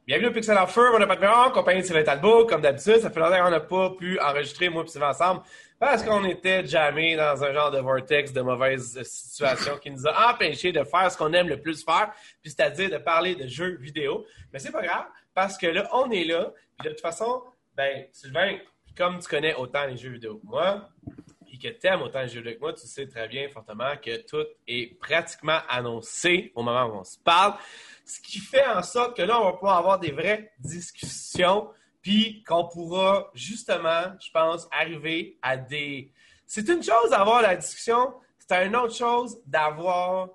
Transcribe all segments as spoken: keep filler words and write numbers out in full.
Bienvenue au Pixel of Fur, mon appartement, compagnie de Sylvain Talbot. Comme d'habitude, ça fait longtemps qu'on n'a pas pu enregistrer, moi et Sylvain ensemble, parce qu'on était jammés dans un genre de vortex de mauvaises situations qui nous a empêchés de faire ce qu'on aime le plus faire, puis c'est-à-dire de parler de jeux vidéo. Mais c'est pas grave, parce que là, on est là, puis de toute façon, ben, Sylvain, comme tu connais autant les jeux vidéo que moi, et que tu aimes autant les jeux vidéo que moi, tu sais très bien fortement que tout est pratiquement annoncé au moment où on se parle. Ce qui fait en sorte que là, on va pouvoir avoir des vraies discussions, puis qu'on pourra justement, je pense, arriver à des... C'est une chose d'avoir la discussion, c'est une autre chose d'avoir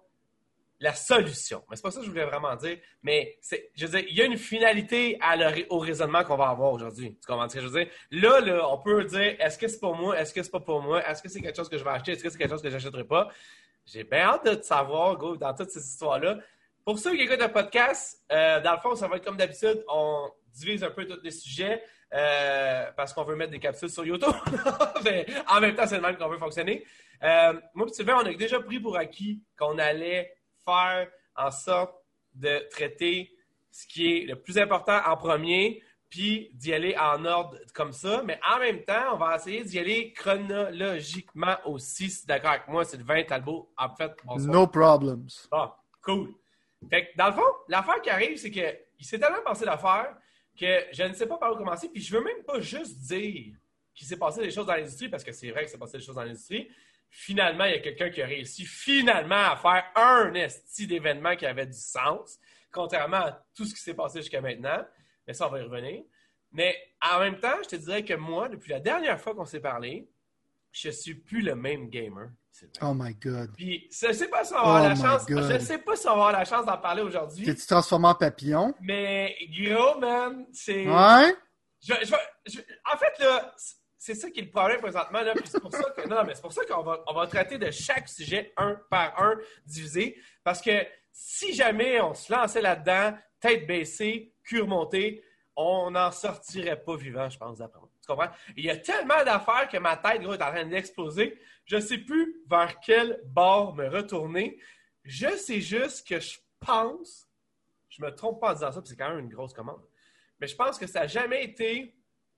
la solution. Mais c'est pas ça que je voulais vraiment dire, mais c'est, je veux dire, il y a une finalité à le, au raisonnement qu'on va avoir aujourd'hui. Tu comprends ce que je veux dire? Là, là, on peut dire, est-ce que c'est pour moi? Est-ce que c'est pas pour moi? Est-ce que c'est quelque chose que je vais acheter? Est-ce que c'est quelque chose que j'achèterai pas? J'ai bien hâte de te savoir, go, dans toutes ces histoires-là. Pour ceux qui écoutent le podcast, euh, dans le fond, ça va être comme d'habitude, on divise un peu tous les sujets euh, parce qu'on veut mettre des capsules sur YouTube. Mais en même temps, c'est le même qu'on veut fonctionner. Euh, moi et Sylvain, on a déjà pris pour acquis qu'on allait faire en sorte de traiter ce qui est le plus important en premier, puis d'y aller en ordre comme ça. Mais en même temps, on va essayer d'y aller chronologiquement aussi. Si tu es d'accord avec moi, Sylvain Talbot, en fait, bonsoir. No problems. Bon, cool. Fait que, dans le fond, l'affaire qui arrive, c'est qu'il s'est tellement passé d'affaires que je ne sais pas par où commencer, puis je veux même pas juste dire qu'il s'est passé des choses dans l'industrie, parce que c'est vrai qu'il s'est passé des choses dans l'industrie. Finalement, il y a quelqu'un qui a réussi finalement à faire un esti d'événement qui avait du sens, contrairement à tout ce qui s'est passé jusqu'à maintenant. Mais ça, on va y revenir. Mais en même temps, je te dirais que moi, depuis la dernière fois qu'on s'est parlé, je suis plus le même gamer. Oh my God. Puis, je ne sais pas si on va avoir Oh la my chance. God. Je ne sais pas si on va avoir la chance d'en parler aujourd'hui. T'es-tu transformé en papillon? Mais gros, man, c'est. Ouais? Je, je, je, en fait, là, c'est ça qui est le problème présentement. Là, puis c'est pour ça que. Non, mais c'est pour ça qu'on va, on va traiter de chaque sujet un par un, divisé. Parce que si jamais on se lançait là-dedans, tête baissée, cul remonté, on n'en sortirait pas vivant, je pense, d'après moi. Tu comprends? Il y a tellement d'affaires que ma tête, gros, est en train d'exploser. Je ne sais plus vers quel bord me retourner. Je sais juste que je pense, je me trompe pas en disant ça, puis c'est quand même une grosse commande, mais je pense que ça n'a jamais été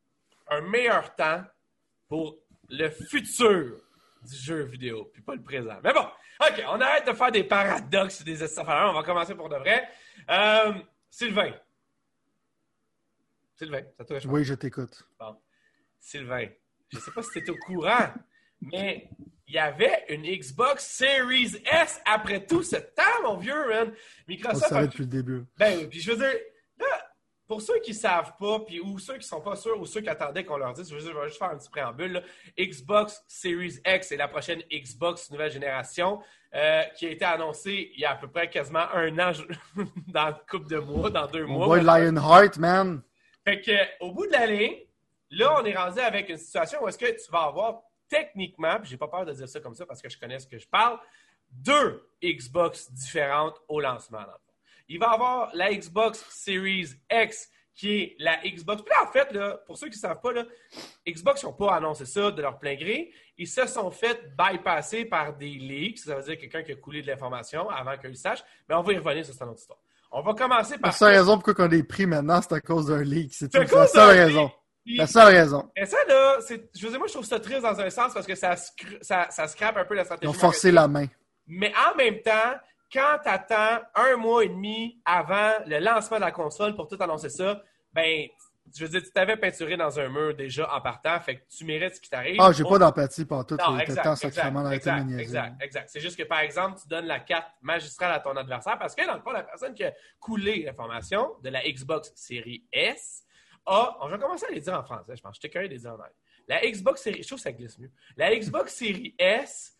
un meilleur temps pour le futur du jeu vidéo, puis pas le présent. Mais bon, OK, on arrête de faire des paradoxes et des estafaleurs. On va commencer pour de vrai. Euh, Sylvain. Sylvain, ça te touche? Oui, je t'écoute. Bon. Sylvain, je ne sais pas si tu étais au courant, mais il y avait une Xbox Series S après tout ce temps, mon vieux, man. Microsoft. On le savait depuis le début. Ben oui, puis je veux dire, là, pour ceux qui ne savent pas, puis ou ceux qui ne sont pas sûrs, ou ceux qui attendaient qu'on leur dise, je veux dire, je vais juste faire un petit préambule, là. Xbox Series X est la prochaine Xbox nouvelle génération euh, qui a été annoncée il y a à peu près quasiment un an, dans une couple de mois, dans deux Mon mois. boy Lionheart, man. Fait que, au bout de la ligne, là, on est rendu avec une situation où est-ce que tu vas avoir techniquement, puis j'ai pas peur de dire ça comme ça parce que je connais ce que je parle, deux Xbox différentes au lancement. Dans le fond. Il va y avoir la Xbox Series X qui est la Xbox. Puis là, en fait, là, pour ceux qui ne savent pas, là, Xbox n'ont pas annoncé ça de leur plein gré. Ils se sont fait bypasser par des leaks. Ça veut dire quelqu'un qui a coulé de l'information avant qu'ils le sachent. Mais on va y revenir, ça, c'est une autre histoire. On va commencer par... La seule raison pourquoi on est pris maintenant, c'est à cause d'un leak. C'est, C'est tout. C'est la seule raison. Puis, la seule raison. Et ça, là, c'est, je veux dire, moi, je trouve ça triste dans un sens parce que ça, ça, ça scrape un peu la stratégie. Ils ont forcé la main. Mais en même temps, quand tu attends un mois et demi avant le lancement de la console pour tout annoncer ça, ben, je veux dire, tu t'avais peinturé dans un mur déjà en partant, fait que tu mérites ce qui t'arrive. Ah, j'ai On... pas d'empathie pour tout. Non, Il était temps sacrément d'arrêter de me niaiser. Exact, exact. C'est juste que, par exemple, tu donnes la carte magistrale à ton adversaire parce que, dans le fond, la personne qui a coulé l'information de la Xbox Series S a... Je vais commencer à les dire en français, je pense. Je t'ai curieux de les dire en anglais. La Xbox Series... Je trouve que ça glisse mieux. La Xbox Series S...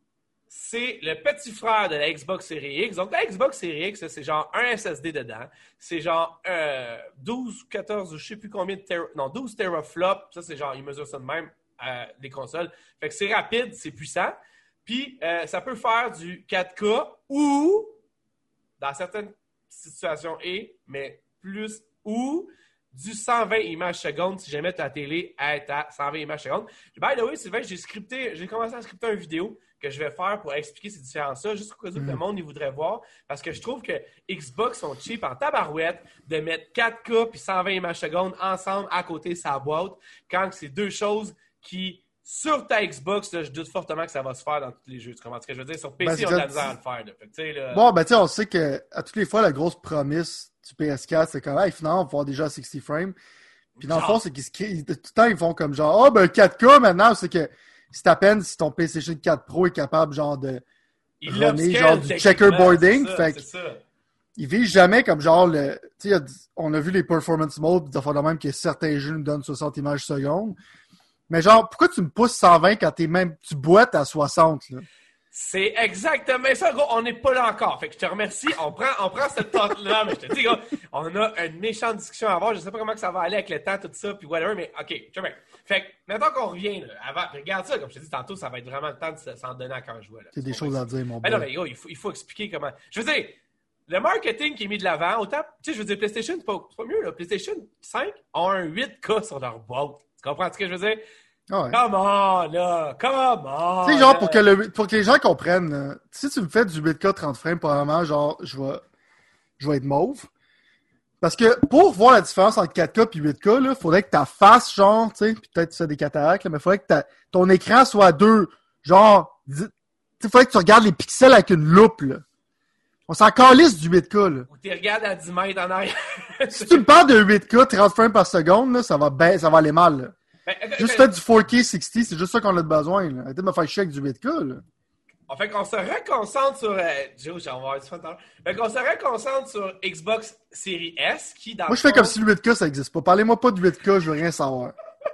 c'est le petit frère de la Xbox Series X. Donc, la Xbox Series X, c'est genre un S S D dedans. C'est genre euh, douze, quatorze, je ne sais plus combien de tera... Non, douze teraflops. Ça, c'est genre, ils mesurent ça de même, euh, les consoles. Fait que c'est rapide, c'est puissant. Puis, euh, ça peut faire du quatre K ou, dans certaines situations, et, mais plus, ou du cent vingt images secondes si jamais ta télé est à cent vingt images secondes. By the way, Sylvain, j'ai scripté, j'ai commencé à scripter une vidéo que je vais faire pour expliquer ces différences-là, juste au cas où mm. le monde il voudrait voir, parce que je trouve que Xbox sont cheap en tabarouette de mettre quatre K puis cent vingt images secondes ensemble à côté de sa boîte, quand c'est deux choses qui, sur ta Xbox, là, je doute fortement que ça va se faire dans tous les jeux. Tu comprends ce que je veux dire? Sur P C, ben, on a de la misère à le faire. Là. Fait que, là... Bon, ben tu sais, on sait que à toutes les fois, la grosse promesse du P S quatre, c'est comme, hey, finalement, on va voir déjà soixante frames. Puis dans genre. le fond, c'est qu'ils se créent, tout le temps, ils font comme genre, oh, ben quatre K maintenant, c'est que c'est à peine si ton PlayStation quatre Pro est capable, genre, de il runner, genre, du checkerboarding. Ça, fait que, ils visent jamais comme genre, le, tu sais, on a vu les performance modes, des fois de même que certains jeux nous donnent soixante images secondes. Mais genre, pourquoi tu me pousses cent vingt quand t'es même, tu boites à soixante, là? C'est exactement ça, gros. On n'est pas là encore. Fait que je te remercie. On prend, on prend cette tente-là, mais je te dis, gros, on a une méchante discussion à avoir. Je sais pas comment que ça va aller avec le temps, tout ça, puis whatever, mais OK, tu vois. Fait que, maintenant qu'on revient, là, avant, regarde ça, comme je te dis tantôt, ça va être vraiment le temps de s'en donner à quand je vois, là. C'est des choses à dire, mon ben non, mais gros, il faut, il faut expliquer comment. Je veux dire, le marketing qui est mis de l'avant, autant, tu sais, je veux dire, PlayStation, c'est pas, c'est pas mieux, là. PlayStation cinq ont un huit K sur leur boîte. Tu comprends ce que je veux dire? Ah ouais. Come on, là! Come on! Tu sais, genre, pour que, le, pour que les gens comprennent, euh, si tu me fais du huit K trente frames, probablement, genre, je vais, je vais être mauve. Parce que pour voir la différence entre quatre K et huit K, il faudrait que ta face, genre, tu sais, peut-être tu fais des cataractes, là, mais il faudrait que ta, ton écran soit à deux. Genre, il faudrait que tu regardes les pixels avec une loupe, là. On s'en calisse du huit K, là. Ou tu regardes à dix mètres en arrière. Si tu me parles de huit K, trente frames par seconde, là, ça va ben, ça va aller mal, là. Ben, okay, juste okay. Fait du four K soixante, c'est juste ça qu'on a besoin. Là. Arrêtez de me faire chier avec du huit K. Là. En fait qu'on se reconcentre sur... Euh, Joe, on va avoir du fun tout à l'heure. Fait qu'on se reconcentre sur Xbox Series S, qui dans Moi, je fais fond... comme si le huit K, ça existe pas. Parlez-moi pas de huit K, je veux rien savoir.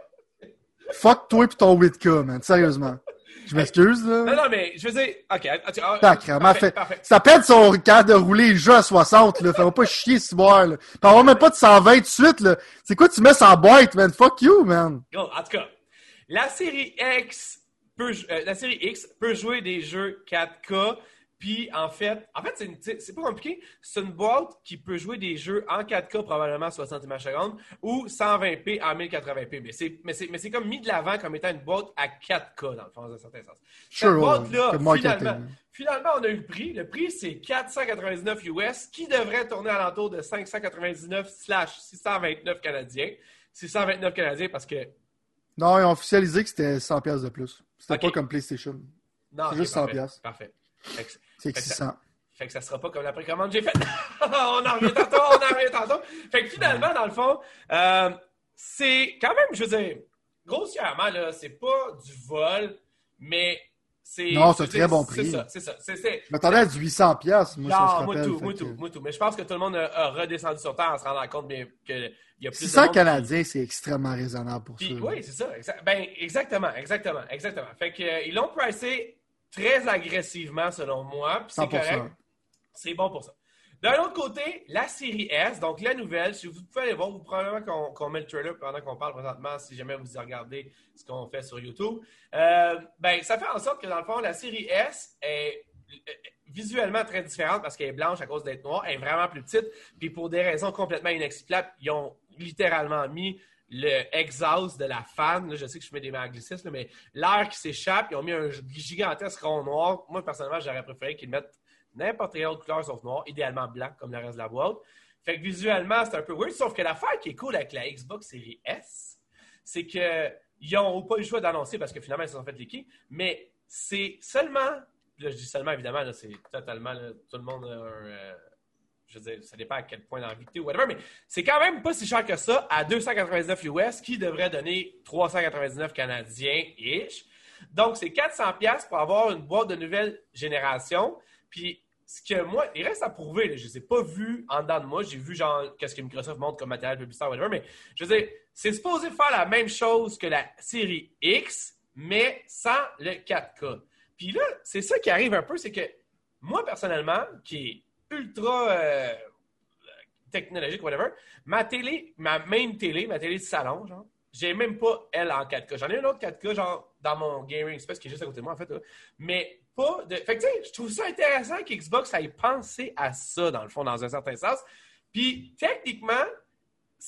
Fuck toi pis ton huit K, man. Sérieusement. Je m'excuse, là. Non, non, mais je veux dire... OK. Sacrément, fait... Ça pète son cadre de rouler le jeu à soixante, là. Fais-moi pas chier, ce boire, là. Pis on va même pas de cent vingt tout de suite, là. C'est quoi tu mets sans boîte, man? Fuck you, man. Yo, en tout cas, la série X peut, euh, la série X peut jouer des jeux quatre K. Puis, en fait, en fait, c'est, une, c'est pas compliqué. C'est une boîte qui peut jouer des jeux en quatre K, probablement soixante images secondes, ou cent vingt p en mille quatre-vingts p. Mais c'est, mais c'est, mais c'est comme mis de l'avant comme étant une boîte à quatre K, dans le fond, dans un certain sens. Sure, Cette boîte-là, ouais, finalement, finalement, on a eu le prix. Le prix, c'est quatre cent quatre-vingt-dix-neuf U S, qui devrait tourner à l'entour de cinq cent quatre-vingt-dix-neuf slash six cent vingt-neuf canadiens. six cent vingt-neuf canadiens parce que... Non, ils ont officialisé que c'était cent dollars de plus. C'était okay. pas comme PlayStation. Non, c'est okay, juste parfait, cent dollars. Parfait. Fait c'est six cents. Fait que ça sera pas comme la précommande que j'ai faite. on en revient tantôt, on en revient tantôt. Fait que finalement, dans le fond, euh, c'est quand même, je veux dire, grossièrement, là, c'est pas du vol, mais c'est... Non, c'est un très dire, bon prix. C'est ça, c'est ça. C'est, c'est, je m'attendais à du huit cents dollars, moi, non, ça se moi rappelle. tout, moi tout, moi tout. Mais je pense que tout le monde a, a redescendu sur terre en se rendant compte bien, qu'il y a plus six cents de monde canadiens, qui... c'est extrêmement raisonnable pour Puis, ça. Oui, c'est ça. Exa- ben, exactement, exactement, exactement. Fait que, euh, ils l'ont pricé très agressivement, selon moi, puis c'est correct. C'est bon pour ça. D'un autre côté, la série S, donc la nouvelle, si vous pouvez aller voir, vous probablement qu'on, qu'on met le trailer pendant qu'on parle présentement, si jamais vous y regardez ce qu'on fait sur YouTube. Euh, ben, ça fait en sorte que, dans le fond, la série S est visuellement très différente parce qu'elle est blanche à cause d'être noire. Elle est vraiment plus petite. Puis pour des raisons complètement inexplicables, ils ont littéralement mis le exhaust de la fan. Là, je sais que je mets des anglicismes, là, mais l'air qui s'échappe, ils ont mis un gigantesque rond noir. Moi, personnellement, j'aurais préféré qu'ils mettent n'importe quelle autre couleur sauf noir, idéalement blanc comme le reste de la boîte. Fait que visuellement, c'est un peu weird. Sauf que l'affaire qui est cool avec la Xbox Series S, c'est qu'ils n'ont pas eu le choix d'annoncer parce que finalement, ils se sont fait liquer, mais c'est seulement, là je dis seulement évidemment, là, c'est totalement, là, tout le monde a un... Euh, je veux dire, ça dépend à quel point d'envie ou whatever, mais c'est quand même pas si cher que ça à deux cent quatre-vingt-dix-neuf U S qui devrait donner trois cent quatre-vingt-dix-neuf canadiens-ish. Donc, c'est quatre cents dollars pour avoir une boîte de nouvelle génération. Puis, ce que moi, il reste à prouver, là, je ne les ai pas vus en dedans de moi. J'ai vu, genre, qu'est-ce que Microsoft montre comme matériel publicitaire, whatever. Mais, je veux dire, c'est supposé faire la même chose que la série X, mais sans le quatre K. Puis là, c'est ça qui arrive un peu, c'est que moi, personnellement, qui est ultra euh, technologique, whatever, ma télé, ma main télé, ma télé de salon, genre, j'ai même pas elle en quatre K. J'en ai une autre quatre K, genre, dans mon gaming space qui est juste à côté de moi, en fait. Là. Mais pas de. Fait que, tu sais, je trouve ça intéressant qu'Xbox ait pensé à ça, dans le fond, dans un certain sens. Puis, techniquement,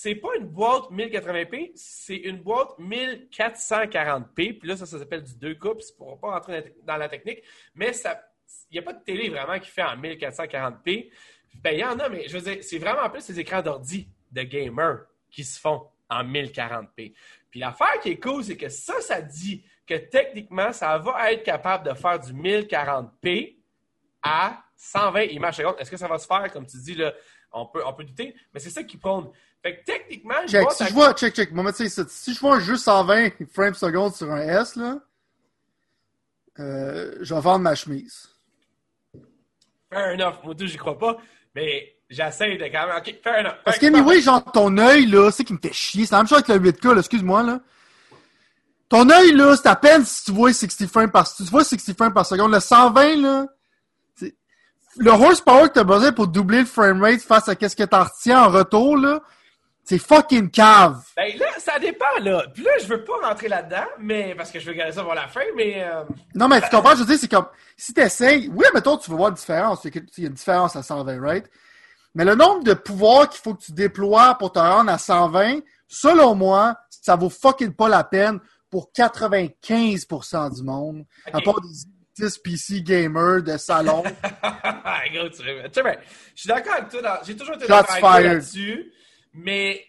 c'est pas une boîte mille quatre-vingts p, c'est une boîte mille quatre cent quarante p. Puis là, ça, ça s'appelle du deux K, puis c'est pour pas rentrer dans la technique. Mais ça, il n'y a pas de télé vraiment qui fait en mille quatre cent quarante p. Ben, il y en a, mais je veux dire, c'est vraiment plus les écrans d'ordi de gamers qui se font en mille quarante p. Puis l'affaire qui est cool, c'est que ça, ça dit que techniquement, ça va être capable de faire du mille quarante p à cent vingt images secondes. Est-ce que ça va se faire, comme tu dis, là, on peut, on peut douter, mais c'est ça qui prône. Fait que techniquement, je check, vois... si ta... je vois, check, check, moi, tu sais, si je vois un jeu cent vingt frames secondes sur un S, là, euh, je vais vendre ma chemise. Fair enough. Moi, tout, j'y crois pas, mais j'essaie de quand même... OK, fair enough. Parce que, anyway, genre, ton œil, là, c'est qui me fait chier. C'est la même chose avec le huit K, là, excuse-moi, là. Ton œil, là, c'est à peine si tu vois soixante frames par, si tu vois soixante frames par seconde. Le cent vingt, là, c'est... le horsepower que t'as besoin pour doubler le framerate face à qu'est-ce que t'en retiens en retour, là, c'est fucking cave. Ben là, ça dépend, là. Puis là, je veux pas rentrer là-dedans, mais parce que je veux garder ça pour la fin, mais... Euh... Non, mais tu comprends, je veux dire, c'est comme, si t'essayes, oui, mettons, tu veux voir une différence. Il y a une différence à cent vingt, right? Mais le nombre de pouvoirs qu'il faut que tu déploies pour te rendre à cent vingt, selon moi, ça vaut fucking pas la peine pour quatre-vingt-quinze pour cent du monde. Okay. À part des dix P C gamers de salon. Gros, tu sais, ben, je suis d'accord avec toi. Dans... J'ai toujours été d'accord avec toi là-dessus. Mais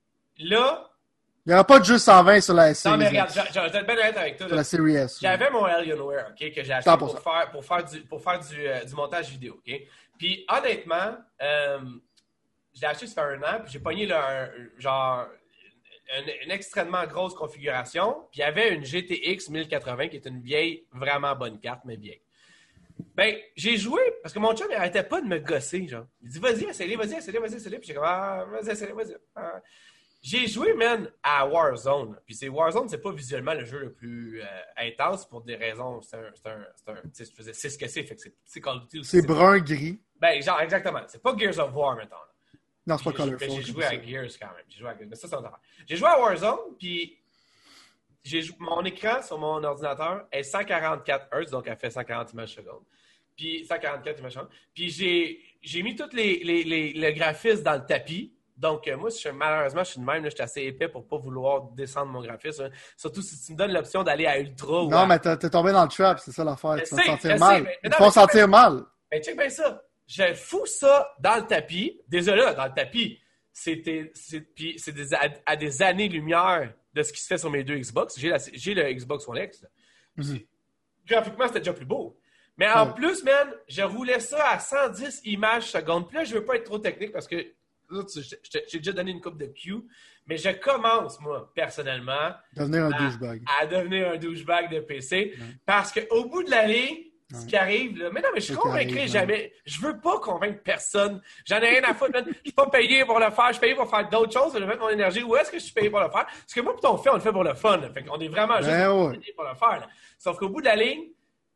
là... Il n'y aura pas de jeu cent vingt sur la S. Non, mais regarde, je vais être bien honnête avec toi. Sur la série S. J'avais oui. mon Alienware, OK, que j'ai acheté pour faire, pour faire, du, pour faire du, euh, du montage vidéo, OK? Puis, honnêtement, euh, je l'ai acheté ça fait un an, puis j'ai pogné là, un, genre une, une extrêmement grosse configuration, puis il y avait une G T X mille quatre-vingts qui est une vieille, vraiment bonne carte, mais vieille. Ben, j'ai joué, parce que mon chum, il arrêtait pas de me gosser, genre. Il dit, vas-y, essaye-les, vas-y, essaye-les, vas-y, essaye-les. Puis j'ai comme, ah, vas-y, essaye-les, vas-y. Ah. J'ai joué, man, à Warzone. Puis c'est Warzone, c'est pas visuellement le jeu le plus euh, intense pour des raisons. C'est un, c'est un, c'est un, tu sais, c'est ce que c'est, fait que c'est, c'est Call of Duty aussi. C'est brun-gris. Ben, genre, exactement. C'est pas Gears of War, mettons. Là. Non, c'est pas Colorful. Mais j'ai joué à Gears quand même. J'ai joué à Gears. Mais ça, c'est un affaire. J'ai joué à Warzone, puis j'ai jou... mon écran sur mon ordinateur est cent quarante-quatre hertz, donc elle fait cent quarante images secondes. Puis cent quarante-quatre images secondes. Puis j'ai, j'ai mis tous les, les, les, les graphismes dans le tapis. Donc, euh, moi, je suis, malheureusement, je suis de même, là, je suis assez épais pour ne pas vouloir descendre mon graphisme. Hein. Surtout si tu me donnes l'option d'aller à Ultra. Ou non, à... mais t'es, t'es tombé dans le trap, c'est ça l'affaire. Je tu sais, vas te sentir je mal. sais, mais, mais tu non, vas mais sentir bien, mal. Mais check bien ça. Je fous ça dans le tapis. Désolé, là, dans le tapis. C'était, c'est, puis c'est des, à, à des années-lumière de ce qui se fait sur mes deux Xbox. J'ai, la, j'ai le Xbox One X. Mm-hmm. Graphiquement, c'était déjà plus beau. Mais en ouais. plus, man, je roulais ça à cent dix images secondes. Puis là, je veux pas être trop technique parce que là, tu, je, je, j'ai déjà donné une coupe de Q. Mais je commence, moi, personnellement, devenir un à, douchebag. à devenir un douchebag de P C. Ouais. Parce qu'au bout de la ligne, ce qui arrive, là. Mais non, mais je ne convaincrai jamais. Je veux pas convaincre personne. J'en ai rien à foutre, man. Je suis pas payé pour le faire. Je suis payé pour faire d'autres choses. Je vais mettre mon énergie. Où est-ce que je suis payé pour le faire? Parce que moi, puis ton fait, on le fait pour le fun. Là. Fait qu'on est vraiment juste ben payé ouais. pour le faire. Là. Sauf qu'au bout de la ligne,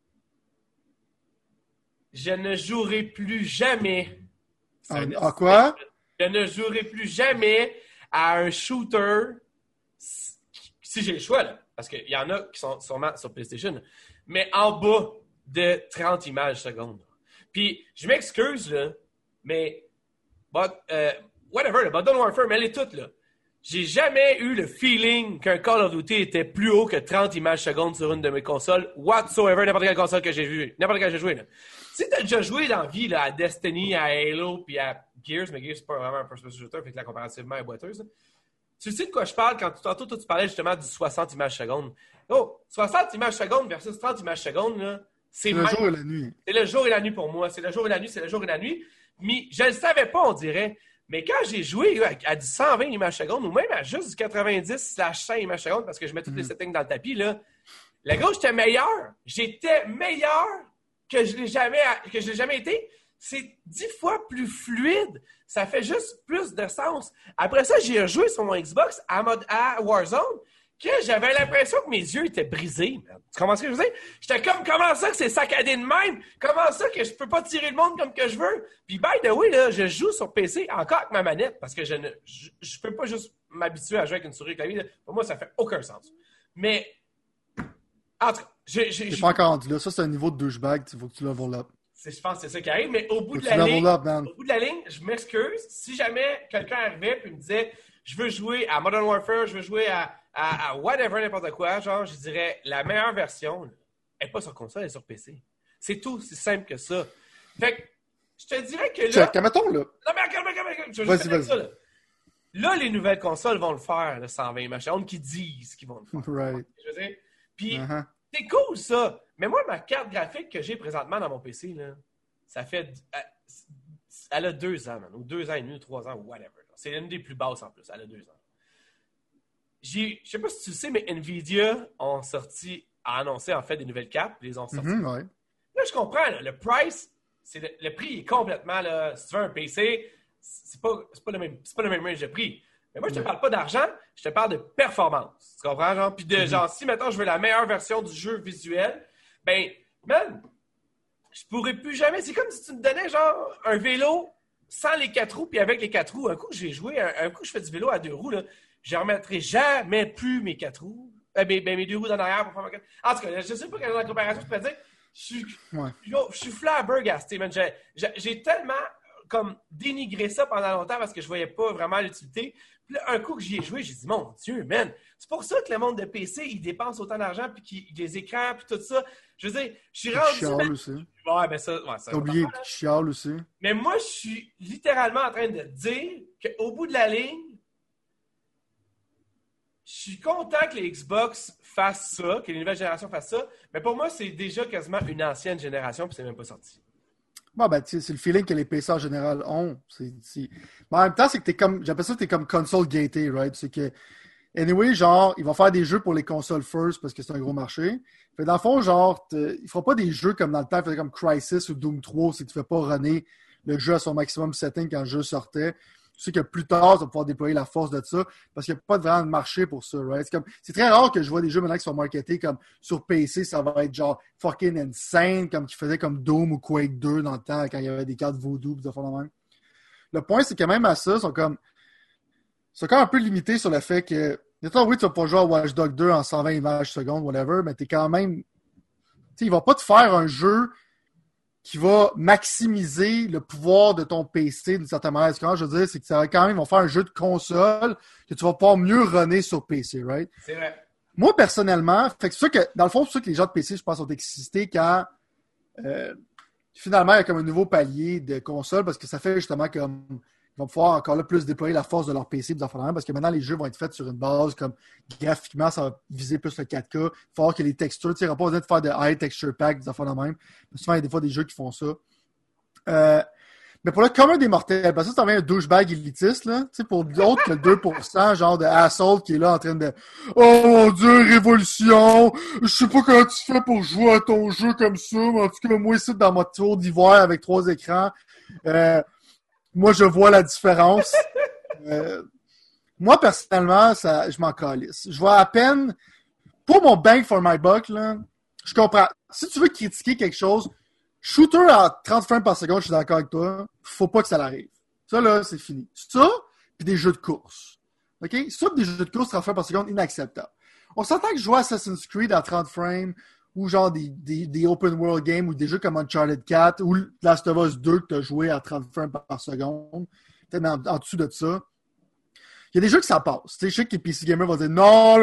je ne jouerai plus jamais. À, à quoi? Je ne jouerai plus jamais à un shooter si j'ai le choix, là. Parce qu'il y en a qui sont sûrement sur PlayStation. Mais en bas de trente images secondes. Puis, je m'excuse, là, mais but, uh, whatever, le Modern Warfare, mais elle est toute, là. J'ai jamais eu le feeling qu'un Call of Duty était plus haut que trente images secondes sur une de mes consoles, whatsoever, n'importe quelle console que j'ai vue, n'importe quelle que j'ai joué, là. Si t'as déjà joué dans la vie, là, à Destiny, à Halo, puis à Gears, mais Gears, c'est pas vraiment un first-person shooter, fait que là, comparativement, est boiteuse, là. Tu sais de quoi je parle quand tantôt, toi, tu parlais justement du soixante images secondes. Oh, soixante images secondes versus trente images secondes, là. C'est, c'est le même... jour et la nuit. C'est le jour et la nuit pour moi. C'est le jour et la nuit, c'est le jour et la nuit. Mais je ne le savais pas, on dirait. Mais quand j'ai joué à, à du cent vingt images secondes, ou même à juste du quatre-vingt-dix slash cent images secondes, parce que je mets tous mm. les settings dans le tapis, là, le gars, j'étais meilleur. J'étais meilleur que je l'ai jamais, que je l'ai jamais été. C'est dix fois plus fluide. Ça fait juste plus de sens. Après ça, j'ai rejoué sur mon Xbox à, mode, à Warzone, que j'avais l'impression que mes yeux étaient brisés. Man. Tu comprends ce que je veux dire? J'étais comme, comment ça que c'est saccadé de même? Comment ça que je peux pas tirer le monde comme que je veux? Puis, by the way, là, je joue sur P C encore avec ma manette parce que je ne je, je peux pas juste m'habituer à jouer avec une souris et clavier. Pour moi, ça fait aucun sens. Mais, en tout cas, j'ai... j'ai T'es pas encore rendu là. Ça, c'est un niveau de douchebag. Il faut que tu l'enveloppes. C'est, je pense que c'est ça qui arrive, mais au bout, de Faut-tu la ligne, level up, man? au bout de la ligne, je m'excuse. Si jamais quelqu'un arrivait et me disait je veux jouer à Modern Warfare, je veux jouer à, à, à whatever, n'importe quoi, genre, je dirais la meilleure version n'est pas sur console, elle est sur P C. C'est tout, c'est simple que ça. Fait que, je te dirais que là... Check, mettons, là. Non, mais regarde, regarde, regarde, je vais Vas-y, juste dire vas-y. ça, là. Là, les nouvelles consoles vont le faire, le cent vingt machin. On qui disent qu'ils vont le faire. Right. Je veux dire, puis, Uh-huh. c'est cool, ça. Mais moi, ma carte graphique que j'ai présentement dans mon P C, là, ça fait... Elle a deux ans, man. Ou deux ans et demi, ou trois ans, ou whatever. C'est une des plus basses, en plus. Elle a deux ans. J'ai, je sais pas si tu le sais, mais Nvidia ont sorti, a annoncé, en fait, des nouvelles cartes. Ils les ont sorties. Mm-hmm, ouais. Là, je comprends, là, le price, c'est le, le prix est complètement, là, si tu veux un P C, c'est pas, c'est pas, le, même, c'est pas le même range de prix. Mais moi, je te Ouais. parle pas d'argent, je te parle de performance. Tu comprends, genre? Puis de, Mm-hmm. genre, si, maintenant je veux la meilleure version du jeu visuel, ben, man, je pourrais plus jamais. C'est comme si tu me donnais, genre, un vélo sans les quatre roues, puis avec les quatre roues. Un coup, j'ai joué, un, un coup, je fais du vélo à deux roues, là. Je remettrai jamais plus mes quatre roues. Euh, ben, ben, mes deux roues en arrière pour faire ma quatre. En tout cas, je sais pas quelle est la comparaison, je peux dire. Je suis, Ouais. yo, je suis flabbergasté, man. J'ai, j'ai, j'ai tellement comme dénigré ça pendant longtemps parce que je voyais pas vraiment l'utilité. Puis là, un coup que j'y ai joué, j'ai dit, mon Dieu, man, c'est pour ça que le monde de P C, il dépense autant d'argent, puis qu'il, les écrans, puis tout ça. Je veux dire, je suis Puis rendu... chiale man- aussi. Ouais, ben ça... Ouais, ça T'as oublié, puis chiale aussi. mais moi, je suis littéralement en train de dire qu'au bout de la ligne, je suis content que les Xbox fassent ça, que les nouvelles générations fassent ça, mais pour moi, c'est déjà quasiment une ancienne génération, puis c'est même pas sorti. Bon, ben, tu sais, c'est le feeling que les P C en général ont. C'est, c'est... Mais en même temps, c'est que t'es comme, j'appelle ça que t'es comme console gated, right? C'est que, anyway, genre, ils vont faire des jeux pour les consoles first parce que c'est un gros marché. Fait dans le fond, genre, t'es- ils feront pas des jeux comme dans le temps, ils faisaient comme Crysis ou Doom trois, c'est que tu fais pas runner le jeu à son maximum setting quand le jeu sortait. Tu sais que plus tard, tu vas pouvoir déployer la force de ça parce qu'il n'y a pas vraiment de marché pour ça, right? C'est, comme, c'est très rare que je vois des jeux maintenant qui sont marketés comme sur P C, ça va être genre fucking insane, comme qu'ils faisaient comme Doom ou Quake deux dans le temps quand il y avait des cartes Voodoo pis des affaires de même. Le point, c'est que même à ça, ils sont comme, ils sont quand même un peu limités sur le fait que, mettons, oui, tu vas pas jouer à Watch Dogs deux en cent vingt images secondes, whatever, mais t'es quand même, tu sais, ils vont pas te faire un jeu qui va maximiser le pouvoir de ton P C d'une certaine manière. Ce que je veux dire, c'est que ça va quand même, ils vont faire un jeu de console que tu vas pouvoir mieux runner sur P C, right? C'est vrai. Moi, personnellement, fait que c'est sûr que, dans le fond, c'est sûr que les gens de P C, je pense, sont excités quand, euh, finalement, il y a comme un nouveau palier de console parce que ça fait justement comme, ils vont pouvoir encore là plus déployer la force de leur P C parce que maintenant, les jeux vont être faits sur une base comme, graphiquement, ça va viser plus le quatre K. Il va falloir que les textures, tu sais, il n'y aura pas besoin de faire de high texture pack, des affaires de même. Souvent, il y a des fois des jeux qui font ça. Euh, mais pour le commun des mortels, parce que ça, c'est un douchebag élitiste, là. Tu sais, pour d'autres que le deux pour cent, genre de asshole qui est là en train de oh mon Dieu, révolution! Je sais pas comment tu fais pour jouer à ton jeu comme ça, mais en tout cas, moi ici, dans ma tour d'ivoire avec trois écrans, euh, moi, je vois la différence. Euh, moi, personnellement, ça, je m'en calisse. Je vois à peine, pour mon bang for my buck, là, je comprends. Si tu veux critiquer quelque chose, shooter à trente frames par seconde, je suis d'accord avec toi. Faut pas que ça l'arrive. Ça, là, c'est fini. Ça, puis des jeux de course. OK? Ça, puis des jeux de course, trente frames par seconde, inacceptable. On s'entend que je joue à Assassin's Creed à trente frames, ou genre des, des, des open world games, ou des jeux comme Uncharted quatre, ou Last of Us deux que tu as joué à trente frames par seconde. Peut-être en, en dessous de ça. Il y a des jeux que ça passe. Tu sais, je sais que les P C gamers vont dire non,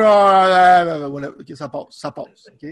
non, voilà, ok, ça passe, ça passe. OK?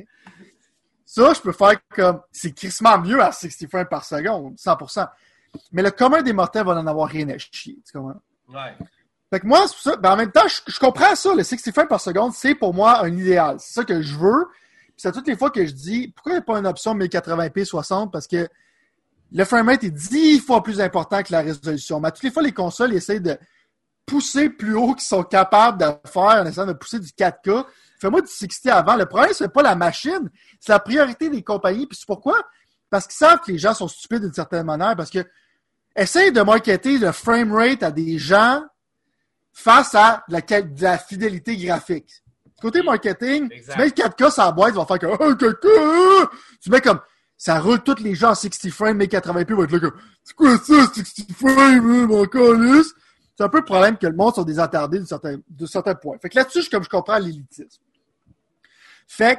Ça, je peux faire comme, c'est crissement mieux à soixante frames par seconde, cent pour cent. Mais le commun des mortels va en avoir rien à chier, tu comprends? Ouais. Fait que moi, c'est pour ça, ben en même temps, je, je comprends ça, le soixante frames par seconde, c'est pour moi un idéal. C'est ça que je veux. Puis c'est toutes les fois que je dis, pourquoi il n'y a pas une option mille quatre-vingts p soixante? Parce que le framerate est dix fois plus important que la résolution. Mais à toutes les fois, les consoles essayent de pousser plus haut qu'ils sont capables de faire en essayant de pousser du quatre K. Fais-moi du soixante avant. Le problème, c'est pas la machine, c'est la priorité des compagnies. Puis c'est pourquoi? Parce qu'ils savent que les gens sont stupides d'une certaine manière. Parce que essaye de marketer le framerate à des gens face à de la, de la fidélité graphique. Côté marketing, Exact. tu mets le quatre K sur la boîte, tu vas faire comme oh, quatre K! Tu mets comme ça roule tous les gens en soixante frames, mille quatre-vingts p, va être là comme c'est quoi ça, soixante frames, mon calice? C'est un peu le problème que le monde sont des attardés de certains, de certains points. Fait que là-dessus, je, comme je comprends l'élitisme. Fait que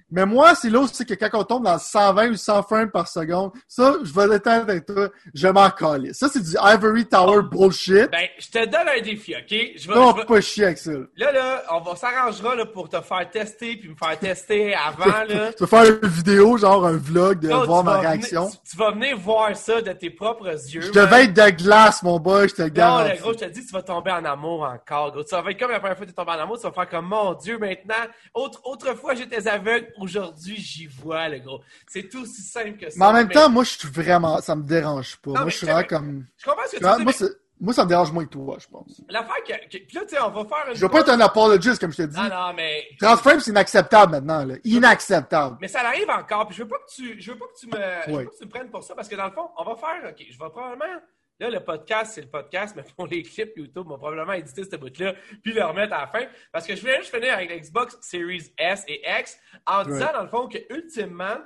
Mais moi, c'est là aussi que quand on tombe dans cent vingt ou cent frames par seconde, ça, je vais l'éteindre avec toi, je m'en calais. Ça, c'est du Ivory Tower oh, bullshit. Ben, je te donne un défi, OK? Je vais, non, je vais... pas chier avec ça. Là, là, on va s'arrangera là, pour te faire tester puis me faire tester avant, là. Tu vas faire une vidéo, genre un vlog, de non, voir ma venir, réaction. Tu, tu vas venir voir ça de tes propres yeux. Je devais être de glace, mon boy, je te le garantis. Non, le gros, je te dis, tu vas tomber en amour encore, gros. Tu vas être comme la première fois que tu es tombé en amour, tu vas faire comme, mon Dieu, maintenant, autre, autrefois, j'étais aveugle, aujourd'hui, j'y vois, le gros. C'est tout aussi simple que ça. Mais en même mais... temps, moi, je suis vraiment, ça me dérange pas. Non, moi, je suis vraiment comme... Je comprends ce que tu moi, dis, moi, mais... moi, ça me dérange moins que toi, je pense. L'affaire que, que... Puis là, tu sais, on va faire une... Je veux pas être un apologiste, comme je te dis. Non, non, mais... trente frames, c'est inacceptable maintenant, là. Inacceptable. Mais ça arrive encore, puis je veux pas que tu... Je veux pas que tu me... Oui. Je veux pas que tu me prennes pour ça, parce que dans le fond, on va faire... OK, je vais probablement... Là, le podcast, c'est le podcast, mais pour les clips YouTube, on va probablement éditer ce bout-là, puis le remettre à la fin. Parce que je voulais juste finir avec l'Xbox Series S et X en disant, ouais. dans le fond, que ultimement,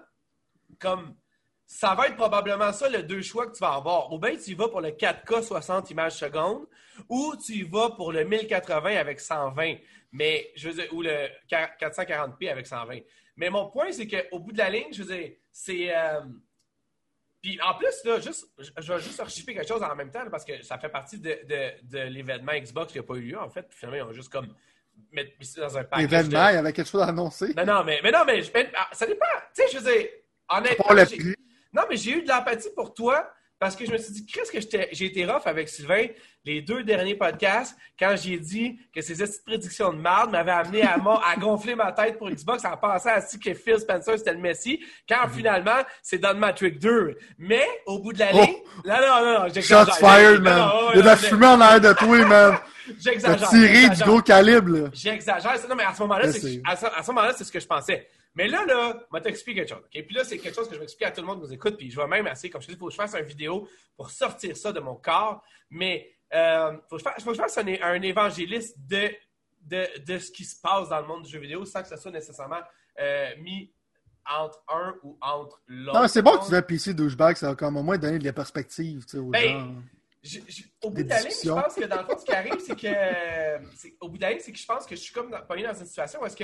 comme ça va être probablement ça le deux choix que tu vas avoir. Ou bien tu y vas pour le quatre K soixante images secondes, ou tu y vas pour le mille quatre-vingts avec cent vingt, mais je veux dire, ou le quatre cent quarante p avec cent vingt. Mais mon point, c'est qu'au bout de la ligne, je veux dire, c'est... Euh, Puis en plus, là, juste, je vais juste archiver quelque chose en même temps là, parce que ça fait partie de, de, de l'événement Xbox qui n'a pas eu lieu, en fait. Puis finalement, ils ont juste comme mettre ça dans un package. L'événement, de... il y avait quelque chose à annoncer. Non, non, mais, mais non, mais, mais ça dépend. Tu sais, je veux dire, honnêtement. J'ai... Non, mais j'ai eu de l'empathie pour toi parce que je me suis dit, Chris, que j'ai été rough avec Sylvain les deux derniers podcasts quand j'ai dit que ces petites prédictions de merde m'avaient amené à, à gonfler ma tête pour Xbox en pensant à ce que Phil Spencer c'était le Messi, quand mm-hmm. finalement c'est Don Matrick deux. Mais au bout de la ligne, oh. non, non, non, non, j'exagère. Shots fired, man. Non, non, il y a de la fumée en arrière de toi, man. J'exagère. T'as tiré du gros calibre, là. J'exagère. Non, mais à ce moment-là, c'est, à ce, à ce moment-là, c'est ce que je pensais. Mais là, là, je vais t'expliquer quelque chose. Okay? Puis là, c'est quelque chose que je vais expliquer à tout le monde qui nous écoute. Puis je vais même assez, comme je te dis, il faut que je fasse une vidéo pour sortir ça de mon corps. Mais il euh, faut, faut que je fasse un, un évangéliste de, de, de ce qui se passe dans le monde du jeu vidéo sans que ça soit nécessairement euh, mis entre un ou entre l'autre. Non, c'est bon que tu aies P C douchebag. Ça va comme au moins donner de la perspective, tu sais, aux ben, gens. Je, je, au bout de la ligne, je pense que dans le fond, ce qui arrive, c'est que... C'est, au bout de la ligne, c'est que je pense que je suis comme dans, pogné dans une situation où est-ce que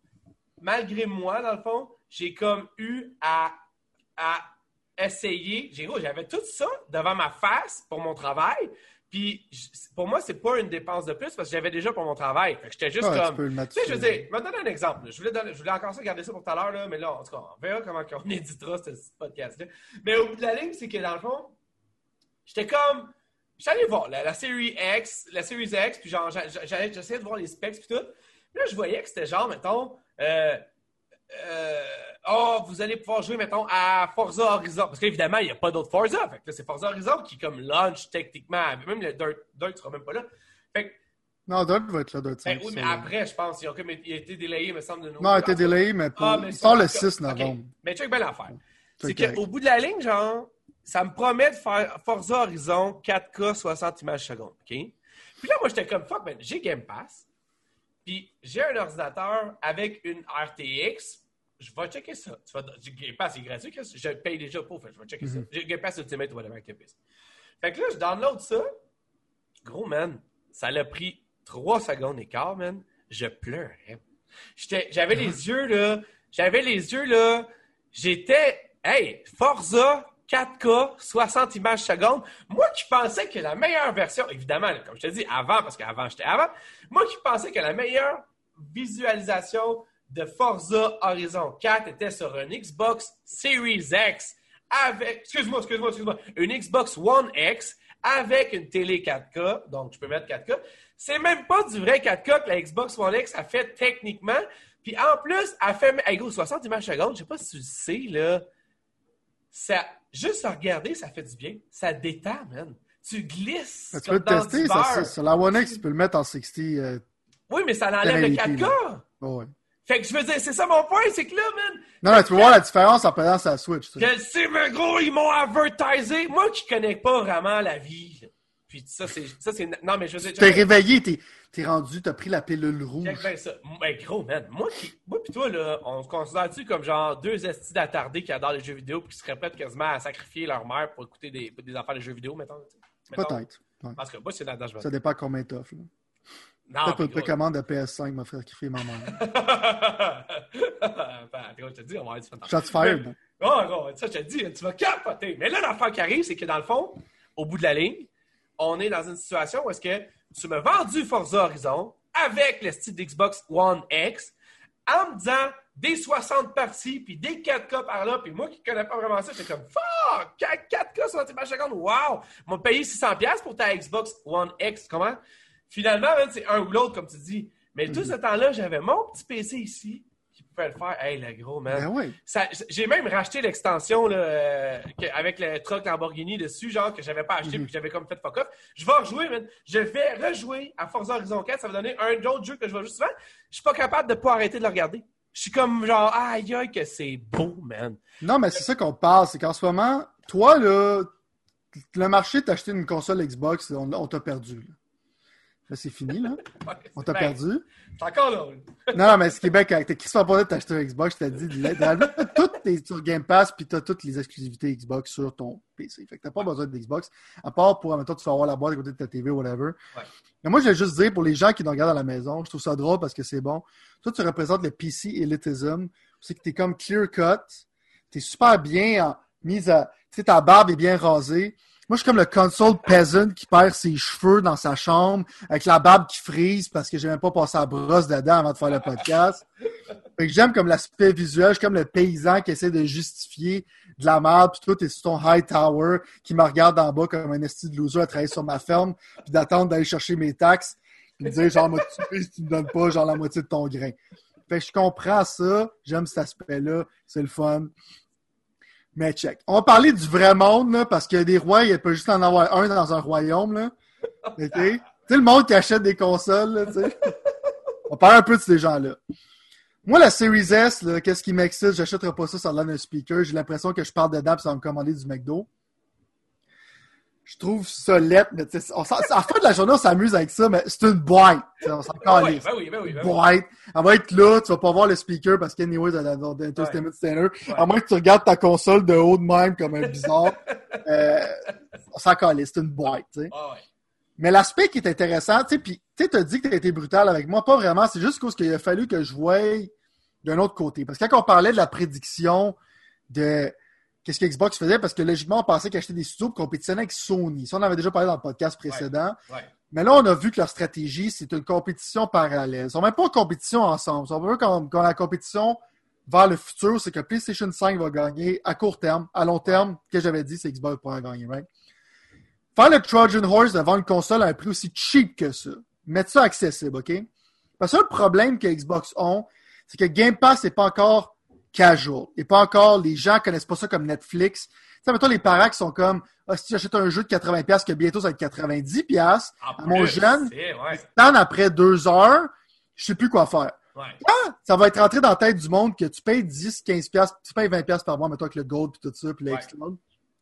malgré moi, dans le fond, j'ai comme eu à, à essayer. J'ai, oh, j'avais tout ça devant ma face pour mon travail. Puis, pour moi, c'est pas une dépense de plus parce que j'avais déjà pour mon travail. Fait que j'étais juste ouais, comme... Tu sais, je veux dire, je vais te donner un exemple. Je voulais, donner, je voulais encore ça garder ça pour tout à l'heure, là, mais là, en tout cas, on verra comment on éditera ce, ce podcast-là. Mais au bout de la ligne, c'est que dans le fond, j'étais comme... J'étais allé voir la, la série X, la série X, puis genre, j'allais, j'essayais de voir les specs puis tout. Puis là, je voyais que c'était genre, mettons... Euh, euh, oh, vous allez pouvoir jouer, mettons, à Forza Horizon. Parce qu'évidemment, il n'y a pas d'autres Forza. Fait que là, c'est Forza Horizon qui, comme, launch techniquement. Même le Dirt, Dirt ne sera même pas là. Fait que, non, Dirt va être là, Dirt cinq. Ben, oui, mais ça, après, je pense, il a, comme, il a été délayé, me semble, de nouveau. Non, il a été délayé, mais pour... ah, mais il sort le six novembre. Okay. Mais check bien l'affaire. C'est, c'est qu'au bout de la ligne, genre, ça me promet de faire Forza Horizon quatre K soixante images secondes. OK? Puis là, moi, j'étais comme, fuck, man, j'ai Game Pass. Puis j'ai un ordinateur avec une R T X. Je vais checker ça. Tu vas, Game Pass, c'est gratuit. Je paye déjà pour. Fait, je vais checker mm-hmm. ça. J'ai Game Pass Ultimate ou whatever avec Game Pass. Fait que là, je download ça. Gros, man, ça l'a pris trois secondes et quart, man. Je pleurais. J'étais, j'avais les yeux, là. J'avais les yeux, là. J'étais, hey, Forza quatre K, soixante images secondes. Moi qui pensais que la meilleure version, évidemment, là, comme je te dis, avant, parce qu'avant, j'étais avant, moi qui pensais que la meilleure visualisation de Forza Horizon quatre était sur un Xbox Series X avec, excuse-moi, excuse-moi, excuse-moi, une Xbox One X avec une télé quatre K, donc je peux mettre quatre K. C'est même pas du vrai quatre K que la Xbox One X a fait techniquement. Puis en plus, elle fait, hey, gros, soixante images secondes, je sais pas si tu le sais, là, ça, juste à regarder, ça fait du bien. Ça détend, man. Tu glisses. Tu peux le tester, ça, ça, sur la One X, tu peux le mettre en soixante. Euh, oui, mais ça enlève le quatre K. Oh, ouais. Fait que je veux dire, c'est ça mon point, c'est que là, man. Non, là, tu peux voir la différence en prenant sa Switch. Je le sais, mais gros, ils m'ont advertisé. Moi qui connais pas vraiment la vie. Là. Puis ça, c'est. Ça, c'est... Non, mais je veux dire. Tu t'es réveillé, t'es, t'es rendu, t'as pris la pilule rouge. Check bien ça. Ben, gros, man. Moi, qui... Moi pis toi, là, on se considère-tu comme genre deux estis d'attardés qui adorent les jeux vidéo puis qui seraient prêts quasiment à sacrifier leur mère pour écouter des, des affaires de jeux vidéo, mettons? mettons. Peut-être. Ouais. Parce que moi, c'est là-dedans, je Ça dépend combien t'offres, là. Non, Peut-être mais une gros. précommande de P S cinq m'a fait kiffer ma mère. Attends, gros, je te dis, on va avoir du fun. Shots fired. Oh, gros, ça, je te dis, tu vas capoter. Mais là, l'affaire qui arrive, c'est que dans le fond, au bout de la ligne, on est dans une situation où est-ce que tu m'as vendu Forza Horizon avec le style d'Xbox One X en me disant des soixante parties puis des quatre K par là. Puis moi qui ne connais pas vraiment ça, j'étais comme fuck! quatre K sur l'antimage seconde, wow! On m'a payé six cents dollars pour ta Xbox One X. Comment? Finalement, man, c'est un ou l'autre, comme tu dis. Mais tout ce temps-là, j'avais mon petit P C ici qui pouvait le faire. Hey, le gros, man. Ben oui. Ça, j'ai même racheté l'extension là, euh, que- avec le truck Lamborghini dessus, genre que j'avais pas acheté Mm-hmm. puis que j'avais comme fait fuck off. Je vais rejouer, man. Je vais rejouer à Forza Horizon quatre. Ça va donner un autre jeu que je vais jouer souvent. Je suis pas capable de pas arrêter de le regarder. Je suis comme genre, aïe, aïe, que c'est beau, man. Non, mais c'est ça qu'on parle. C'est qu'en ce moment, toi, là, le marché t'a acheté une console Xbox, on, on t'a perdu. Là, Là, c'est fini, là. Ouais, On t'a ben, perdu. C'est encore là. Non, non, mais ce qui est bien correct, t'es qui se fait pas t'acheter un Xbox, je t'ai dit, littéralement, tout est sur Game Pass, puis t'as toutes les exclusivités Xbox sur ton P C. Fait que t'as pas besoin de Xbox, à part pour, admettons, tu vas avoir la boîte à côté de ta T V ou whatever. Ouais. Mais moi, je vais juste dire, pour les gens qui nous regardent à la maison, je trouve ça drôle parce que c'est bon. Toi, tu représentes le P C élitisme. C'est que t'es comme clear cut. T'es super bien en, mise à, tu sais, ta barbe est bien rasée. Moi, je suis comme le console peasant qui perd ses cheveux dans sa chambre avec la barbe qui frise parce que j'ai même pas passé la brosse dedans avant de faire le podcast. Fait que j'aime comme l'aspect visuel. Je suis comme le paysan qui essaie de justifier de la merde puis tout est sur ton high tower qui me regarde en bas comme un esti de loser à travailler sur ma ferme puis d'attendre d'aller chercher mes taxes puis me dire genre, moi, tu si tu me donnes pas genre la moitié de ton grain. Fait que je comprends ça. J'aime cet aspect-là. C'est le fun. Mais check. On va parler du vrai monde, là, parce qu'il y a des rois, il peut juste en avoir un dans un royaume, là. OK? Tu sais, le monde qui achète des consoles, là, tu sais. On va parler un peu de ces gens-là. Moi, la Series S, là, qu'est-ce qui m'excite? J'achèterai pas ça sur l'un d'un speaker. J'ai l'impression que je parle dedans et ça va me commander du McDo. Je trouve ça lettre, mais tu sais, on s'en- à la fin de la journée, on s'amuse avec ça, mais c'est une boîte. Tu sais, on s'en Ben oui, calisse. ben oui, ben oui, ben oui. Boîte. Elle va être là, tu vas pas voir le speaker parce qu'anyway, dans l'Entertainment Center. Ouais. À moins que tu regardes ta console de haut de même comme un bizarre. euh, on s'en calisse, c'est une boîte, tu sais. Ah ouais. Mais l'aspect qui est intéressant, tu sais, puis tu sais, t'as dit que t'as été brutal avec moi, pas vraiment, c'est juste parce qu'il a fallu que je voie d'un autre côté. Parce que quand on parlait de la prédiction de qu'est-ce que Xbox faisait, parce que logiquement, on pensait qu'ils achetaient des studios pour compétitionner avec Sony. Ça, on avait déjà parlé dans le podcast précédent. Ouais. Ouais. Mais là, on a vu que leur stratégie, c'est une compétition parallèle. Ils sont même pas en compétition ensemble. Ils sont un peu comme, comme la compétition vers le futur, c'est que PlayStation cinq va gagner à court terme. À long terme, ce que j'avais dit, c'est que Xbox pourra gagner, right? Faire le Trojan Horse de vendre une console à un prix aussi cheap que ça. Mettre ça accessible, OK? Parce que le problème que Xbox ont, c'est que Game Pass n'est pas encore casual. Et pas encore, les gens connaissent pas ça comme Netflix. Tu sais, mettons les parents qui sont comme, ah, si j'achète un jeu de quatre-vingts dollars que bientôt ça va être quatre-vingt-dix dollars, En à mon plus, jeune, c'est- ouais. tant après deux heures, je sais plus quoi faire. Ouais. Ah, ça va être rentré dans la tête du monde que tu payes dix, quinze dollars, tu payes vingt dollars par mois, mettons avec le Gold puis tout ça, puis Ouais. l'Xcloud.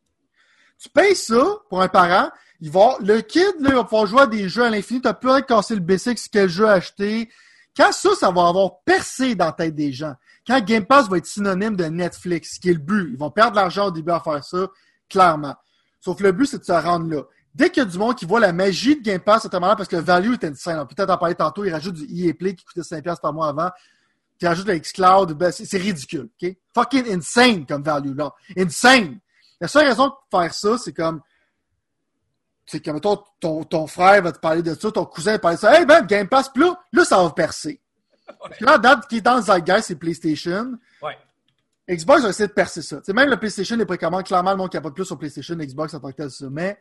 Tu payes ça pour un parent, il va, le kid, là, il va pouvoir jouer à des jeux à l'infini, tu as plus rien de casser le B C sur quel jeu acheter. Quand ça, ça va avoir percé dans la tête des gens. Quand Game Pass va être synonyme de Netflix, ce qui est le but. Ils vont perdre de l'argent au début à faire ça, clairement. Sauf que le but, c'est de se rendre là. Dès qu'il y a du monde qui voit la magie de Game Pass, c'est tellement là parce que le value est insane. On peut peut-être en parler tantôt, ils rajoutent du E A Play qui coûtait cinq dollars par mois avant. Puis ils rajoutent le xCloud, ben, c'est, c'est ridicule, OK? Fucking insane comme value, là. Insane! La seule raison de faire ça, c'est comme, c'est que, mettons, ton, ton frère va te parler de ça, ton cousin va te parler de ça. Hey, ben, Game Pass, puis là, là, ça va percer. Parce que là, la date qui est dans le zeitgeist, c'est PlayStation. Ouais. Xbox va essayer de percer ça. T'sais, même le PlayStation, les précommandes, clairement, le monde qui a pas de plus sur PlayStation, Xbox en tant que tel, ça. Mais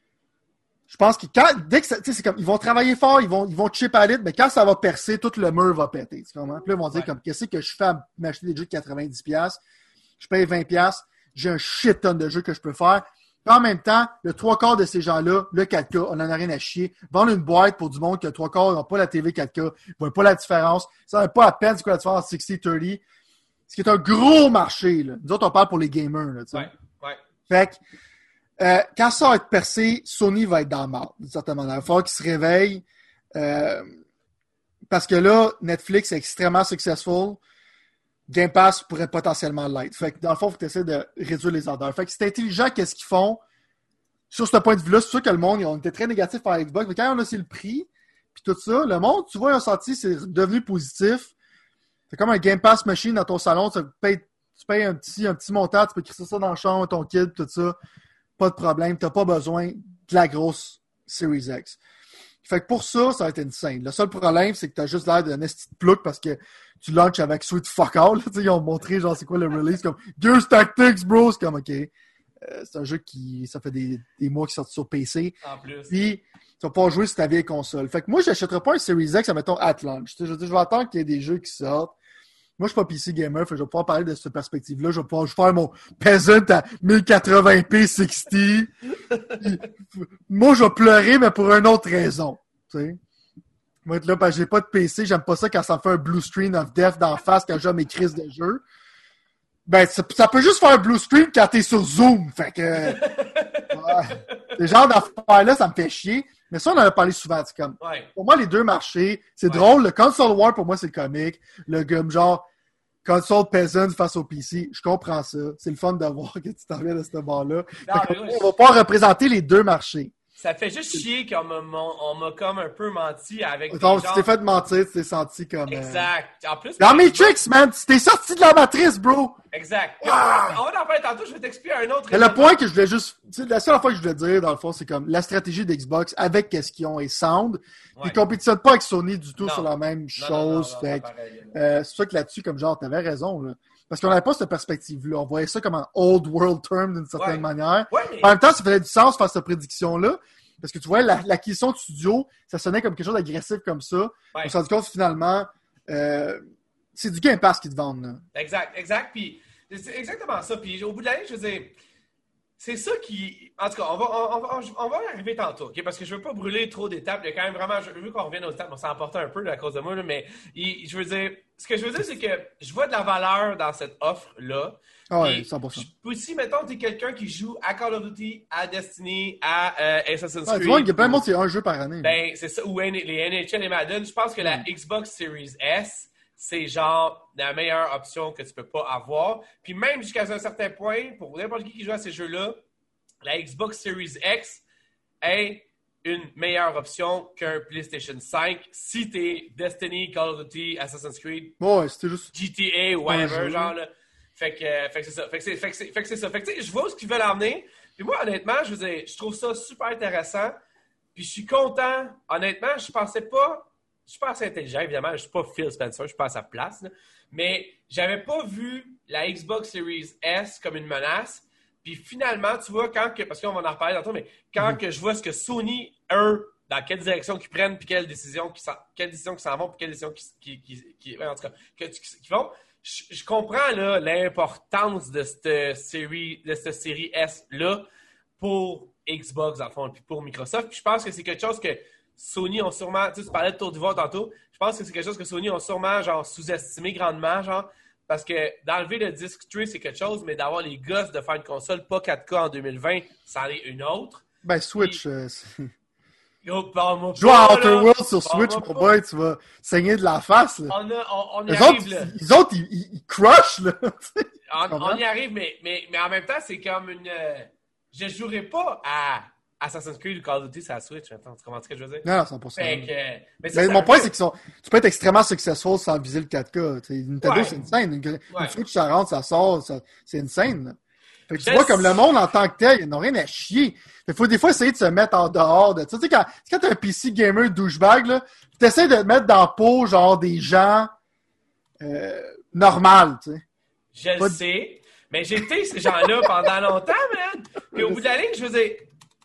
je pense que quand, dès que ça, c'est comme, ils vont travailler fort, ils vont, ils vont chip à l'it, mais quand ça va percer, tout le mur va péter. Tu comprends? Puis là, ils vont dire, Ouais. comme, qu'est-ce que je fais à m'acheter des jeux de quatre-vingt-dix dollars? Je paye vingt dollars, j'ai un shit ton de jeux que je peux faire. Puis en même temps, le trois quarts de ces gens-là, le quatre K, on en a rien à chier. Vendre une boîte pour du monde que le trois quarts n'ont pas la T V quatre K, ils voient pas la différence. Ça n'a pas la peine, c'est quoi la différence entre sixty thirty. Ce qui est un gros marché, là. Nous autres, on parle pour les gamers, là, tu sais. Ouais. Ouais. Fait que, euh, quand ça va être percé, Sony va être dans le marde, d'une certaine manière. Il va falloir qu'ils se réveillent. Euh, parce que là, Netflix est extrêmement successful. Game Pass pourrait potentiellement l'être. Fait que dans le fond, il faut essayer de réduire les ordres. Fait que c'est intelligent qu'est-ce qu'ils font. Sur ce point de vue-là, c'est sûr que le monde, on était très négatif par Xbox, mais quand on a aussi le prix, puis tout ça, le monde, tu vois, ils ont senti, c'est devenu positif. C'est comme un Game Pass machine dans ton salon, tu payes, tu payes un, petit, un petit montant, tu peux crisser ça dans la chambre, ton kid, tout ça. Pas de problème, t'as pas besoin de la grosse Series X. Fait que pour ça, ça va être insane. Le seul problème, c'est que t'as juste l'air d'un esti de plouc parce que tu launches avec Sweet Fuck All. Ils ont montré, genre, c'est quoi le release, comme Gears Tactics, bro. C'est comme, OK. Euh, c'est un jeu qui, ça fait des, des mois qu'il sort sur P C. En plus. Puis, tu vas pas jouer sur ta vieille console. Fait que moi, j'achèterais pas un Series X, mettons, at launch. Je, je vais attendre qu'il y ait des jeux qui sortent. Moi, je suis pas P C gamer, fait que je vais pouvoir parler de cette perspective-là. Je vais pouvoir faire mon Peasant à mille quatre-vingts p soixante. Moi, je vais pleurer, mais pour une autre raison. Tu sais. Je vais être là parce que j'ai pas de P C. J'aime pas ça quand ça me fait un blue screen of death d'en face quand j'ai mes crises de jeu. Ben, ça, ça peut juste faire un blue screen quand t'es sur Zoom. Fait que... ouais. Ce genre d'affaires-là, ça me fait chier. Mais ça, on en a parlé souvent. C'est comme, ouais. Pour moi, les deux marchés, c'est ouais. drôle. Le console war, pour moi, c'est le comique. Le game genre console peasant face au P C, je comprends ça. C'est le fun de voir que tu t'en viens de ce bord-là. On va pas représenter les deux marchés. Ça fait juste chier qu'on m'a, on m'a comme un peu menti avec des Donc, gens... tu t'es fait mentir, tu t'es senti comme... Exact. En plus... Dans Matrix, man! Tu t'es sorti de la matrice, bro! Exact. Ah! On va en parler tantôt, je vais t'expliquer un autre... Mais le point que je voulais juste... La seule fois que je voulais dire, dans le fond, c'est comme la stratégie d'Xbox avec qu'est-ce qu'ils ont et Sound. Ouais. Ils compétitionnent pas avec Sony du tout non. sur la même non, chose. Non, non, non, fait que, euh, c'est sûr que là-dessus, comme genre, t'avais raison, là. Parce qu'on n'avait pas cette perspective-là. On voyait ça comme un old world term d'une certaine ouais. manière. Ouais, mais... En même temps, ça faisait du sens faire cette prédiction-là. Parce que tu vois, la, l'acquisition de studio, ça sonnait comme quelque chose d'agressif comme ça. Ouais. On s'est rendu compte finalement, euh, c'est du Game Pass qu'ils te vendent. Là. Exact, exact. Puis c'est exactement ça. Puis au bout de l'année, je veux dire, c'est ça qui... En tout cas, on va, on, on, on va y arriver tantôt, okay? Parce que je veux pas brûler trop d'étapes. Il y a quand même vraiment... Je veux qu'on revienne aux étapes, on s'en emporte un peu là, à cause de moi, là, mais il, je veux dire... Ce que je veux dire, c'est que je vois de la valeur dans cette offre-là. Ah ouais, cent pour cent. Aussi, mettons, t'es quelqu'un qui joue à Call of Duty, à Destiny, à euh, Assassin's Creed. Ouais, tu vois, il y a plein de monde qui a un jeu par année. Ben, c'est ça. Ou les N H L et Madden. Je pense que la Xbox Series S, c'est genre la meilleure option que tu peux pas avoir. Puis même jusqu'à un certain point, pour n'importe qui qui joue à ces jeux-là, la Xbox Series X est une meilleure option qu'un PlayStation cinq si t'es Destiny, Call of Duty, Assassin's Creed, ouais, c'était juste G T A ou whatever, genre là. Fait que, fait que c'est ça. Fait que c'est, fait que c'est, fait que c'est ça. Fait que tu sais, je vois ce qu'ils veulent emmener. Puis moi, honnêtement, je veux dire, je trouve ça super intéressant. Puis je suis content. Honnêtement, je pensais pas... Je suis pas assez intelligent, évidemment. Je suis pas Phil Spencer, je suis pas à sa place. Là. Mais j'avais pas vu la Xbox Series S comme une menace. Puis finalement, tu vois, quand que... Parce qu'on va en reparler tantôt, mais quand mm-hmm. que je vois ce que Sony, eux, dans quelle direction qu'ils prennent, puis quelles décisions qui s'en, quelles décisions qui s'en vont, puis quelles décisions qui... qui, qui, qui en tout cas, qui, qui vont... Je, je comprends là, l'importance de cette série, de cette série S-là pour Xbox, dans le fond, puis pour Microsoft. Puis je pense que c'est quelque chose que Sony ont sûrement... Tu sais, tu parlais de tour d'ivoire tantôt. Je pense que c'est quelque chose que Sony ont sûrement genre sous-estimé grandement, genre, parce que d'enlever le disque tray, c'est quelque chose, mais d'avoir les gosses de faire une console pas quatre K en deux mille vingt, c'en est une autre. Ben, Switch... Puis, euh, Yo, joue à Outer Worlds sur Switch, mon boy, tu vas saigner de la face. Là. On, a, on, on y les arrive, autres, là. Les autres, ils, ils, ils crushent, là. on, on y arrive, mais, mais, mais en même temps, c'est comme une... Euh, je jouerai pas à Assassin's Creed ou Call of Duty sur la Switch. Attends, tu comprends ce que je veux dire? Non, cent pour cent. Fait que, mais mais ça, mon ça point, fait... c'est qu'ils sont... Tu peux être extrêmement successful sans viser le quatre K. T'sais, Nintendo, ouais. c'est une scène. Une, ouais. une Switch, ça rentre, ça sort, ça... c'est une scène, là. Fait que tu je vois, comme le monde en tant que tel, ils n'ont rien à chier. Il faut des fois essayer de se mettre en dehors de... Tu sais, quand, quand t'es un P C gamer douchebag, là, tu essaies de te mettre dans la peau, genre, des gens euh, normaux, tu sais. Je le Pas sais, mais j'ai été ces gens-là pendant longtemps, man. Puis au bout de la ligne, je veux dire...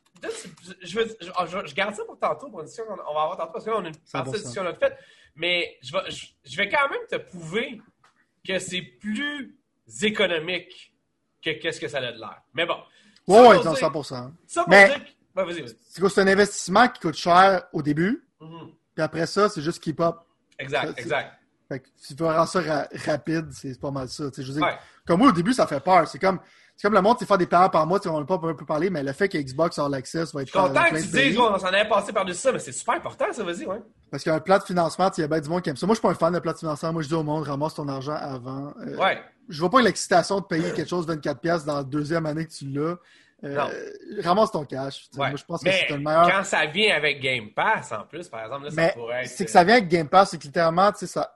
Je, veux, je, je, je garde ça pour tantôt, pour une discussion qu'on on va avoir tantôt, parce que là, on a une partie de discussion de fait. Mais je vais, je, je vais quand même te prouver que c'est plus économique que qu'est-ce que ça a de l'air. Mais bon. Oui, oui, non, cent pour cent. Ça pour mais dire... Ben, vas-y, vas-y. C'est, c'est un investissement qui coûte cher au début, mm-hmm. puis après ça, c'est juste keep-up. Exact, c'est, exact. Fait que si tu veux rendre ça ra- rapide, c'est pas mal ça. Je veux dire, ouais. Comme moi, au début, ça fait peur. C'est comme, c'est comme le monde, c'est faire des paiements par mois, on n'a pas un peu parlé, mais le fait que Xbox All Access va être... Je suis content que tu dises, on s'en avait passé par-dessus ça, mais c'est super important, ça, vas-y, ouais. Parce qu'il y a un plat de financement, il y a bien du monde qui aime ça. Moi, je suis pas un fan de plat de financement. Moi, je dis au monde, ramasse ton argent avant. Euh, ouais. Je vois pas l'excitation de payer quelque chose vingt-quatre dollars dans la deuxième année que tu l'as. Euh, ramasse ton cash. Ouais. Moi, je pense mais que c'est le meilleur. Quand ça vient avec Game Pass, en plus, par exemple, là, ça mais pourrait être... c'est que ça vient avec Game Pass, c'est que littéralement, tu sais, ça...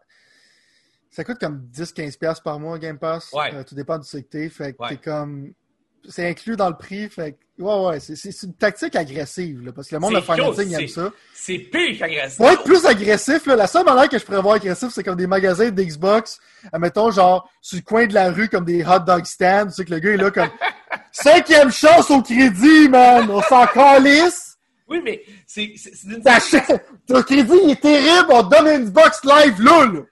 ça coûte comme dix à quinze dollars par mois, Game Pass. Ouais. Euh, tout dépend du secteur. Fait que ouais. t'es comme... C'est inclus dans le prix. Fait que... Ouais, ouais, c'est, c'est une tactique agressive, là, parce que le monde de financing aime ça. C'est pire qu'agressif. Pour être plus agressif, là, la seule manière que je pourrais voir agressif, c'est comme des magasins d'Xbox, admettons, genre, sur le coin de la rue, comme des hot dog stands. Tu sais que le gars est là comme... Cinquième chance au crédit, man! On s'en calisse! Oui, mais c'est... c'est, c'est d'une... Ton crédit, il est terrible! On te donne une Xbox live, là! là.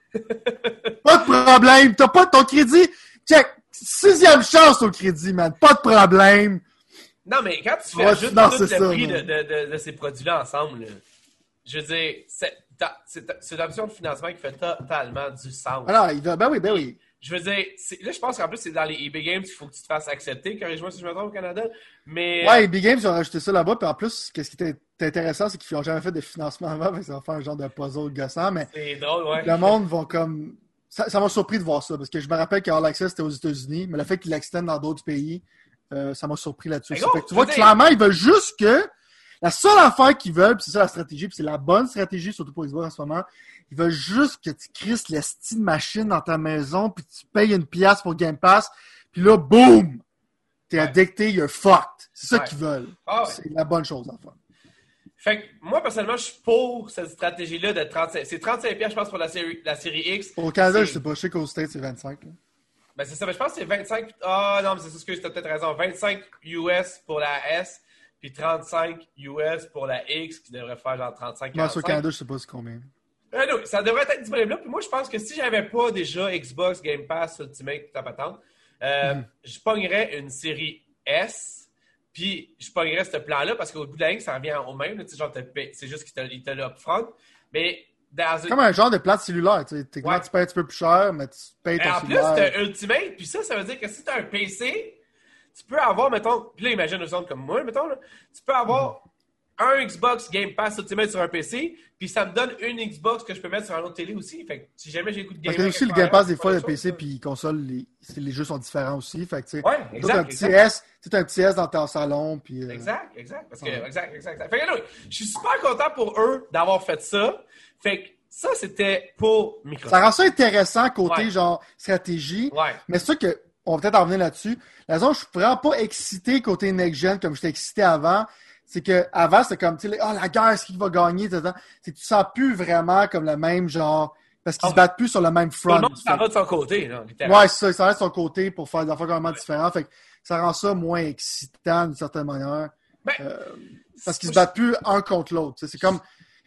Pas de problème! T'as pas ton crédit... Check! Sixième chance au crédit, man! Pas de problème! Non, mais quand tu fais ouais, juste non, tout le ça, prix de, man. de, de, de ces produits-là ensemble, là, je veux dire, c'est, c'est, c'est l'option de financement qui fait totalement du sens. Ah non, il va... Ben oui, ben oui. Je veux dire, c'est, là, je pense qu'en plus, c'est dans les E B Games qu'il faut que tu te fasses accepter. Corrige-moi si je me trompe au Canada. Mais... Ouais, E B Games, ils ont rajouté ça là-bas. Puis en plus, ce qui était intéressant, c'est qu'ils n'ont jamais fait de financement avant. Fait que ça va faire un genre de puzzle gossant. Mais c'est drôle, ouais. Le monde va comme... Ça, ça m'a surpris de voir ça. Parce que je me rappelle qu'All Access, c'était aux États-Unis. Mais le fait qu'ils l'extendent dans d'autres pays, euh, ça m'a surpris là-dessus. Gros, fait que tu vois, dire... clairement, ils veulent juste que... La seule affaire qu'ils veulent, puis c'est ça la stratégie, puis c'est la bonne stratégie, surtout pour Xbox en ce moment, ils veulent juste que tu crisses la style machine dans ta maison, puis tu payes une pièce pour Game Pass, puis là, boum! T'es ouais. addicté, you're fucked. C'est ça ouais. qu'ils veulent. Ah ouais. C'est la bonne chose à faire. Fait que moi, personnellement, je suis pour cette stratégie-là de trente-cinq. C'est trente-cinq pièces, je pense, pour la série, la série X. Au Canada, c'est... je sais pas, je sais qu'au States, c'est vingt-cinq. Là. Ben c'est ça, mais je pense que c'est vingt-cinq. Ah oh, non, mais c'est ce que tu as peut-être raison. vingt-cinq U S pour la S. Puis trente-cinq U S pour la X, qui devrait faire genre trente-cinq quarante-cinq. Moi, sur Canada, je sais pas c'est combien. Euh, non, ça devrait être disponible là. Puis moi, je pense que si j'avais pas déjà Xbox, Game Pass, Ultimate, ta patente, euh, mm. je pognerais une série S, puis je pognerais ce plan-là, parce qu'au bout de la ligne, ça revient au même. Là, genre, c'est juste qu'il te l'a upfront. Mais dans comme un genre de plate cellulaire. Tu sais, ouais. tu payes un petit peu plus cher, mais tu payes ton en cellulaire. En plus, t'as Ultimate, puis ça, ça veut dire que si t'as un P C... Tu peux avoir, mettons, puis là, imagine un exemple comme moi, mettons, là, tu peux avoir mm-hmm. un Xbox Game Pass Ultimate sur un P C, puis ça me donne une Xbox que je peux mettre sur un autre télé aussi. Fait que si jamais j'ai écouté de Game Pass. Parce que aussi, le Game Pass, des fois, le P C puis console, les, les jeux sont différents aussi. Fait que, tu sais, ouais, exact. Tu as un petit S, tu as un petit S dans ton salon, puis... Euh... Exact, exact. Parce que, ouais. exact, exact, exact. Fait que, là, je suis super content pour eux d'avoir fait ça. Fait que, ça, c'était pour Microsoft. Ça rend ça intéressant côté, ouais. genre, stratégie. Ouais. Mais c'est sûr que on va peut-être en revenir là-dessus. La raison, je suis vraiment pas excité côté next-gen comme j'étais excité avant. C'est que avant c'était comme, tu sais, oh, la guerre, est-ce qu'il va gagner? C'est que tu sens plus vraiment comme le même genre, parce qu'ils oh. se battent plus sur le même front. Tout le monde s'en va de son côté, là, littéralement. Ouais, c'est ça, ils s'en va de son côté pour faire des affaires complètement ouais. différentes. Fait que ça rend ça moins excitant d'une certaine manière. Ben, euh, parce qu'ils se battent plus un contre l'autre. C'est comme,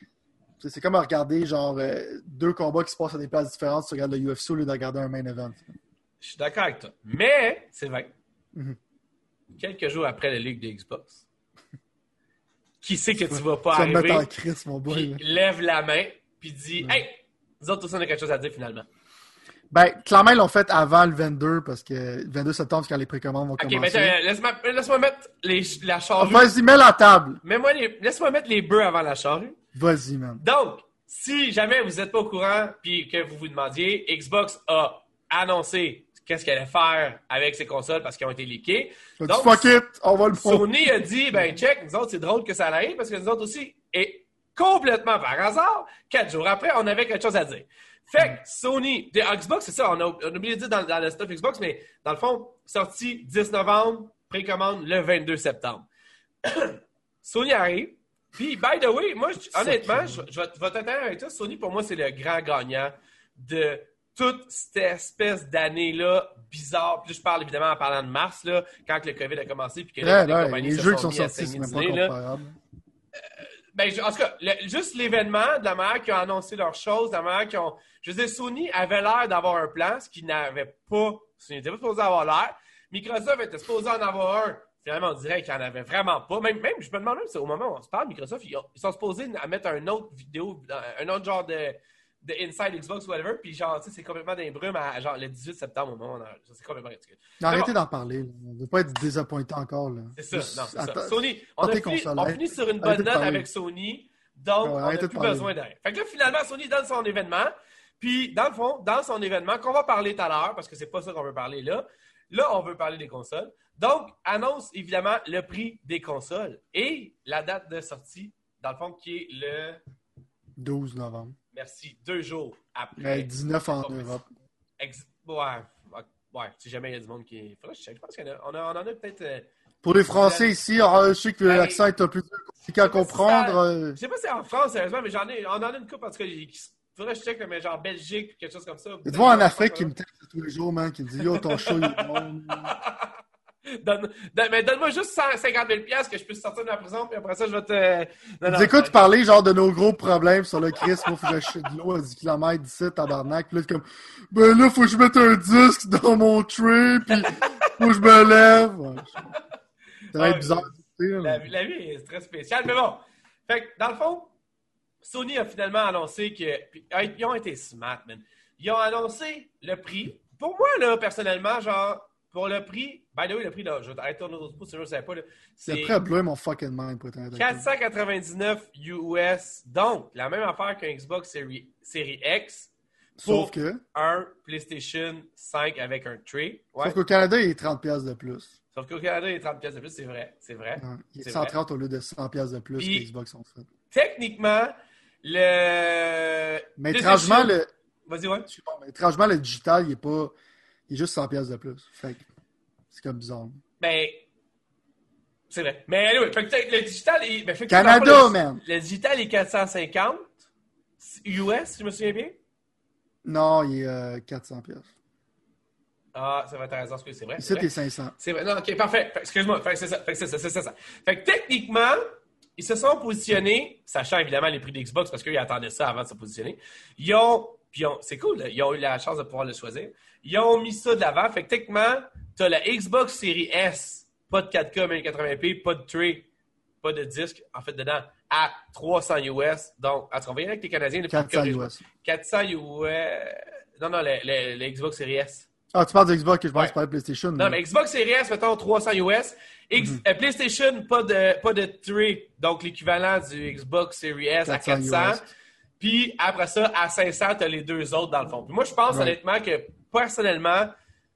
c'est comme regarder genre euh, deux combats qui se passent à des places différentes. Tu regardes le U F C au lieu de regarder un main event. Je suis d'accord avec toi. Mais, c'est vrai. Mm-hmm. Quelques jours après la Ligue de Xbox, qui sait que tu vas pas tu arriver, vas me mettre en crise, mon boy, puis lève la main, puis dit mm. « Hey, nous autres, tous, on a quelque chose à dire, finalement. » Ben, clairement, ils l'ont fait avant le vingt-deux, parce que le vingt-deux septembre, c'est quand les précommandes vont okay, commencer. OK, laisse-moi, laisse-moi mettre les, la charrue. Vas-y, mets la table. Mets-moi les, laisse-moi mettre les bœufs avant la charrue. Vas-y, man. Donc, si jamais vous n'êtes pas au courant, puis que vous vous demandiez, Xbox a annoncé qu'est-ce qu'elle allait faire avec ses consoles parce qu'elles ont été leakées. Donc, fuck it, on va le faire. Sony a dit, ben check, nous autres, c'est drôle que ça arrive parce que nous autres aussi, et complètement par hasard, quatre jours après, on avait quelque chose à dire. Fait que Sony, de Xbox, c'est ça, on a, on a oublié de dire dans, dans le stuff Xbox, mais dans le fond, sorti dix novembre, précommande le vingt-deux septembre. Sony arrive, puis by the way, moi, je, honnêtement, je, je vais t'attendre avec toi, Sony, pour moi, c'est le grand gagnant de toute cette espèce d'année-là bizarre. Puis là, je parle évidemment en parlant de mars, là, quand le COVID a commencé, puis que là, les ouais, compagnies les se jeux sont qui sont mis à sortis, c'est même pas s'aiguiser, comparable. Euh, ben, je, en tout cas, le, juste l'événement, de la manière qu'ils ont annoncé leurs choses, de la manière qu'ils ont... Je veux dire, Sony avait l'air d'avoir un plan, ce qu'ils n'avaient pas... Sony n'était pas supposé avoir l'air. Microsoft était supposé en avoir un. Finalement, on dirait qu'il n'y en avait vraiment pas. Même, même, je me demande même si au moment où on se parle, Microsoft, ils, ont, ils sont supposés à mettre un autre vidéo, un autre genre de... de Inside Xbox ou whatever, puis genre, tu sais, c'est complètement d'un brume à genre le dix-huit septembre au moment où on a... C'est complètement ridicule. Non, arrêtez bon. d'en parler. Là. On ne veut pas être désappointé encore. Là. C'est ça, Juste, non, c'est attends, ça. Sony, on, a fini, on finit sur une bonne note avec Sony, donc ouais, on n'a plus besoin de rien. Fait que là, finalement, Sony donne son événement, puis dans le fond, dans son événement, qu'on va parler tout à l'heure, parce que c'est pas ça qu'on veut parler là, là, on veut parler des consoles. Donc, annonce évidemment le prix des consoles et la date de sortie, dans le fond, qui est le douze novembre. Merci, deux jours après. Mais dix-neuf en Europe. Ex... Ouais, ouais, si jamais il y a du monde qui. Faudrait que je check. Je pense qu'on a, on a, on en a peut-être. Euh... Pour les Français ici, je sais que ben, l'accent est un peu compliqué à comprendre. Si je sais pas si c'est en France, sérieusement, mais j'en ai, on en a une coupe en tout cas. Il faudrait que je check, mais genre Belgique, quelque chose comme ça. Il y a des gens en Afrique qui me textent tous les jours, man, qui me disent yo, ton show, il est bon. Donne, donne, mais donne-moi juste cent cinquante mille dollars que je puisse sortir de la prison, puis après ça, je vais te. Non, non, écoute, parler genre de nos gros problèmes sur le Christ. Moi, faut que j'achète de l'eau à dix kilomètres d'ici, tabarnak. Puis là, c'est comme, ben là, faut que je mette un disque dans mon tray, puis faut que je me lève. Ouais, ça va être bizarre. La, la vie est très spéciale, mais bon. Fait que, dans le fond, Sony a finalement annoncé que. Puis, ils ont été smart, man. Ils ont annoncé le prix. Pour moi, là, personnellement, genre. Pour le prix, by the way, le prix, là, je vais arrêter tourner autour de pouce, je ne sais pas. Là, c'est prêt à bleuer mon fucking mind pour être quatre cent quatre-vingt-dix-neuf U S. Donc, la même affaire qu'un Xbox Series, Series X. Pour Sauf que. Un PlayStation cinq avec un tray. Ouais. Sauf qu'au Canada, il est trente dollars de plus. Sauf qu'au Canada, il est trente dollars de plus, c'est vrai. C'est vrai. Ouais, il est, c'est cent trente vrai. Au lieu de cent dollars de plus Puis, que Xbox ont fait. Techniquement, le. Mais étrangement, le. Vas-y, ouais. Mais étrangement, le digital, il est pas. Il est juste cent dollars de plus. Fait que. C'est comme bizarre. Ben, c'est vrai. Mais anyway, fait que le digital est. Ben, fait Canada, le, man! Le digital est quatre cent cinquante U S, si je me souviens bien. Non, il est euh, quatre cents dollars. Ah, ça va être raison, c'est vrai. Ici, t'es cinq cents. C'est vrai. Non, ok, parfait. Fait, excuse-moi. Fait que c'est ça. Fait que c'est ça, c'est ça, c'est ça. Fait que techniquement, ils se sont positionnés, sachant évidemment les prix de Xbox, parce qu'ils attendaient ça avant de se positionner. Ils ont. Puis ils ont, c'est cool, là, ils ont eu la chance de pouvoir le choisir. Ils ont mis ça de l'avant. Fait que techniquement, t'as la Xbox Series S, pas de quatre K mille quatre-vingts p, pas de tray, pas de disque, en fait, dedans, à trois cents U S. Donc, à travailler avec les Canadiens. quatre cents U S. quatre cents U S. Non, non, le, le, le Xbox Series S. Ah, tu parles de Xbox, que je pense ouais. que tu parles de PlayStation. Non, mais Xbox Series S, mettons trois cents U S. X, mm-hmm. euh, PlayStation, pas de, pas de tray, donc l'équivalent du Xbox Series S à quatre cents. U S. Puis après ça, à cinq cents, tu as les deux autres dans le fond. Puis moi, je pense right. honnêtement que personnellement,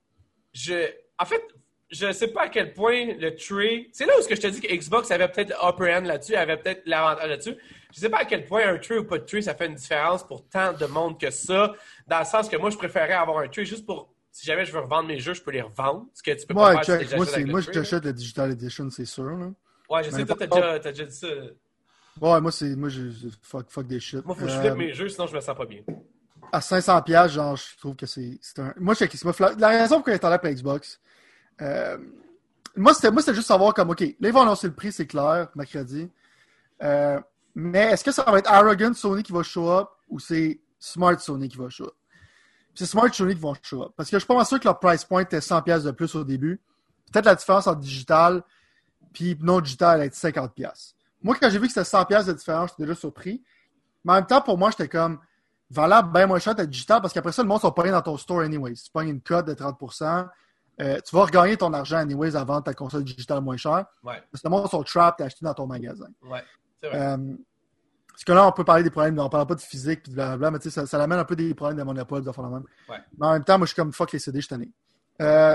je. En fait, je ne sais pas à quel point le tray. C'est là où ce que je te dis que Xbox avait peut-être le upper hand là-dessus, avait peut-être l'avantage là-dessus. Je ne sais pas à quel point un tray ou pas de tray, ça fait une différence pour tant de monde que ça. Dans le sens que moi, je préférais avoir un tray juste pour. Si jamais je veux revendre mes jeux, je peux les revendre. Ce que tu peux ouais, pas faire check. si Moi, c'est, moi tray, j'achète la Digital Edition, c'est sûr. Là. Ouais, je sais, toi, t'as déjà, t'as déjà dit ça. Ouais, moi, c'est. Moi, je. Fuck, fuck des shit. Moi, faut que je flippe euh, mes jeux, sinon je me sens pas bien. À cinq cents dollars, genre, je trouve que c'est, c'est un. Moi, je sais fla... La raison pour laquelle il est allé pour Xbox. Euh... Moi, c'était, moi, c'était juste savoir comme, OK, là, ils vont annoncer le prix, c'est clair, mercredi. Euh... Mais est-ce que ça va être Arrogant Sony qui va show up ou c'est Smart Sony qui va show up? C'est Smart Sony qui vont show up. Parce que je suis pas sûr que leur price point était cent dollars de plus au début. Peut-être la différence entre digital puis non digital elle a été cinquante dollars. Moi, quand j'ai vu que c'était cent dollars de différence, j'étais déjà surpris. Mais en même temps, pour moi, j'étais comme valable bien moins cher d'être digital parce qu'après ça, le monde ne sont pas rien dans ton store anyways. Si tu pognes une cote de trente pour cent, euh, tu vas regagner ton argent anyways à vendre ta console digitale moins chère. Ouais. Parce que le monde sont trapped à acheter dans ton magasin. Ouais, c'est vrai. Euh, parce que là, on peut parler des problèmes, on ne parle pas de physique et de blablabla, mais tu sais, ça, ça amène un peu des problèmes de monopole, de faire la même. Ouais. Mais en même temps, moi, je suis comme fuck les C D, je suis tanné. Euh,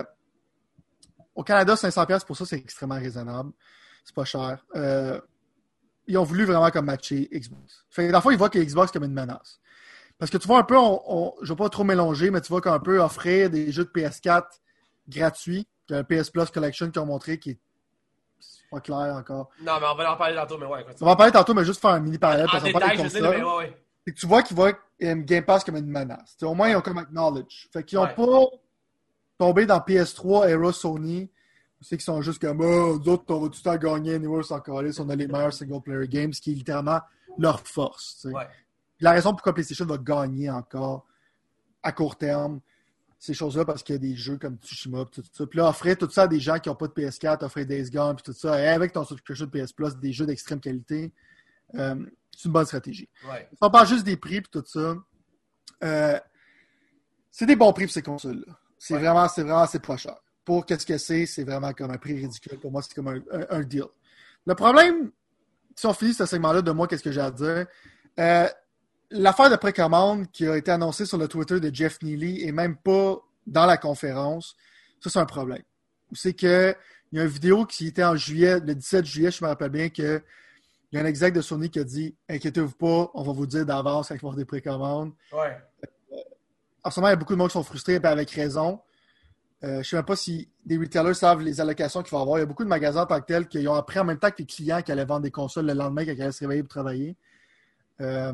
au Canada, cinq cents dollars pour ça, c'est extrêmement raisonnable. C'est pas cher. Euh, ils ont voulu vraiment comme matcher Xbox. Fait que la fois, ils voient que Xbox comme une menace. Parce que tu vois un peu, on, on, je ne vais pas trop mélanger, mais tu vois qu'un peu offrir des jeux de P S quatre gratuits, le P S Plus Collection qu'ils ont montré, qui est pas clair encore. Non, mais on va en parler tantôt, mais ouais. On va en parler tantôt, mais juste faire un mini parallèle. En, en détail, je sais, mais ouais, ouais. C'est que tu vois qu'ils voient Game Pass comme une menace. T'sais, au moins, ils ont comme acknowledge. Fait qu'ils n'ont ouais. pas tombé dans P S trois, Era Sony. C'est qu'ils sont juste comme, oh, nous autres, on va tout le temps gagner, nous, on encore là, on a les meilleurs single-player games, ce qui est littéralement leur force. Ouais. La raison pourquoi PlayStation va gagner encore à court terme, ces choses-là, parce qu'il y a des jeux comme Tsushima, tout ça. Puis là, offrir tout ça à des gens qui n'ont pas de P S quatre, offrir Days Gone, puis tout ça, et avec ton subscription de P S Plus, des jeux d'extrême qualité, euh, c'est une bonne stratégie. Ouais. Si on parle juste des prix, puis tout ça, euh, c'est des bons prix pour ces consoles-là. C'est ouais. vraiment, c'est vraiment assez pas cher. Pour qu'est-ce que c'est, c'est vraiment comme un prix ridicule. Pour moi, c'est comme un, un, un deal. Le problème, si on finit ce segment-là de moi, qu'est-ce que j'ai à dire? Euh, l'affaire de précommande qui a été annoncée sur le Twitter de Jeff Neely et même pas dans la conférence, Ça, c'est un problème. C'est que il y a une vidéo qui était en juillet, le dix-sept juillet, je me rappelle bien que il y a un exec de Sony qui a dit « Inquiétez-vous pas, on va vous dire d'avance quand il va y avoir des précommandes. » Ouais. En ce moment, il y a beaucoup de monde qui sont frustrés, et avec raison. Euh, je ne sais même pas si des retailers savent les allocations qu'il va y avoir. Il y a beaucoup de magasins en tant que tels qui ont appris en même temps que les clients qui allaient vendre des consoles le lendemain quand ils allaient se réveiller pour travailler. Euh,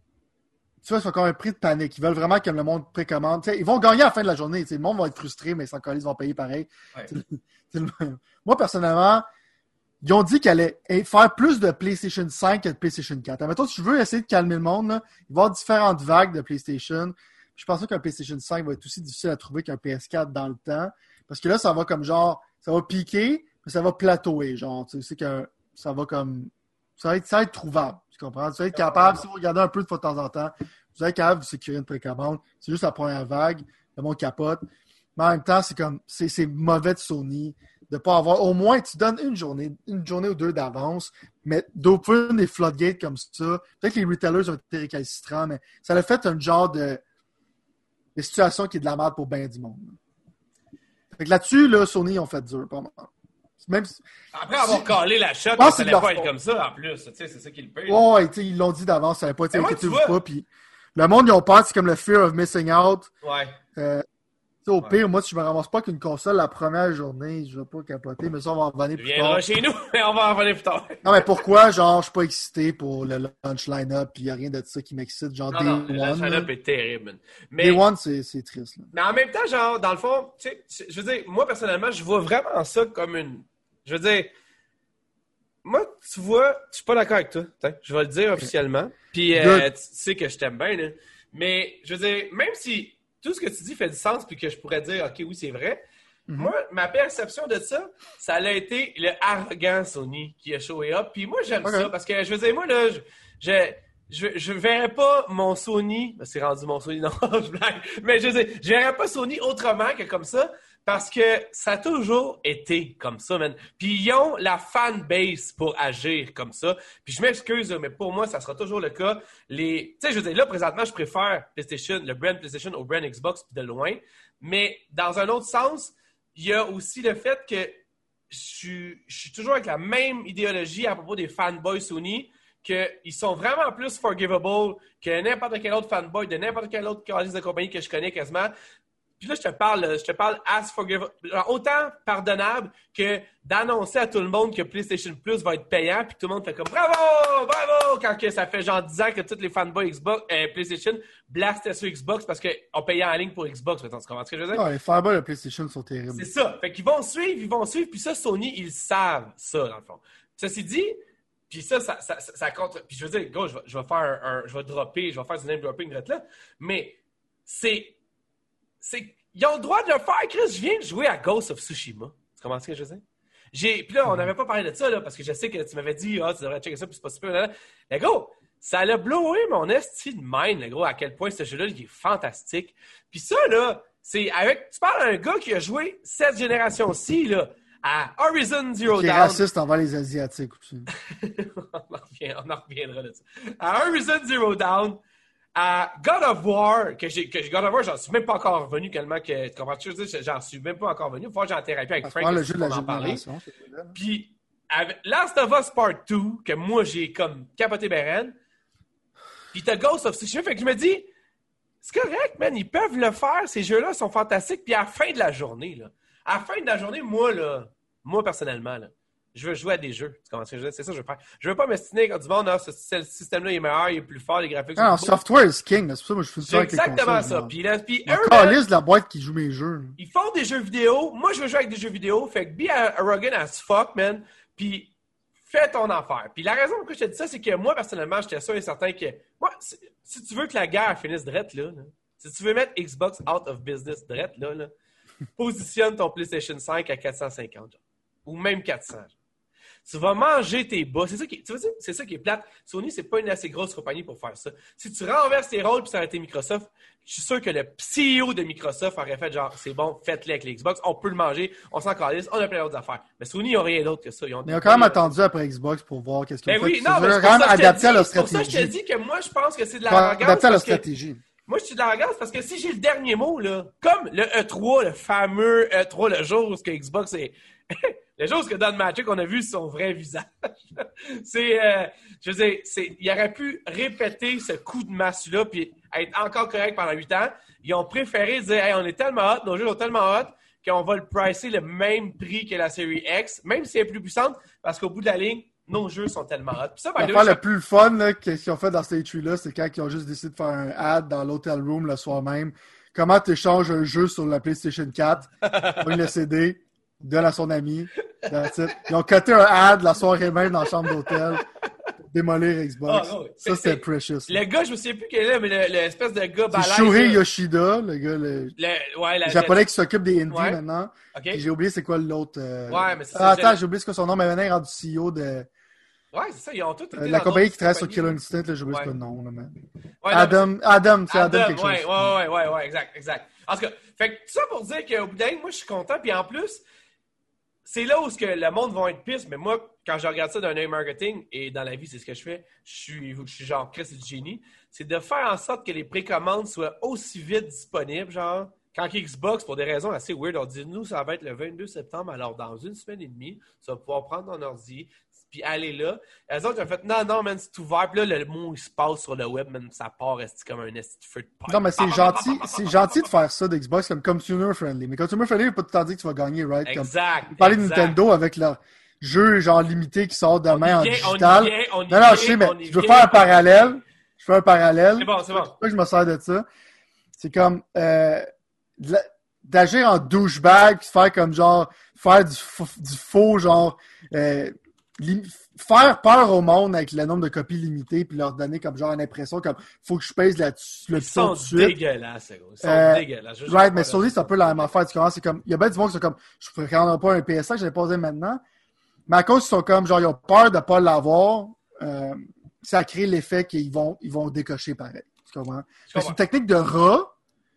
tu vois, ils sont quand même pris de panique. Ils veulent vraiment que le monde précommande. T'sais, ils vont gagner à la fin de la journée. T'sais, le monde va être frustré, mais sans coller, ils vont payer pareil. Ouais. C'est le même. Moi, personnellement, ils ont dit qu'ils allaient faire plus de PlayStation cinq que de PlayStation quatre. Admettons, si tu veux essayer de calmer le monde, là, il va y avoir différentes vagues de PlayStation. Je pense qu'un PlayStation cinq va être aussi difficile à trouver qu'un P S quatre dans le temps. Parce que là, ça va comme genre, ça va piquer, mais ça va plateauer. Genre, tu sais, que ça va comme, ça va être, ça va être trouvable. Tu comprends? Tu vas être capable, si vous regardez un peu de fois de temps en temps, vous allez être capable de sécuriser une précommande. C'est juste la première vague. Le monde capote. Mais en même temps, c'est comme, c'est, c'est mauvais de Sony de ne pas avoir, au moins, tu donnes une journée, une journée ou deux d'avance, mais d'ouvrir des floodgates comme ça. Peut-être que les retailers ont été récalcitrants, mais ça a fait un genre de, de situation qui est de la merde pour bien du monde. Fait que là-dessus, là, Sony ont fait dur, pas mal. Même si, Après avoir si, calé la shot, ça allait pas être comme ça, en plus. Tu sais, c'est ça qui le paye. Ouais, tu sais, ils l'ont dit d'avance, ça n'allait pas être inquiétez-vous pas. Puis le monde, ils ont peur, c'est comme le fear of missing out. Ouais. Euh, au ouais. pire, moi, si je me ramasse pas qu'une console la première journée, je vais pas capoter, mais ça, on va en revenir plus tard. Tu viendras chez nous, mais on va en revenir plus tard. Non, mais pourquoi, genre, je suis pas excité pour le launch line-up, puis il n'y a rien de ça qui m'excite, genre, non, Day non, One. Le launch line-up est terrible, man. Mais, Day One, c'est, c'est triste, là. Mais en même temps, genre, dans le fond, tu sais, je veux dire, moi, personnellement, je vois vraiment ça comme une... Je veux dire, moi, tu vois, je suis pas d'accord avec toi. T'sais, je vais le dire officiellement. Puis, euh, tu sais que je t'aime bien, là. Mais, je veux dire, même si tout ce que tu dis fait du sens, puis que je pourrais dire, OK, oui, c'est vrai, mm-hmm. moi, ma perception de ça, ça a été le arrogant Sony qui a showé up. Puis moi, j'aime okay. ça, parce que, je veux dire, moi, là, je... je Je, je verrais pas mon Sony, c'est rendu mon Sony, non, je blague, mais je veux dire, je verrais pas Sony autrement que comme ça, parce que ça a toujours été comme ça, man. Puis ils ont la fanbase pour agir comme ça. Puis je m'excuse, mais pour moi, ça sera toujours le cas. Les, tu sais, je veux dire, là, présentement, je préfère PlayStation, le brand PlayStation au brand Xbox de loin. Mais dans un autre sens, il y a aussi le fait que je suis, je suis toujours avec la même idéologie à propos des fanboys Sony, qu'ils sont vraiment plus forgivable que n'importe quel autre fanboy de n'importe quel autre calice de compagnie que je connais quasiment. Puis là, je te parle, je te parle as forgivable, autant pardonnable que d'annoncer à tout le monde que PlayStation Plus va être payant, puis tout le monde fait comme bravo, bravo, quand que ça fait genre dix ans que tous les fanboys Xbox, euh, PlayStation blastaient sur Xbox parce qu'on payait en ligne pour Xbox. Maintenant, tu comprends ce que je veux dire? Non, les fanboys de PlayStation sont terribles. C'est ça. Fait qu'ils vont suivre, ils vont suivre, puis ça, Sony, ils savent ça, dans le fond. Ceci dit, puis ça, ça, ça, ça, ça contre. Puis je veux dire, gars, je vais, je vais faire un, un. Je vais dropper, je vais faire du name dropping là. Mais c'est. c'est ils ont le droit de le faire, Chris. Je viens de jouer à Ghost of Tsushima. Tu comprends ce que je veux dire? J'ai, puis là, on n'avait pas parlé de ça, là, parce que je sais que tu m'avais dit, ah, tu devrais checker ça, puis c'est pas super. Là, là. Mais gros, ça l'a blowé mon esti de mind, là, gros, à quel point ce jeu-là, il est fantastique. Puis ça, là, c'est avec. Tu parles d'un gars qui a joué cette génération-ci, là. À Horizon Zero Dawn. Qui est raciste envers les Asiatiques aussi. on, en revient, on en reviendra là-dessus. À Horizon Zero Dawn, à God of War, que j'ai, que God of War, j'en suis même pas encore revenu tellement que, tu comprends ce que je veux dire? J'en suis même pas encore revenu. Il faut que j'en thérapie avec Frank. Le jeu de la génération. Puis, avec Last of Us Part deux, que moi, j'ai comme capoté Beren, puis t'as Ghost of Tsushima, fait que je me dis, c'est correct, man, ils peuvent le faire, ces jeux-là sont fantastiques, puis à la fin de la journée, là, à la fin de la journée, moi, là, moi, personnellement, là, je veux jouer à des jeux. Tu comprends ce que je veux dire? C'est ça que je veux faire. Je veux pas m'estiner quand du monde, non, ce, ce système-là est meilleur, il est plus fort, les graphiques ah, sont non, software is king. C'est pour ça que moi, je fais ça avec les consoles. Exactement ça. Puis là, puis eux, calisse de la boîte qui joue mes jeux. Ils font des jeux vidéo. Moi, je veux jouer avec des jeux vidéo. Fait que be arrogant as fuck, man. Puis fais ton affaire. Puis la raison pourquoi je te dis ça, c'est que moi, personnellement, j'étais sûr et certain que moi, si, si tu veux que la guerre finisse drette, là, là, si tu veux mettre Xbox out of business drette, là, là, positionne ton PlayStation cinq à quatre cent cinquante, genre, ou même quatre cents. Genre. Tu vas manger tes bas. C'est ça qui est, tu vois, c'est ça qui est plate. Sony, c'est pas une assez grosse compagnie pour faire ça. Si tu renverses tes rôles puis ça aurait été Microsoft, je suis sûr que le C E O de Microsoft aurait fait genre, c'est bon, faites-le avec les Xbox, on peut le manger, on s'en calisse, on a plein d'autres affaires. Mais Sony, ils n'ont rien d'autre que ça. Ils ont mais ils ont quand même attendu après Xbox pour voir qu'est-ce qu'ils ben ont oui, fait. non, mais c'est quand même adapté à leur stratégie. C'est pour ça que je te dis que moi, je pense que c'est de la arrogance. Adapté à leur stratégie. moi, je suis de l'arrogance parce que si j'ai le dernier mot, là, comme le E trois, le fameux E trois, le jour où ce que Xbox est... le jour où ce que Don Matrick, on a vu son vrai visage. c'est... Euh, je veux dire, c'est, il aurait pu répéter ce coup de masse-là puis être encore correct pendant huit ans. Ils ont préféré dire, hey, on est tellement hot, nos jeux sont tellement hot qu'on va le pricer le même prix que la série X, même si elle est plus puissante, parce qu'au bout de la ligne, nos jeux sont tellement hot. Puis ça, by the way, L'affaire je- le plus fun là, qu'ils ont fait dans cette E trois-là, c'est quand ils ont juste décidé de faire un ad dans l'hotel room le soir même. Comment tu échanges un jeu sur la PlayStation quatre, pogne le C D, donne à son ami. That's it. Ils ont coté un ad la soirée même dans la chambre d'hôtel pour démolir Xbox. Ah, non, ça, c'est- c'est precious. Le gars, je me souviens plus quel est, mais le- l'espèce de gars C'est balèze. Shuri là. Yoshida, le gars, le, Le, ouais, la, le japonais qui s'occupe des indies Ouais. maintenant. OK. Puis j'ai oublié c'est quoi l'autre. euh, Ouais, mais c'est ah, ça, attends, j'ai- j'ai oublié c'est quoi son nom, mais maintenant il est rendu C E O de Ouais, c'est ça, ils ont tous été euh, la dans compagnie d'autres qui travaille sur compagnies. Killer Instinct, là, j'ai oublié Ouais. c'est quoi le nom. Là, mais... Ouais, non, Adam, Adam, c'est Adam, Adam, quelque ouais, chose. ouais, ouais, ouais, ouais, exact, exact. En tout cas, fait que tout ça pour dire qu'au bout d'un moment, moi, je suis content. Puis en plus, c'est là où ce que le monde va être pisse. Mais moi, quand je regarde ça d'un œil marketing, et dans la vie, c'est ce que je fais, je suis, je suis genre Chris du génie, c'est de faire en sorte que les précommandes soient aussi vite disponibles, genre, quand Xbox, pour des raisons assez weird, on dit, nous, ça va être le vingt-deux septembre, alors dans une semaine et demie, tu vas pouvoir prendre ton ordi, puis aller là. Les autres, ils ont fait, non, non, man, c'est ouvert. Puis là, le mot, il se passe sur le web, man, ça part, reste comme un esti de feu de paille. Non, mais c'est gentil, c'est gentil de faire ça d'Xbox comme consumer friendly. Mais consumer friendly, il ne peut pas tout le temps dire que tu vas gagner, right? Comme, Exact. vous parlez de exact. Nintendo avec leur jeu genre limité qui sort demain On en y vient, on y digital. vient, on y non, non, vient, je sais, mais on y je veux vient. faire un parallèle. Je fais un parallèle. C'est bon, c'est bon. C'est pour ça que je me sers de ça. C'est comme euh, de la- d'agir en douchebag puis faire comme genre faire du, f- du faux genre euh, lim- faire peur au monde avec le nombre de copies limitées puis leur donner comme genre une impression comme faut que je pèse là-dessus le Ils piton sont tout de suite. dégueulasses, gros. Ils sont Euh, dégueulasses. Je- je Right, sais mais pas, Sony, là. c'est un peu la même affaire. Tu comprends? C'est comme, il y a bien du monde qui sont comme, je ne prendrai pas un P S cinq, je l'ai posé maintenant. Mais à cause qu'ils sont comme, genre, ils ont peur de ne pas l'avoir, euh, ça crée l'effet qu'ils vont, ils vont décocher pareil. Tu comprends? Je C'est une technique de rat,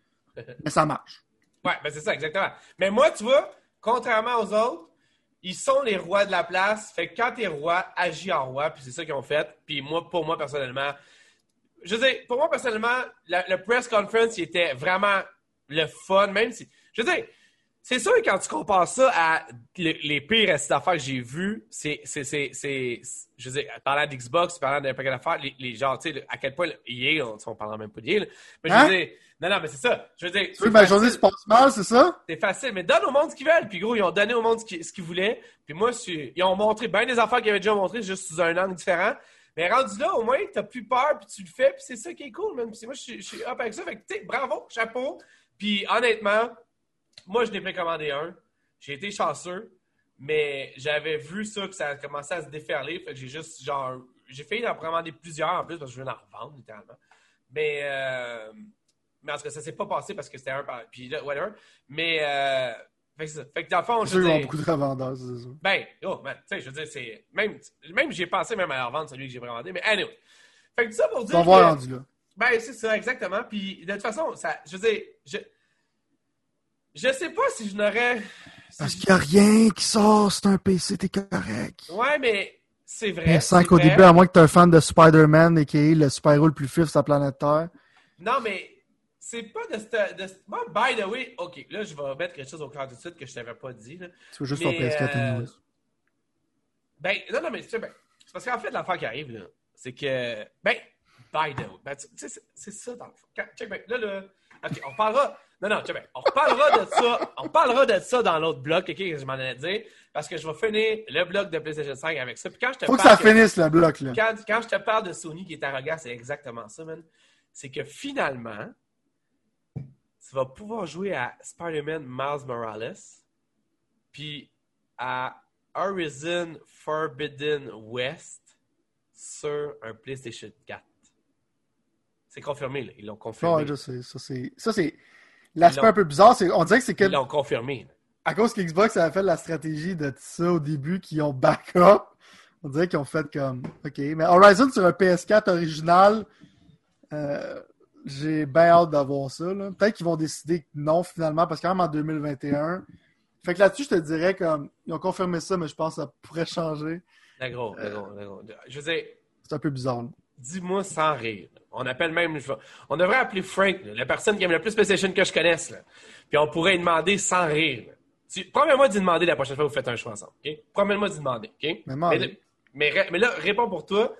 mais ça marche. Ouais, ben c'est ça, exactement. Mais moi, tu vois, contrairement aux autres, ils sont les rois de la place. Fait que quand t'es roi, agis en roi. Puis c'est ça qu'ils ont fait. Puis moi, pour moi, personnellement, je veux dire, pour moi, personnellement, la- le press conference, il était vraiment le fun, même si... Je veux dire, c'est sûr que quand tu compares ça à les, les pires astuces d'affaires que j'ai vues, c'est, c'est, c'est, c'est, je veux dire, parlant d'Xbox, parlant d'un paquet d'affaires, les, les gens, tu sais, à quel point E A, on ne parlera même pas d'E A, là. Mais je veux Hein? dire, non, non, mais c'est ça. Je veux dire, Tu c'est veux que ma facile. journée se passe mal, c'est ça? C'est facile, mais donne au monde ce qu'ils veulent. Puis gros, ils ont donné au monde ce qu'ils, ce qu'ils voulaient. Puis moi, je- ils ont montré bien des affaires qu'ils avaient déjà montrées, juste sous un angle différent. Mais rendu là, au moins, t'as plus peur, puis tu le fais, puis c'est ça qui est cool, man. Puis moi, je suis, je suis up avec ça. Fait que, tu sais, bravo, chapeau. Puis honnêtement, moi, je n'ai précommandé un. J'ai été chanceux, mais j'avais vu ça, que ça a commencé à se déferler. Fait que j'ai juste, genre, j'ai failli en commander plusieurs en plus, parce que je veux en revendre, littéralement. Mais, euh, mais en tout cas, ça s'est pas passé parce que c'était un par. Puis là, whatever. Mais, euh, fait que, c'est ça. Fait que dans le fond, C'est je sûr veux qu'ils ont dire, beaucoup de revendeurs, c'est ça. ben, oh, man, tu sais, je veux dire, c'est. Même, même j'ai pensé même à la revendre celui que j'ai précommandé, mais anyway. Fait que tout ça pour Ils dire. vont voir que- rendu là. Ben, c'est ça, exactement. Puis, de toute façon, ça, je veux dire, je. Je sais pas si je n'aurais. si Parce je- qu'il n'y a rien qui sort, c'est un P C, t'es correct. Ouais, mais c'est vrai. P S cinq c'est au vrai. début, à moins que t'es un fan de Spider-Man et qu'il est le super-héros le plus fif sur la planète Terre. Non, mais c'est pas de cette. De, cette- moi, by the way, OK, là, je vais mettre quelque chose au clair tout de suite que je t'avais pas dit. Là. Tu veux juste Mais, ton P S quatre euh, et news. Ben, non, non, mais tu sais, ben, c'est parce qu'en fait, l'affaire qui arrive, là, c'est que. Ben, by the way. Ben, tu sais, c'est, c'est ça dans le fond. Quand- check, ben, là, là. OK, on parlera. Non, non, check, ben, on reparlera de ça. On parlera de ça dans l'autre bloc, OK, que je m'en allais dire. Parce que je vais finir le bloc de PlayStation cinq avec ça. Puis quand je te Faut que parle ça finisse, le bloc, là. Quand, quand je te parle de Sony qui est arrogant, c'est exactement ça, man. C'est que finalement, tu vas pouvoir jouer à Spider-Man Miles Morales, puis à Horizon Forbidden West sur un PlayStation quatre. C'est confirmé, là. Ils l'ont confirmé. Ouais, je sais. Ça, c'est, ça, c'est l'aspect Ils l'ont- un peu bizarre. C'est, on dirait que c'est que, Ils l'ont confirmé. là. à cause que Xbox avait fait la stratégie de ça au début, qu'ils ont back-up, on dirait qu'ils ont fait comme, OK. Mais Horizon sur un P S quatre original, euh, j'ai bien hâte d'avoir ça, là. Peut-être qu'ils vont décider que non, finalement, parce que quand même en deux mille vingt et un. Fait que là-dessus, je te dirais comme, ils ont confirmé ça, mais je pense que ça pourrait changer. La gros, la gros, la gros. Je veux dire, C'est un peu bizarre, là. dis-moi sans rire. On appelle même, on devrait appeler Frank, là, la personne qui aime le plus PlayStation que je connaisse. Là. Puis on pourrait lui demander sans rire. Tu, promets-moi d'y demander la prochaine fois que vous faites un choix ensemble. Okay? Promets-moi d'y demander. Okay? Mais, mais, mais, mais là, réponds pour toi.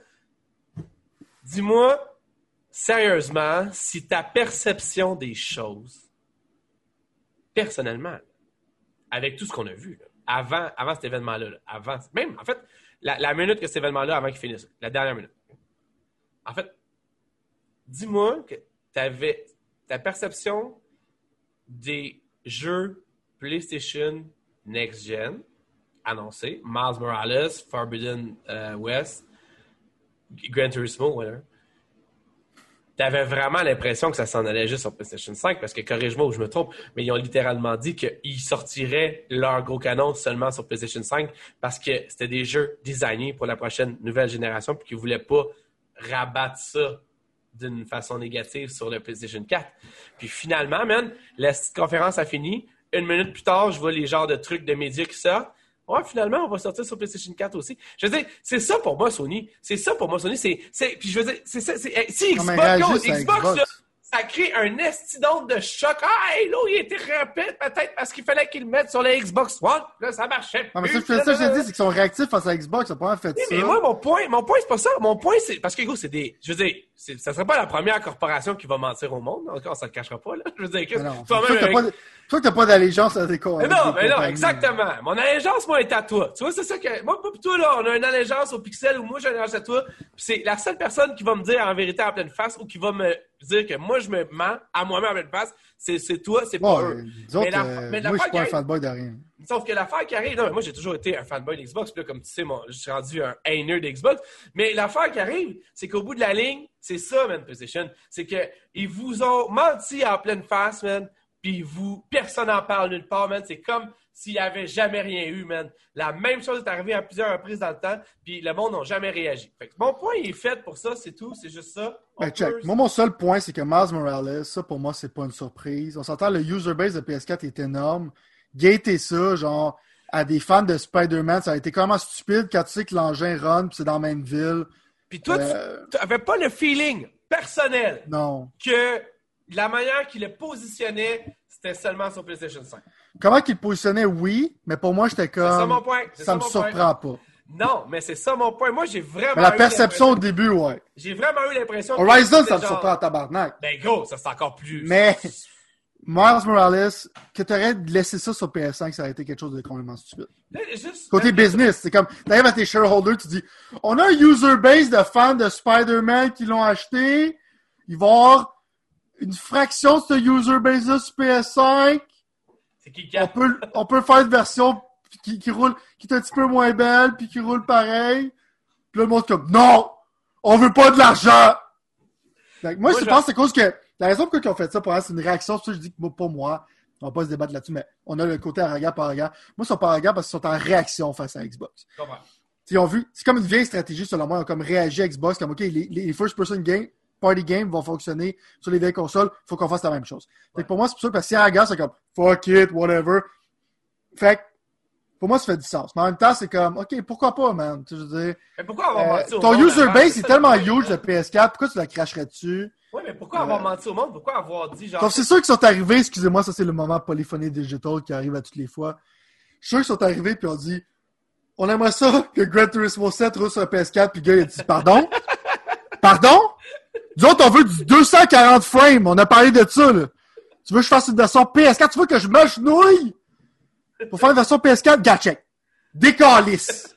Dis-moi sérieusement si ta perception des choses, personnellement, avec tout ce qu'on a vu, là, avant, avant cet événement-là, là, avant, même, en fait, la, la minute que cet événement-là, avant qu'il finisse, la dernière minute. En fait, dis-moi que t'avais ta perception des jeux PlayStation Next Gen annoncés, Miles Morales, Forbidden uh, West, Gran Turismo, whatever. T'avais vraiment l'impression que ça s'en allait juste sur PlayStation cinq, parce que, corrige-moi où je me trompe, mais ils ont littéralement dit qu'ils sortiraient leur gros canon seulement sur PlayStation cinq parce que c'était des jeux designés pour la prochaine nouvelle génération puis qu'ils voulaient pas rabattre ça d'une façon négative sur le PlayStation quatre. Puis finalement, man, la petite conférence a fini. Une minute plus tard, je vois les genres de trucs de médias qui sortent. Ouais, finalement, on va sortir sur PlayStation quatre aussi. Je veux dire, c'est ça pour moi, Sony. C'est ça pour moi, Sony. C'est, c'est, puis je veux dire, c'est ça. C'est, si Xbox, non, Xbox, Xbox. Là, ça crée un estidonte de choc. Ah, hey, là, il était rapide, peut-être parce qu'il fallait qu'il le mette sur la Xbox One. Là, ça marchait. Non, mais ça, ça, ça, je te dis, c'est qu'ils sont réactifs face à Xbox. Ça n'a pas fait oui, ça. Mais moi, mon point, mon point, c'est pas ça. Mon point, c'est, parce que, gros, c'est des, je veux dire, c'est, ça serait pas la première corporation qui va mentir au monde. Encore, ça le cachera pas, là. Je veux dire, que non, toi-même. Toi, avec... toi, t'as pas d'allégeance à tes co- mais non, mais non, exactement. Mon allégeance, moi, est à toi. Tu vois, c'est ça que, moi, pour toi, là, on a une allégeance au pixel ou moi, j'ai une allégeance à toi. Puis c'est la seule personne qui va me dire en vérité en pleine face ou qui va me dire que moi, je me mens à moi-même en pleine face, c'est, c'est toi, c'est pas ouais, eux. Autres, mais la, euh, mais moi, je suis pas un fanboy de rien. Sauf que l'affaire qui arrive, non, mais moi, j'ai toujours été un fanboy d'Xbox. Puis là, comme tu sais, moi, je suis rendu un haineux d'Xbox. Mais l'affaire qui arrive, c'est qu'au bout de la ligne, c'est ça, man, PlayStation. C'est que ils vous ont menti en pleine face, man. Puis vous, personne n'en parle nulle part, man. C'est comme s'il n'y avait jamais rien eu, man. La même chose est arrivée à plusieurs reprises dans le temps, puis le monde n'a jamais réagi. Fait que mon point il est fait pour ça, c'est tout, c'est juste ça. Ben, check. Moi, mon seul point, c'est que Miles Morales, ça, pour moi, c'est pas une surprise. On s'entend, le user base de P S quatre est énorme. Gater ça, genre, à des fans de Spider-Man, ça a été comment stupide quand tu sais que l'engin run, puis c'est dans la même ville. Puis toi, euh... tu n'avais pas le feeling personnel non. que la manière qu'il le positionnait, c'était seulement sur PlayStation cinq. Comment qu'il le positionnait, oui, mais pour moi, j'étais comme... C'est ça mon point. C'est ça, ça me surprend point. pas. Non, mais c'est ça mon point. Moi, j'ai vraiment mais la perception au début, ouais. J'ai vraiment eu l'impression que... Horizon, ça me genre... surprend en tabarnak. Ben go, ça c'est encore plus... Mais... Miles Morales, que tu aurais laissé ça sur P S cinq, ça aurait été quelque chose de complètement stupide. Juste, Côté business, c'est comme, t'arrives à tes shareholders, tu dis, on a un user base de fans de Spider-Man qui l'ont acheté, ils vont avoir une fraction de ce user base-là sur P S cinq. C'est qui qui on peut, on peut faire une version qui, qui roule, qui est un petit peu moins belle, puis qui roule pareil. Puis là, le monde est comme, non! On veut pas de l'argent! Donc, moi, moi, je pense que c'est à cause que, la raison pour laquelle ils ont fait ça, pour moi, c'est une réaction. C'est pour ça que je dis que pour moi, on va pas se débattre là-dessus, mais on a le côté arrogant par arrogant. Moi, ils sont pas arrogants parce qu'ils sont en réaction face à Xbox. Comment? Ils ont vu, c'est comme une vieille stratégie, selon moi. Ils ont comme réagi à Xbox, comme, OK, les, les first-person game, party games vont fonctionner sur les vieilles consoles, il faut qu'on fasse la même chose. Ouais. Fait que pour moi, c'est pour ça, parce que si arrogant, c'est comme, fuck it, whatever. Fait que, pour moi, ça fait du sens. Mais en même temps, c'est comme, OK, pourquoi pas, man? Tu veux dire, mais pourquoi avoir euh, menti au ton monde user avant, base c'est est tellement le huge de P S quatre, pourquoi tu la cracherais dessus? Oui, mais pourquoi avoir euh... menti au monde? Pourquoi avoir dit genre. Donc, c'est sûr qu'ils sont arrivés, excusez-moi, ça c'est le moment polyphonie digital qui arrive à toutes les fois. Je suis sûr qu'ils sont arrivés puis on dit, on aimerait ça que Gran Turismo sept roule sur un P S quatre, puis le gars il a dit, pardon? Pardon? Nous autres, on veut du deux cent quarante frames, on a parlé de ça, là. Tu veux que je fasse une version P S quatre? Tu veux que je me genouille? Pour faire une version P S quatre, gars, check. Décalisse.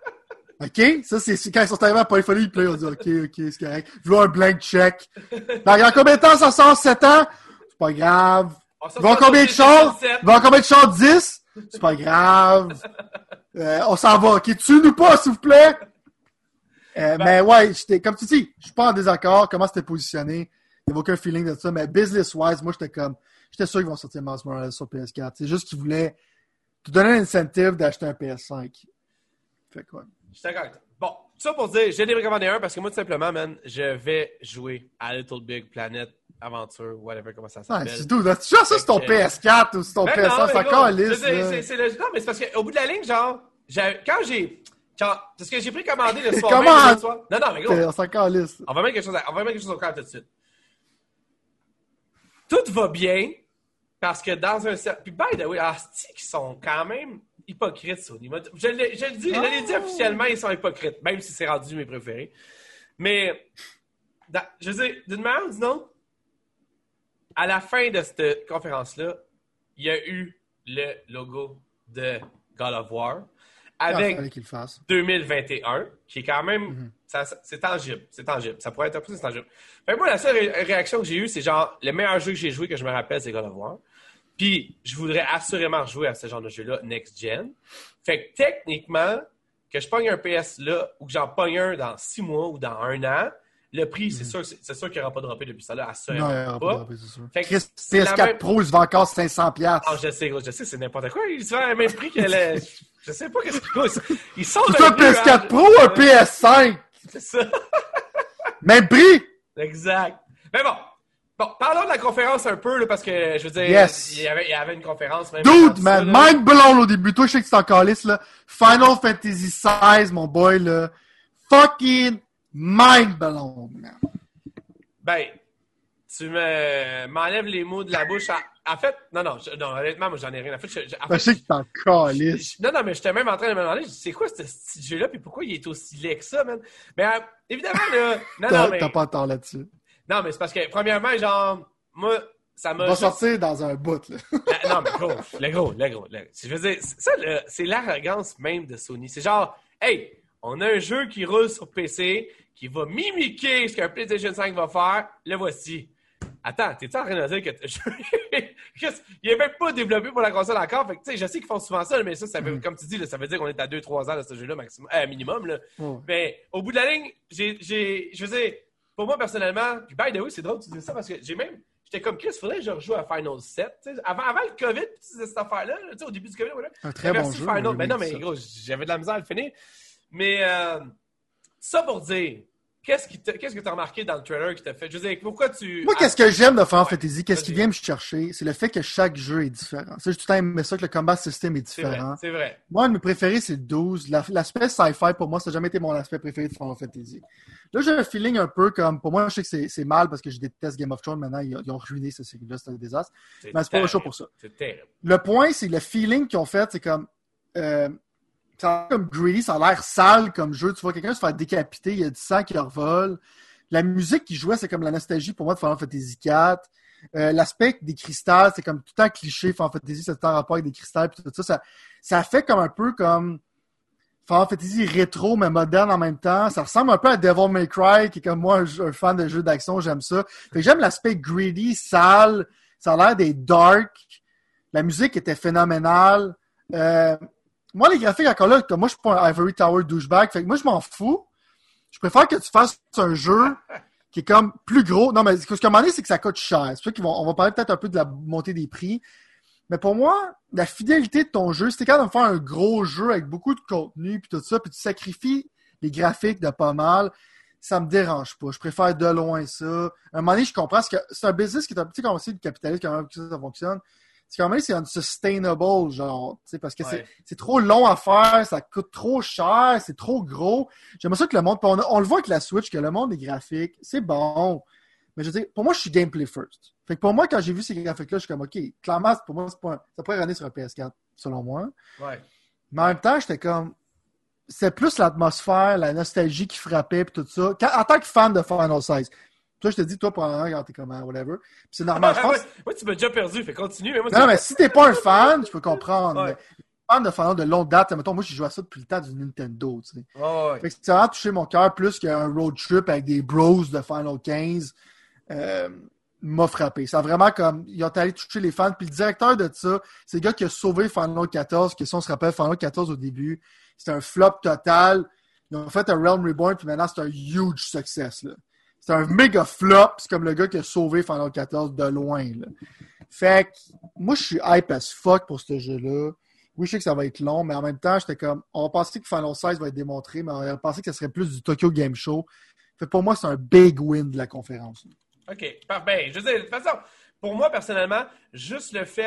OK? Ça, c'est, c'est quand ils sont arrivés à Polyphonie, puis là, ils ont dit, OK, OK, c'est correct. Je veux un blank check. Dans, dans combien de temps ça sort? sept ans? C'est pas grave. Il va en combien de choses? Il va en combien de choses? dix? C'est pas grave. Euh, on s'en va. OK? Tue-nous pas, s'il vous plaît. Euh, ben, mais ouais, j'étais, comme tu dis, je suis pas en désaccord. Comment c'était positionné? Il n'y avait aucun feeling de ça. Mais business-wise, moi, j'étais comme, j'étais sûr qu'ils vont sortir Miles Morales sur P S quatre. C'est juste qu'ils voulaient te donner un incentive d'acheter un P S cinq. Fait quoi? Je suis d'accord avec toi. Bon, ça pour dire, j'ai recommandé un parce que moi, tout simplement, man, je vais jouer à Little Big Planet Aventure, whatever, comment ça s'appelle. Ouais, c'est tout. Tu vois, ça, c'est ton P S quatre ou c'est ton ben P S cinq, c'est encore lisse. C'est, c'est, c'est le... Non, mais c'est parce qu'au bout de la ligne, genre, quand j'ai... Genre, c'est ce que j'ai pris commandé le soir Comment? même, le soir. Non, non, mais gros. On s'en calisse. On va mettre quelque chose, à... on va mettre quelque chose au clair tout de suite. Tout va bien parce que dans un certain... Puis, by the way, Asti, qui sont quand même hypocrites, Sony. Je, l'ai, je le dis, oh. je l'ai dit officiellement, ils sont hypocrites, même si c'est rendu mes préférés. Mais, dans, je veux dire, d'une manière ou d'une autre, à la fin de cette conférence-là, il y a eu le logo de God of War avec ah, deux mille vingt et un, qui est quand même... Mm-hmm. Ça, c'est tangible, c'est tangible. Ça pourrait être un peu c'est tangible. Fait que moi, la seule ré- réaction que j'ai eue, c'est genre, le meilleur jeu que j'ai joué, que je me rappelle, c'est God of War. Puis, je voudrais assurément rejouer à ce genre de jeu-là, next-gen. Fait que techniquement, que je pogne un P S là, ou que j'en pogne un dans six mois ou dans un an, le prix, mm-hmm. c'est sûr, c'est, c'est sûr qu'il n'y aura pas droppé depuis ça là, assurément non, il n'y aura pas. pas droppé, c'est sûr. Fait que Chris, P S quatre même... Pro, il se vend encore cinq cents dollars. Ah, je sais, gros, je sais, c'est n'importe quoi. Il se vend le même prix que le... Je sais pas qu'est-ce qu'il Ils sont c'est un P S quatre Pro ou un P S cinq? C'est ça. Même prix! Exact. Mais bon. Bon, parlons de la conférence un peu, là, parce que, je veux dire, yes. il, y avait, il y avait une conférence. Même Dude, man, ça, mind blown au début. Toi, je sais que c'est en calice, là. Final Fantasy seize, mon boy, là. Fucking mind blown, man. Ben, tu me, m'enlèves les mots de la bouche. En, en fait, non, non, je, non, honnêtement, moi, j'en ai rien à faire. Je, je, en fait, je sais que t'es en calice. Non, non, mais j'étais même en train de me demander, c'est quoi ce petit jeu-là, puis pourquoi il est aussi laid que ça, man? Mais, euh, évidemment, là, non, t'as, non, mais... T'as pas tort là-dessus. Non, mais c'est parce que, premièrement, genre, moi, ça m'a... On va juste... sortir dans un bout, là. La, non, mais gros, le gros, le gros, le gros. Je veux dire, ça, là, c'est l'arrogance même de Sony. C'est genre, hey, on a un jeu qui roule sur P C, qui va mimiquer ce qu'un PlayStation cinq va faire, le voici. Attends, t'es-tu en train de dire que t- il est même pas développé pour la console encore? Fait que, tu sais, je sais qu'ils font souvent ça, mais ça, ça veut, mm. comme tu dis, là, ça veut dire qu'on est à deux trois ans de ce jeu-là maximum, euh, minimum. Là. Mm. Mais au bout de la ligne, j'ai, j'ai, je veux dire, pour moi personnellement, puis by the way, c'est drôle que tu dis ça parce que j'ai même, j'étais comme Chris, faudrait que je rejoue à Final sept. Avant, avant le COVID, cette affaire-là, là, au début du COVID, voilà, un très bon jeu. Final, mais non, mais gros, j'avais de la misère à le finir. Mais euh, ça pour dire. Qu'est-ce, qui t'a, qu'est-ce que tu as remarqué dans le trailer qui t'a fait? Je veux dire, pourquoi tu... Moi, qu'est-ce que j'aime de Final Fantasy, qu'est-ce qui vient me chercher, c'est le fait que chaque jeu est différent. Ça, j'ai tout le temps aimé ça, que le combat system est différent. C'est vrai, c'est vrai. Moi, un de mes préférés, c'est le douze. La, l'aspect sci-fi, pour moi, ça n'a jamais été mon aspect préféré de Final Fantasy. Là, j'ai un feeling un peu comme... Pour moi, je sais que c'est, c'est mal parce que je déteste Game of Thrones. Maintenant, ils, ils ont ruiné cette série-là, c'est un désastre. C'est mais c'est pas le show pour ça. C'est terrible. Le point, c'est le feeling qu'ils ont fait, c'est comme... Euh, ça a l'air comme greedy, ça a l'air sale comme jeu. Tu vois quelqu'un se faire décapiter, il y a du sang qui revole. La musique qui jouait, c'est comme la nostalgie pour moi de Final Fantasy quatre. Euh, l'aspect des cristals, c'est comme tout le temps cliché. Final Fantasy, c'est tout en rapport avec des cristals. Puis tout ça, ça, ça fait comme un peu comme Final Fantasy rétro, mais moderne en même temps. Ça ressemble un peu à Devil May Cry, qui est comme moi, un, un fan de jeux d'action, j'aime ça. Fait que j'aime l'aspect greedy, sale. Ça a l'air d'être dark. La musique était phénoménale. Euh, moi, les graphiques, encore là, moi, je suis pas un Ivory Tower douchebag. Fait que moi, je m'en fous. Je préfère que tu fasses un jeu qui est comme plus gros. Non, mais ce qu'à un moment donné, c'est que ça coûte cher. C'est pour ça qu'on va parler peut-être un peu de la montée des prix. Mais pour moi, la fidélité de ton jeu, si t'es capable de faire un gros jeu avec beaucoup de contenu puis tout ça, puis tu sacrifies les graphiques de pas mal, ça me dérange pas. Je préfère de loin ça. À un moment donné, je comprends parce que c'est un business qui est un petit peu comme aussi le capitalisme, quand même, que ça fonctionne. C'est quand même, c'est unsustainable, genre, tu sais, parce que ouais. c'est, c'est trop long à faire, ça coûte trop cher, c'est trop gros. J'aimerais ça que le monde, on, on le voit avec la Switch, que le monde des graphiques, c'est bon. Mais je veux dire, pour moi, je suis gameplay first. Fait que pour moi, quand j'ai vu ces graphiques-là, je suis comme, OK, clairement, pour moi, c'est pas un, ça pourrait runner sur un P S quatre, selon moi. Ouais. Mais en même temps, j'étais comme, c'est plus l'atmosphère, la nostalgie qui frappait, pis tout ça. Quand, en tant que fan de Final seize, toi, je te dis, toi, probablement, quand t'es comme, whatever. Puis c'est normal, je pense. Moi, tu m'as déjà perdu, fait continue. Mais moi, non, non mais si t'es pas un fan, je peux comprendre. Ouais. Fan de Final de longue date, mettons, moi, j'ai joué à ça depuis le temps du Nintendo, tu sais. Oh, ouais. Fait que ça a vraiment touché mon cœur plus qu'un road trip avec des bros de Final quinze. Euh, m'a frappé. Ça a vraiment comme, ils ont allé toucher les fans. Puis le directeur de ça, c'est le gars qui a sauvé Final quatorze, que si on se rappelle, Final quatorze au début, c'était un flop total. Ils ont fait un Realm Reborn, puis maintenant, c'est un huge success, là. C'est un méga flop. C'est comme le gars qui a sauvé Final quatorze de loin. Là. Fait que moi, je suis hype as fuck pour ce jeu-là. Oui, je sais que ça va être long, mais en même temps, j'étais comme... On va penser que Final seize va être démontré, mais on va penser que ça serait plus du Tokyo Game Show. Fait que pour moi, c'est un big win de la conférence. OK, parfait. Je veux dire, de toute façon, pour moi, personnellement, juste le fait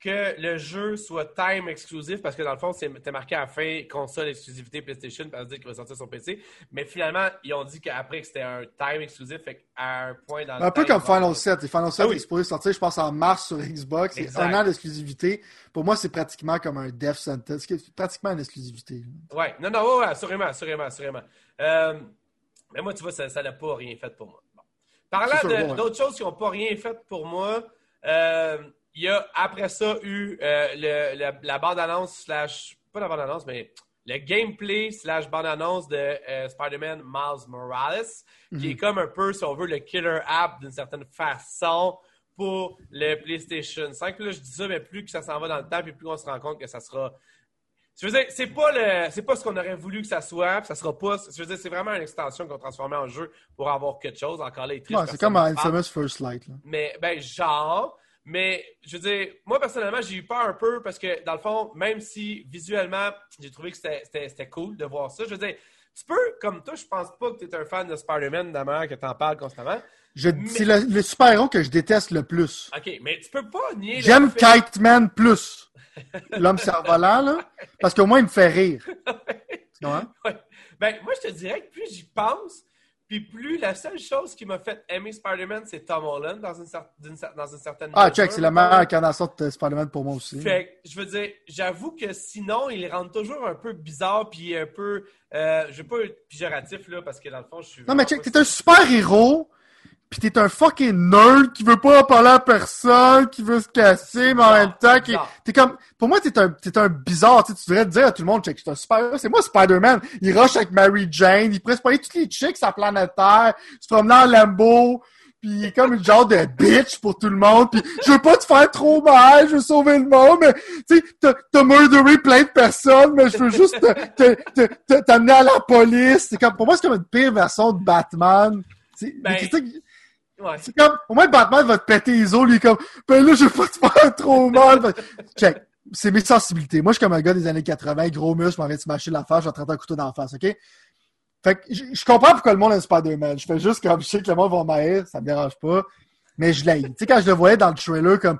que le jeu soit time exclusif, parce que dans le fond, c'était marqué à la fin console exclusivité PlayStation, parce dire qu'il va sortir sur P C. Mais finalement, ils ont dit qu'après que c'était un time exclusif, fait qu'à un point dans le Un peu time, comme Final sept. Et Final sept ah oui. est supposé sortir, je pense, en mars sur Xbox. C'est un an d'exclusivité. Pour moi, c'est pratiquement comme un Death Sentence. C'est pratiquement une exclusivité. Ouais, non, non, ouais, ouais, assurément, assurément, assurément. Euh, mais moi, tu vois, ça n'a pas rien fait pour moi. Bon. Parlant sûr, de, bon, ouais. d'autres choses qui n'ont pas rien fait pour moi, euh, il y a après ça eu euh, le, le, la bande-annonce slash, pas la bande-annonce, mais le gameplay slash bande-annonce de euh, Spider-Man Miles Morales, mm-hmm. qui est comme un peu, si on veut, le killer app d'une certaine façon pour le PlayStation cinq. Puis là, je dis ça, mais plus que ça s'en va dans le temps, puis plus on se rend compte que ça sera... Je veux dire, c'est pas, le, c'est pas ce qu'on aurait voulu que ça soit, puis ça sera pas... Je veux dire, c'est vraiment une extension qu'on transformait en jeu pour avoir quelque chose. Encore là, il est triste. Ouais, c'est comme un Infamous First Light. Là. Mais, ben, genre... Mais, je veux dire, moi, personnellement, j'ai eu peur un peu parce que, dans le fond, même si, visuellement, j'ai trouvé que c'était, c'était, c'était cool de voir ça, je veux dire, tu peux, comme toi, je pense pas que tu es un fan de Spider-Man, d'abord, que tu en parles constamment. Je, mais... C'est le, le super-héros que je déteste le plus. OK, mais tu peux pas nier... J'aime le fait... Kite Man plus. L'homme cerf-volant, là, parce qu'au moins, il me fait rire. Tu vois? Ouais. Ben, moi, je te dirais que plus j'y pense... Puis plus, la seule chose qui m'a fait aimer Spider-Man, c'est Tom Holland dans une, cer- d'une, dans une certaine Ah, mesure. check, c'est la meilleure incarnation de Spider-Man pour moi aussi. Fait que, je veux dire, j'avoue que sinon, il rend toujours un peu bizarre, puis un peu, euh, je veux pas être péjoratif, là, parce que dans le fond, je suis... Non, mais check, t'es un super-héros, pis t'es un fucking nerd qui veut pas en parler à personne, qui veut se casser, mais en non, même temps, qui, t'es comme, pour moi, t'es un, t'es un bizarre, tu devrais te dire à tout le monde, check, je suis un super, c'est moi Spider-Man, il rush avec Mary Jane, il pourrait se payer toutes les chicks sur la planète Terre, se promener en Lambo, pis il est comme une genre de bitch pour tout le monde, pis je veux pas te faire trop mal, je veux sauver le monde, mais, tu sais, t'as, t'as murderé plein de personnes, mais je veux juste te, te, te, t'amener à la police, c'est comme, pour moi, c'est comme une pire version de Batman, c'est, ben... Ouais. C'est comme, au moins Batman va te péter les os, lui, comme, ben là, je vais pas te faire trop mal. Check. C'est mes sensibilités. Moi, je suis comme un gars des années quatre-vingts, gros muscle, je m'en viens de smasher la face, je vais te rentrer un couteau dans la face, ok? Fait que, je, je comprends pourquoi le monde aime Spider-Man. Je fais juste comme, je sais que le monde va m'haïr, ça me dérange pas, mais je l'haïs. Tu sais, quand je le voyais dans le trailer, comme,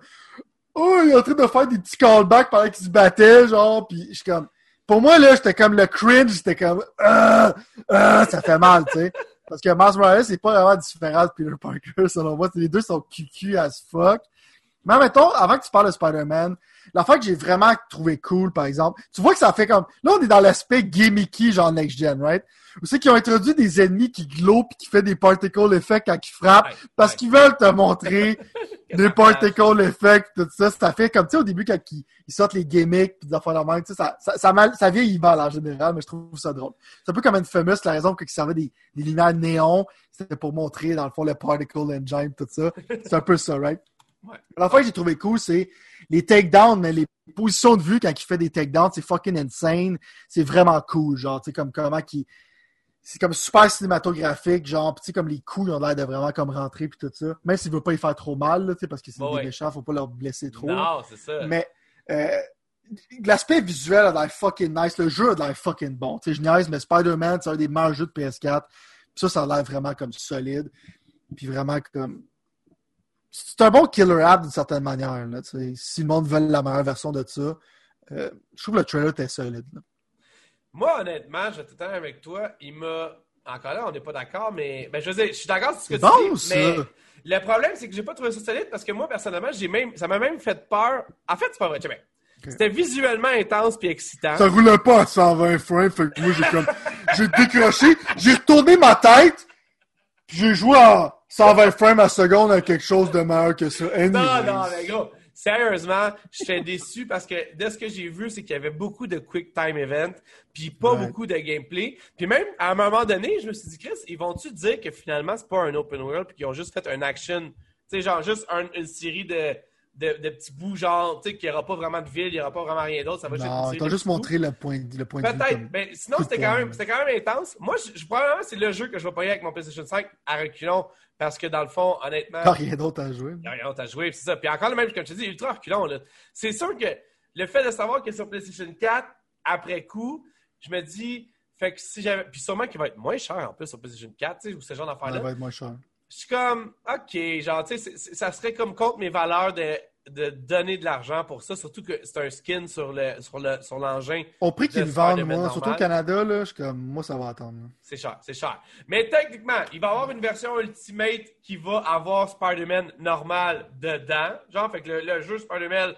oh, il est en train de faire des petits callbacks pendant qu'il se battait, genre, pis je suis comme, pour moi, là, j'étais comme le cringe, j'étais comme, ah, ah, ça fait mal, tu sais. Parce que Miles Morales, c'est pas vraiment différent de Peter Parker, selon moi. Les deux sont cucu as fuck. Mais mettons, avant que tu parles de Spider-Man, l'affaire que j'ai vraiment trouvé cool, par exemple, tu vois que ça fait comme... Là, on est dans l'aspect gimmicky, genre next-gen, right? Où c'est qu'ils ont introduit des ennemis qui glow pis qui fait des particle effects quand ils frappent, ouais, parce ouais. qu'ils veulent te montrer des particle effects, tout ça. Ça fait comme, tu sais, au début, quand ils, ils sortent les gimmicks pis des affaires de même, tu sais, ça, ça, ça, mal, ça vieillit mal en général, mais je trouve ça drôle. C'est un peu comme Infamous, la raison pour qu'ils servaient des, des lumières néon, c'était pour montrer, dans le fond, le particle engine, tout ça. C'est un peu ça, right? Ouais. L'affaire que j'ai trouvé cool, c'est les takedowns, mais les positions de vue quand il fait des takedowns, c'est fucking insane. C'est vraiment cool, genre, tu sais, comme comment qu'il... C'est comme super cinématographique, genre, tu sais, comme les coups, ils ont l'air de vraiment comme rentrer puis tout ça. Même s'il veut pas y faire trop mal, tu sais, parce que c'est oh des ouais. méchants, faut pas leur blesser trop. Non, c'est ça. Mais, euh, l'aspect visuel a l'air fucking nice. Le jeu a l'air fucking bon. Tu sais, je niaise, mais Spider-Man, c'est un des meilleurs jeux de P S quatre. Puis ça, ça a l'air vraiment comme solide. Puis vraiment comme... C'est un bon killer app d'une certaine manière, là, tu sais. Si le monde veut la meilleure version de ça, euh, je trouve que le trailer était solide, là. Moi, honnêtement, je vais tout le temps avec toi. Il m'a... Encore là, on n'est pas d'accord, mais... Ben, je veux dire, je suis d'accord sur ce que c'est tu bon, dis, ça. mais le problème, c'est que j'ai pas trouvé ça solide parce que moi, personnellement, j'ai même... ça m'a même fait peur. En fait, c'est pas vrai, tu sais, okay. C'était visuellement intense puis excitant. Ça roulait pas à cent vingt frames, fait que moi, j'ai comme... j'ai décroché, j'ai retourné ma tête, puis j'ai joué à cent vingt frames à seconde avec quelque chose de meilleur que ça. Anyways. Non, non, mais gros... Sérieusement, je suis déçu parce que de ce que j'ai vu, c'est qu'il y avait beaucoup de quick time event, puis pas ouais. beaucoup de gameplay. Puis même, à un moment donné, je me suis dit, Chris, ils vont-tu dire que finalement, c'est pas un open world, puis qu'ils ont juste fait un action, tu sais, genre juste un, une série de, de, de petits bouts, genre, tu sais, qu'il n'y aura pas vraiment de ville, il n'y aura pas vraiment rien d'autre. Ça va non, t'as juste montré le point, le point de vue. Peut-être, mais sinon, c'était quand, même, c'était quand même intense. Moi, je, je, probablement, c'est le jeu que je vais payer avec mon PlayStation cinq à reculons. Parce que dans le fond, honnêtement... Il n'y a rien d'autre à jouer. Il n'y a rien d'autre à jouer, c'est ça. Puis encore le même, comme je te dis, ultra reculons. Là. C'est sûr que le fait de savoir que sur PlayStation quatre, après coup, je me dis... Fait que si j'avais... Puis sûrement qu'il va être moins cher en plus sur PlayStation quatre, tu sais, ou ce genre d'affaires-là. Il va être moins cher. Je suis comme, OK, genre, tu sais, ça serait comme contre mes valeurs de de donner de l'argent pour ça, surtout que c'est un skin sur le sur le sur l'engin. Au prix qu'ils de le vendent, Spider-Man moi, normal. surtout au Canada, là, je suis comme, moi, ça va attendre. là. C'est cher, c'est cher. Mais techniquement, il va y avoir une version Ultimate qui va avoir Spider-Man normal dedans. Genre, fait que le, le jeu Spider-Man...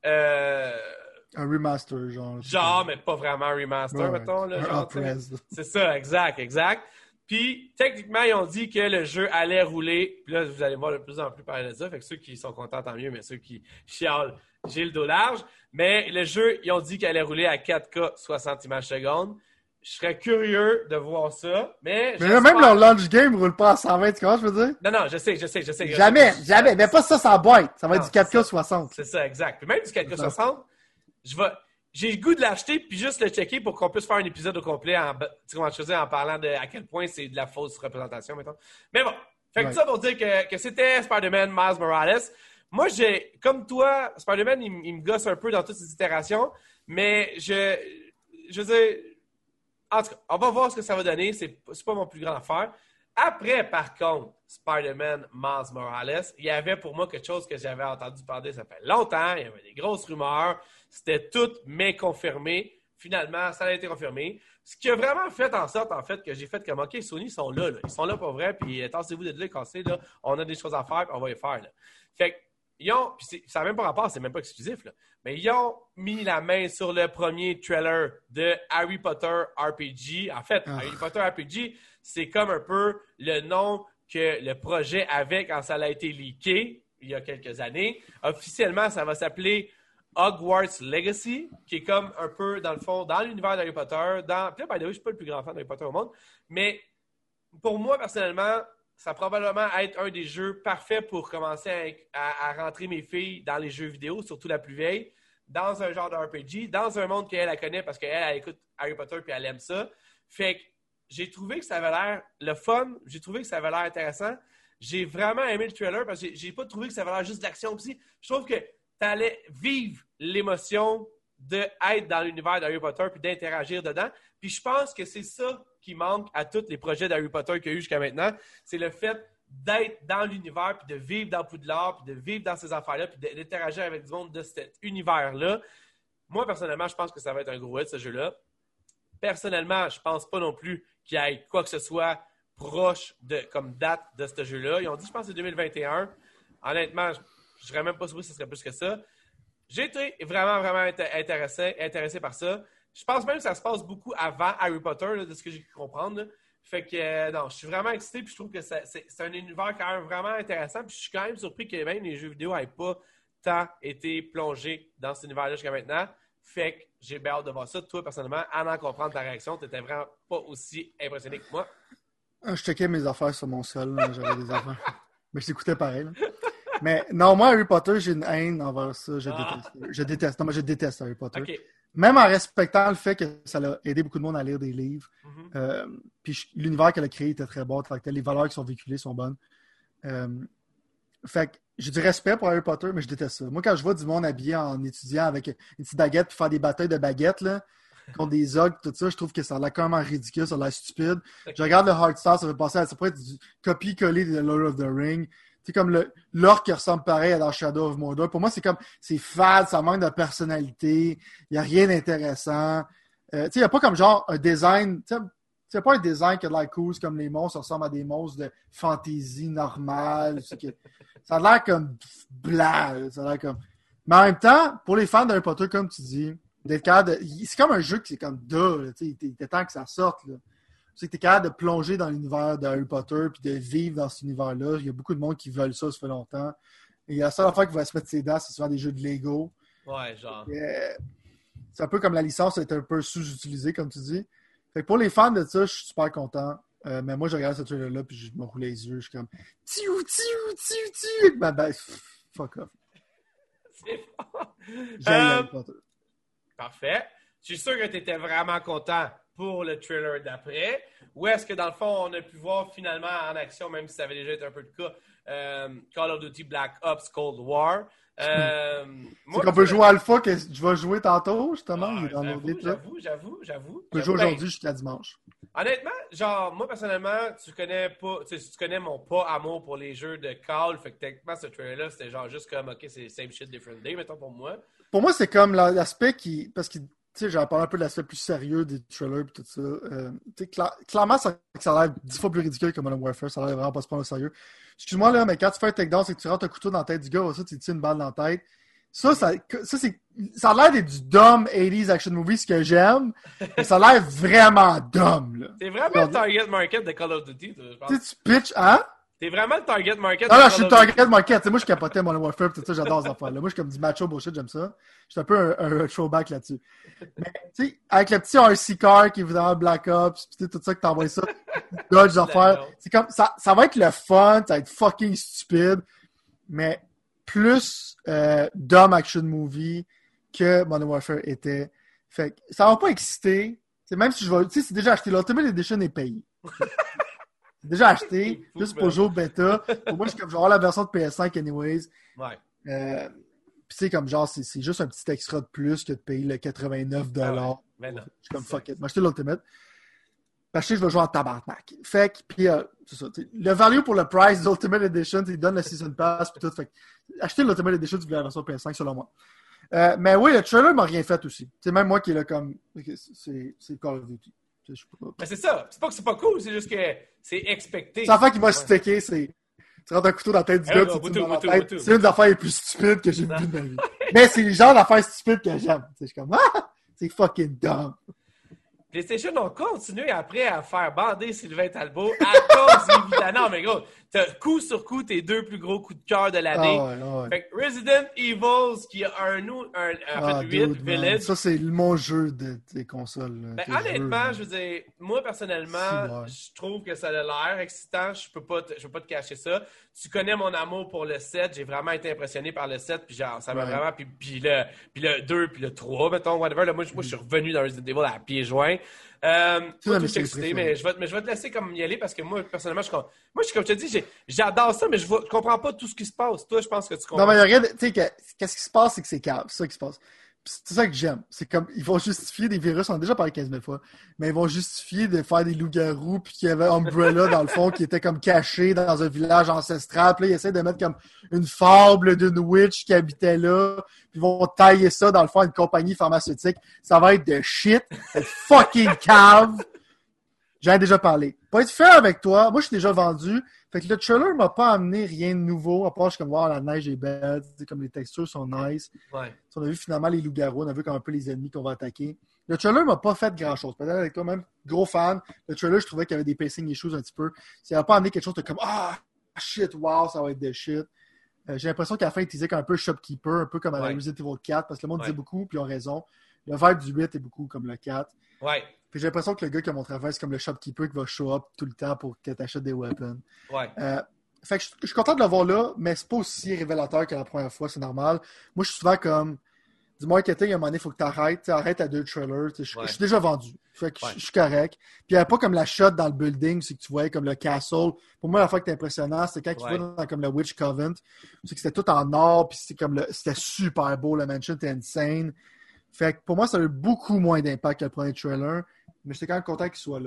Euh, Un remaster, genre. genre, mais pas vraiment remaster, Ouais, mettons. Là, un genre, tu sais. up-res. C'est ça, exact, exact. Puis, techniquement, ils ont dit que le jeu allait rouler. Puis là, vous allez voir de plus en plus parler de ça. Fait que ceux qui sont contents, tant mieux, mais ceux qui chialent, j'ai le dos large. Mais le jeu, ils ont dit qu'il allait rouler à quatre K soixante images secondes. Je serais curieux de voir ça. Mais, Mais là, même j'espère- leur launch game roule pas à cent vingt, tu comprends, je veux dire? Non, non, je sais, je sais, je sais. Jamais, Je- jamais. Mais pas ça sans boîte. Ça va être Non, du quatre K c'est ça. soixante. C'est ça, exact. Puis même du quatre K C'est ça. soixante, je vais... j'ai le goût de l'acheter puis juste le checker pour qu'on puisse faire un épisode au complet en, tu sais comment je faisais, en parlant de à quel point c'est de la fausse représentation, mettons. Mais bon, fait que Ouais. ça pour dire que, que c'était Spider-Man Miles Morales. Moi, j'ai, comme toi, Spider-Man, il, il me gosse un peu dans toutes ces itérations, mais je, je veux dire, en tout cas, on va voir ce que ça va donner. C'est, c'est pas mon plus grand affaire. Après, par contre, Spider-Man Miles Morales, il y avait pour moi quelque chose que j'avais entendu parler, ça fait longtemps, il y avait des grosses rumeurs, c'était tout mais confirmé. Finalement, ça a été confirmé. Ce qui a vraiment fait en sorte, en fait, que j'ai fait comme, OK, Sony, ils sont là, là. Ils sont là pour vrai, puis euh, tassez-vous de là, cassez, là. On a des choses à faire, puis on va les faire, là. Fait que, ils ont, puis c'est- ça n'a même pas rapport, c'est même pas exclusif, là. Mais ils ont mis la main sur le premier trailer de Harry Potter R P G. En fait, Ah. Harry Potter R P G, c'est comme un peu le nom que le projet avait quand ça a été leaké il y a quelques années. Officiellement, ça va s'appeler Hogwarts Legacy, qui est comme un peu, dans le fond, dans l'univers d'Harry Potter. Dans... Puis là, by the way, je suis pas le plus grand fan d'Harry Potter au monde, mais pour moi, personnellement, ça va probablement être un des jeux parfaits pour commencer à, à- à rentrer mes filles dans les jeux vidéo, surtout la plus vieille, dans un genre de R P G, dans un monde qu'elle elle connaît parce qu'elle elle écoute Harry Potter puis elle aime ça. Fait que j'ai trouvé que ça avait l'air le fun, j'ai trouvé que ça avait l'air intéressant. J'ai vraiment aimé le trailer parce que j'ai, j'ai pas trouvé que ça avait l'air juste de l'action aussi. Je trouve que tu allais vivre l'émotion d'être dans l'univers d'Harry Potter puis d'interagir dedans. Puis je pense que c'est ça qui manque à tous les projets d'Harry Potter qu'il y a eu jusqu'à maintenant. C'est le fait d'être dans l'univers puis de vivre dans Poudlard puis de vivre dans ces affaires-là puis d'interagir avec du monde de cet univers-là. Moi, personnellement, je pense que ça va être un gros hit, ce jeu-là. Personnellement, je pense pas non plus qu'il y ait quoi que ce soit proche de comme date de ce jeu-là. Ils ont dit, je pense que c'est deux mille vingt et un. Honnêtement, je ne serais même pas sûr que ce serait plus que ça. J'ai été vraiment, vraiment intéressé, intéressé par ça. Je pense même que ça se passe beaucoup avant Harry Potter, là, de ce que j'ai pu comprendre. Là. Fait que, euh, non, je suis vraiment excité puis je trouve que ça, c'est, c'est un univers quand même vraiment intéressant. Puis je suis quand même surpris que même les jeux vidéo n'aient pas tant été plongés dans cet univers-là jusqu'à maintenant. Fait que j'ai bien hâte de voir ça. Toi, personnellement, à en comprendre ta réaction, tu n'étais vraiment pas aussi impressionné que moi. Je checkais mes affaires sur mon sol, là, j'avais des affaires. Mais je t'écoutais pareil. Là. Mais non, moi, Harry Potter, j'ai une haine envers ça. Je Ah. déteste. Je déteste. Non, mais je déteste Harry Potter. OK. Même en respectant le fait que ça a aidé beaucoup de monde à lire des livres. Mhm. Euh, puis je- l'univers qu'elle a créé était très bon. Fait que les valeurs qui sont véhiculées sont bonnes. Euh, fait que j'ai du respect pour Harry Potter, mais je déteste ça. Moi, quand je vois du monde habillé en étudiant avec une petite baguette puis faire des batailles de baguettes là, contre des ogres, tout ça, je trouve que ça a l'air quand même ridicule, ça a l'air stupide. Je regarde le Hardstyle, ça fait passer à ça pourrait être du copier-coller de Lord of the Ring. C'est comme le l'orc qui ressemble pareil à dans Shadow of Mordor. Pour moi, c'est comme c'est fade, ça manque de personnalité, il n'y a rien d'intéressant. Euh, tu sais, il n'y a pas comme genre un design. Tu sais, c'est pas un design qui a de l'air cool, c'est comme les monstres ressemblent à des monstres de fantasy normale. C'est que, ça a l'air comme blanc. Ça a l'air comme. Mais en même temps, pour les fans d'Harry Potter, comme tu dis, d'être capable de. C'est comme un jeu qui c'est comme duh, tu sais, il était temps que ça sorte. Là. C'est que tu es capable de plonger dans l'univers de Harry Potter puis de vivre dans cet univers-là. Il y a beaucoup de monde qui veulent ça, ça fait longtemps. Et la seule affaire qui va se mettre ses dents, c'est souvent des jeux de Lego. Ouais, genre. Et, euh, c'est un peu comme la licence est un peu sous-utilisée, comme tu dis. Fait que pour les fans de ça, je suis super content. Euh, mais moi, je regarde ce trailer-là puis je me roule les yeux. Je suis comme tiou, tiou, tiou, tiou. Ben, ben, fuck off. C'est fort. J'ai Euh, Harry Potter. Parfait. Je suis sûr que tu étais vraiment content pour le trailer d'après. Ou est-ce que, dans le fond, on a pu voir finalement en action, même si ça avait déjà été un peu le cas, euh, Call of Duty Black Ops Cold War. Euh, C'est qu'on peut jouer Alpha, que je vais jouer tantôt, justement. Ah, il est dans nos j'avoue, dates, là. j'avoue, j'avoue, j'avoue. On peut jouer aujourd'hui jusqu'à dimanche. Honnêtement, genre, moi, personnellement, tu connais pas, tu sais, tu connais mon pas amour pour les jeux de Call, fait que techniquement, ce trailer-là, c'était genre juste comme, ok, c'est same shit, different day, mettons, pour moi. Pour moi, c'est comme l'aspect qui. Parce que, tu sais, j'en parlé un peu de l'aspect plus sérieux des trailers et tout ça. Euh, tu sais, cla- clairement, ça, ça a l'air dix fois plus ridicule que Modern Warfare. Ça a l'air vraiment pas se prendre au sérieux. Excuse-moi, là, mais quand tu fais un takedown, c'est que tu rentres un couteau dans la tête du gars, ça, tu tires une balle dans la tête. Ça, ça, ça, c'est, ça a l'air d'être du dumb eighties action movie, ce que j'aime. Mais ça a l'air vraiment dumb, là. C'est vraiment le target market de Call of Duty, je pense. Tu sais, tu pitches, hein? T'es vraiment le target market. Non, non, je suis le target market. Tu sais, moi, je capotais Modern Warfare, tout ça, j'adore ces affaires-là. Moi, je suis comme du macho bullshit, j'aime ça. Je suis un peu un, un throwback là-dessus. Mais, tu sais, avec le petit R C car qui est évidemment Black Ops, pis tout ça, que t'envoies ça, dodge d'affaires. C'est comme, ça, ça va être le fun, ça va être fucking stupide, mais plus euh, dumb action movie que Modern Warfare était. Fait que ça va pas exciter. T'sais, même si je vais, tu sais, c'est déjà acheté. L'Ultimate Edition est payé. C'est déjà acheté, fou, juste pour jouer au bêta. Pour moi, je suis comme, je vais avoir la version de P S cinq anyways. Ouais. Euh, Puis tu sais, comme genre, c'est, c'est juste un petit extra de plus que de payer le quatre-vingt-neuf dollars. Ah ouais. Mais non. Je suis comme, fuck it. M'acheter l'Ultimate. Parce que je vais jouer en tabarnak. Fait que, puis euh, c'est ça. Le value pour le price de l'Ultimate Edition, il donne le Season Pass puis tout. Fait que, acheter l'Ultimate Edition, tu veux la version P S cinq, selon moi. Euh, mais oui, le trailer m'a rien fait aussi. C'est même moi qui est là comme, c'est, c'est Call of Duty. Mais c'est ça. C'est pas que c'est pas cool, c'est juste que c'est expecté. C'est l'affaire qui va se sticker, c'est. Tu rentres un couteau dans la tête du hey, gars, no, tu boutou, dans la boutou, tête. boutou. C'est une des affaires les plus stupides que j'ai vues de ma vie. Mais c'est le genre d'affaires stupides que j'aime. Je suis comme, ah! C'est fucking dumb. PlayStation ont continué après à faire bander Sylvain Talbot à cause évidemment. Non, mais gros, t'as coup sur coup tes deux plus gros coups de cœur de l'année. Ah ouais, ah ouais. Fait que Resident Evil, qui a un nous, un, en Ah, fait huit, dude, Village. Ça, c'est mon jeu de tes consoles. Ben, tes honnêtement, jeux, je veux dire, moi personnellement, si, je trouve que ça a l'air excitant. Je peux pas te, je peux pas te cacher ça. Tu connais mon amour pour le sept. J'ai vraiment été impressionné par le sept. Puis genre, ça m'a ouais. vraiment. Puis, puis, le, puis le deux, puis le trois, mettons, whatever. Là, moi, moi, je suis revenu dans Resident Evil à pieds joints. Euh, pas tout excité, mais je, vais, mais je vais te laisser comme y aller parce que moi, personnellement, je, moi, je, comme je te dis, j'ai, j'adore ça, mais je, vois, je comprends pas tout ce qui se passe. Toi, je pense que tu comprends. Non, mais regarde, tu sais, que, qu'est-ce qui se passe, c'est que c'est cave. C'est ça qui se passe. C'est ça que j'aime. C'est comme, ils vont justifier des virus, on a déjà parlé quinze mille fois, mais ils vont justifier de faire des loups-garous, puis qu'il y avait Umbrella, dans le fond, qui était comme caché dans un village ancestral. Puis là, ils essaient de mettre comme une fable d'une witch qui habitait là, puis ils vont tailler ça, dans le fond, à une compagnie pharmaceutique. Ça va être de shit, de fucking cave. J'en ai déjà parlé. Pour être fair avec toi, moi, je suis déjà vendu. Fait que le trailer m'a pas amené rien de nouveau, à part, je suis comme, wow, la neige est belle, comme les textures sont nice. Ouais. On a vu finalement les loups-garous, on a vu comme un peu les ennemis qu'on va attaquer. Le trailer m'a pas fait grand-chose. Peut-être avec toi même, gros fan. Le trailer, je trouvais qu'il y avait des pacing issues un petit peu. Ça n'a pas amené quelque chose de comme, ah, shit, wow, ça va être de shit. Euh, j'ai l'impression qu'à la fin, il disait un peu Shopkeeper, un peu comme à la ouais. Resident Evil quatre, parce que le monde ouais. disait beaucoup, puis ils ont raison. Le vibe du huit est beaucoup comme le quatre. Ouais. Puis j'ai l'impression que le gars qui a mon travail, c'est comme le shopkeeper qui va show up tout le temps pour que tu achètes des weapons. Ouais. Euh, fait que je, je suis content de le voir là, mais c'est pas aussi révélateur que la première fois, c'est normal. Moi, je suis souvent comme du marketing, à un moment donné, il faut que tu arrêtes. Arrête à deux trailers. Je, ouais. je suis déjà vendu. Fait que ouais. je, je suis correct. Puis il n'y avait pas comme la shot dans le building, c'est que tu voyais comme le castle. Pour moi, la fois qui était impressionnant, c'était quand ouais. tu vois dans comme le Witch Covent. C'est que c'était tout en or, puis c'était comme le, c'était super beau. Le mansion était insane. Fait que pour moi, ça a eu beaucoup moins d'impact que le premier trailer. Mais j'étais quand même content qu'il soit là.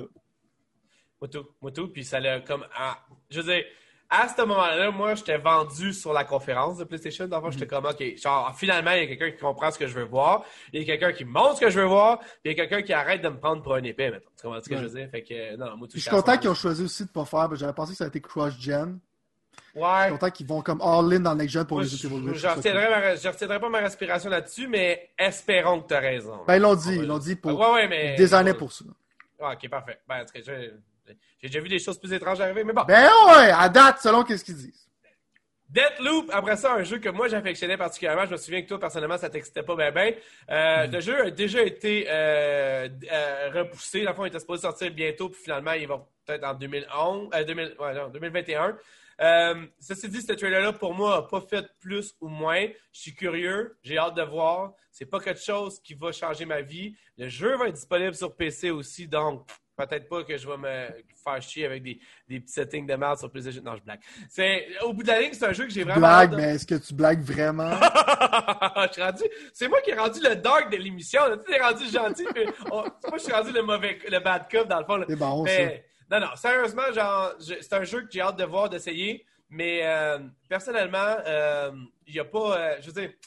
Moi tout, moi tout. Puis ça l'a comme... Ah, je veux dire, à ce moment-là, moi, j'étais vendu sur la conférence de PlayStation. D'abord, mm-hmm. j'étais comme, OK, genre, finalement, il y a quelqu'un qui comprend ce que je veux voir. Il y a quelqu'un qui me montre ce que je veux voir. Puis il y a quelqu'un qui arrête de me prendre pour un épée, maintenant. Tu comprends ce que ouais. je veux dire? Fait que, non, moi tout. Je suis content qu'ils ont choisi aussi de ne pas faire. Parce que j'avais pensé que ça a été cross-gen. Ouais. Je suis content qu'ils vont comme all-in dans Next Gen pour les Resident Evil. Je ne retiendrai pas ma respiration là-dessus, mais espérons que tu as raison. Ben, ils l'ont dit. Ils l'ont dit pour ouais, ouais, mais... des années pour ça. Ah, OK, parfait. Ben, parce que j'ai, j'ai déjà vu des choses plus étranges arriver, mais bon. Ben ouais, à date, selon qu'est-ce qu'ils disent. Deathloop, après ça, un jeu que moi j'affectionnais particulièrement. Je me souviens que toi, personnellement, ça t'excitait pas bien, bien. Euh, mm. Le jeu a déjà été euh, euh, repoussé. Dans le fond, il était supposé sortir bientôt, puis finalement, il va peut-être en deux mille onze, euh, deux mille, ouais, non, deux mille vingt et un. Euh, ceci dit, ce trailer-là, pour moi, n'a pas fait plus ou moins. Je suis curieux, j'ai hâte de voir. C'est pas quelque chose qui va changer ma vie. Le jeu va être disponible sur P C aussi, donc peut-être pas que je vais me faire chier avec des, des petits settings de merde sur PlayStation. Non, je blague. C'est, au bout de la ligne, c'est un jeu que j'ai vraiment... Blague, de... mais est-ce que tu blagues vraiment? je suis rendu... C'est moi qui ai rendu le dark de l'émission. Tu es rendu gentil, mais on... c'est moi qui suis rendu le mauvais, le bad cop dans le fond. Là. C'est bon, mais... Non, non, sérieusement, genre, je... c'est un jeu que j'ai hâte de voir, d'essayer. Mais euh, personnellement, il euh, n'y a pas... Euh, je veux dire...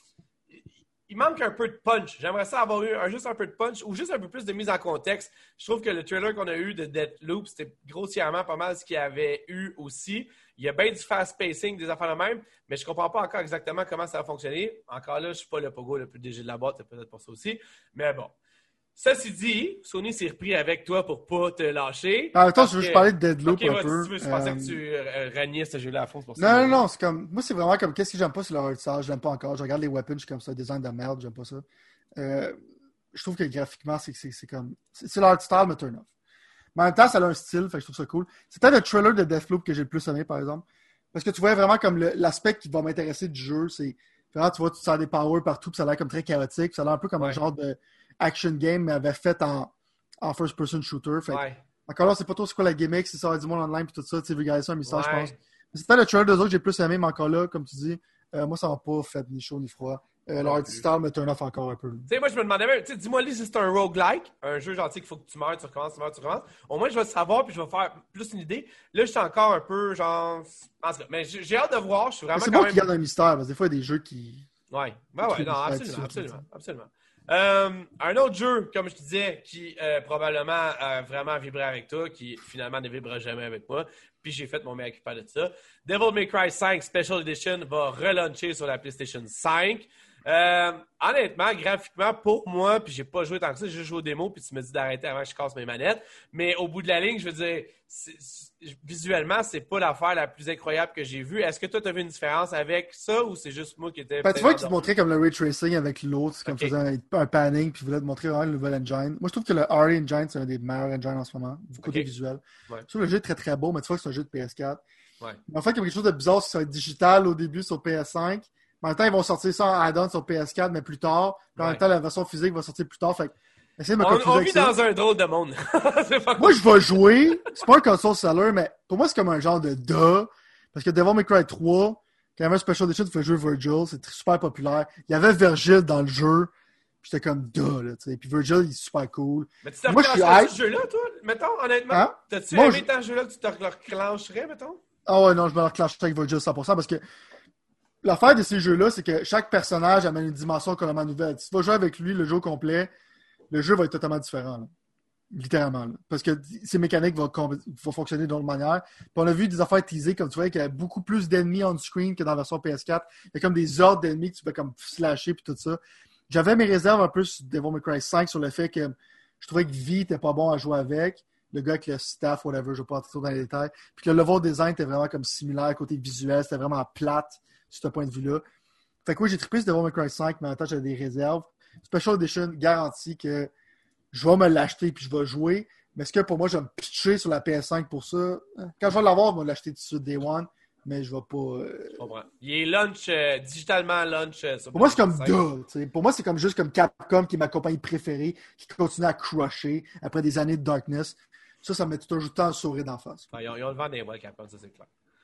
Il manque un peu de punch. J'aimerais ça avoir eu un, juste un peu de punch ou juste un peu plus de mise en contexte. Je trouve que le trailer qu'on a eu de Deathloop, c'était grossièrement pas mal ce qu'il y avait eu aussi. Il y a bien du fast pacing, des affaires de même, mais je comprends pas encore exactement comment ça va fonctionner. Encore là, je suis pas le pogo le plus léger de la boîte, c'est peut-être pour ça aussi. Mais bon. Ceci dit, Sony s'est repris avec toi pour pas te lâcher. En même temps, je veux juste parler de Deathloop okay, un ouais, peu. Tu veux, je pensais euh... que tu euh, reniais ce jeu-là à fond. Pour non, ça, non, non, c'est comme... Moi, c'est vraiment comme... Qu'est-ce que j'aime pas sur le art style? Je l'aime pas encore. Je regarde les weapons, je suis comme ça, design de merde, j'aime pas ça. Euh, je trouve que graphiquement, c'est, c'est, c'est comme... C'est, c'est l'art style, mais turn off. Mais en même temps, ça a un style, fait que je trouve ça cool. C'est peut-être le trailer de Deathloop que j'ai le plus aimé, par exemple. Parce que tu vois vraiment comme le, l'aspect qui va m'intéresser du jeu, c'est... Vraiment, tu vois, tu sens des powers partout, puis ça a l'air comme très chaotique. Ça a l'air un peu comme ouais. un genre de action game, mais avait fait en, en first-person shooter. Fait ouais. Encore là, c'est pas trop c'est quoi la gimmick, c'est ça, du monde online, puis tout ça. Tu sais, vulgariser ça, un message, ouais. je pense. Mais c'est peut-être le trailer des autres que j'ai plus aimé, mais encore là, comme tu dis, euh, moi, ça m'a pas fait ni chaud ni froid. Euh, L'art style me turn off encore un peu. Tu sais, moi, je me demandais même, tu sais, dis-moi, si c'est un roguelike, un jeu gentil qu'il faut que tu meurs, tu recommences, tu meurs, tu recommences. Au moins, je vais le savoir, puis je vais faire plus une idée. Là, je suis encore un peu, genre. En tout cas, mais j'ai hâte de voir. Je suis vraiment. Mais c'est quand bon même... qu'il garde un mystère, parce que des fois, il y a des jeux qui. Ouais, ben ouais, non, absolument, absolument, absolument. Euh, un autre jeu, comme je te disais, qui euh, probablement a vraiment vibré avec toi, qui finalement ne vibrera jamais avec moi, puis j'ai fait mon meilleur équipement de ça. Devil May Cry cinq Special Edition va relancer sur la PlayStation cinq. Euh, honnêtement, graphiquement, pour moi, puis j'ai pas joué tant que ça, j'ai juste joué aux démos, puis tu me dis d'arrêter avant que je casse mes manettes. Mais au bout de la ligne, je veux dire, c'est, c'est, visuellement, c'est pas l'affaire la plus incroyable que j'ai vue. Est-ce que toi, tu as vu une différence avec ça ou c'est juste moi qui étais. Ben, tu vois qu'il te montrait comme le ray tracing avec l'autre, comme okay. faisait un, un panning, puis voulait te montrer vraiment le nouvel engine. Moi, je trouve que le R E Engine, c'est un des meilleurs engines en ce moment, du côté okay. visuel. Ouais. Je trouve le jeu est très très beau, mais tu vois que c'est un jeu de P S quatre. Ouais. Mais en fait, il y a quelque chose de bizarre, c'est que ça va être digital au début sur P S cinq. En même temps, ils vont sortir ça en add-on sur P S quatre, mais plus tard. Puis en ouais. même temps, la version physique va sortir plus tard. Fait que, de me on, on vit dans ça. un drôle de monde. Moi, je vais jouer. C'est pas un console seller, mais pour moi, c'est comme un genre de duh. Parce que Devil May Cry trois, quand il y avait un Special Edition, tu fais jouer Virgil. C'est super populaire. Il y avait Virgil dans le jeu. J'étais comme duh, là, tu sais. Puis Virgil, il est super cool. Mais tu t'es reclenché ce jeu-là, toi? Mettons, honnêtement. Hein? T'as-tu moi, aimé je... tant ce jeu-là que tu te le reclencherais, mettons? Ah ouais, non, je me le reclencherais avec Virgil cent pour cent parce que l'affaire de ces jeux-là, c'est que chaque personnage amène une dimension complètement nouvelle. Si tu vas jouer avec lui le jeu complet, le jeu va être totalement différent. Là. Littéralement. Là. Parce que ses mécaniques vont, vont fonctionner d'une autre manière. Puis on a vu des affaires teasées, comme tu vois, qu'il y a beaucoup plus d'ennemis on-screen que dans la version P S quatre. Il y a comme des ordres d'ennemis que tu peux comme slasher puis tout ça. J'avais mes réserves un peu sur Devil May Cry cinq sur le fait que je trouvais que V était pas bon à jouer avec. Le gars avec le staff, whatever, je ne vais pas entrer trop dans les détails. Puis que le level design était vraiment comme similaire côté visuel. C'était vraiment plate sur ce point de vue-là. Fait que oui, j'ai trippé sur Devil May Cry cinq, mais en même temps, j'avais des réserves. Special Edition garantit que je vais me l'acheter puis je vais jouer. Mais est-ce que pour moi, je vais me pitcher sur la P S cinq pour ça? Quand je vais l'avoir, je vais l'acheter tout de suite Day One, mais je vais pas... Euh... Je comprends. Il est launch, euh, digitalement launch. Euh, sur pour moi, c'est comme duh. Pour moi, c'est comme juste comme Capcom qui est ma compagnie préférée, qui continue à crusher après des années de darkness. Ça, ça me met tout un temps à sourire d'en face. Ouais, ils, ont, ils ont le vent des voix, Capcom, ça c'est clair.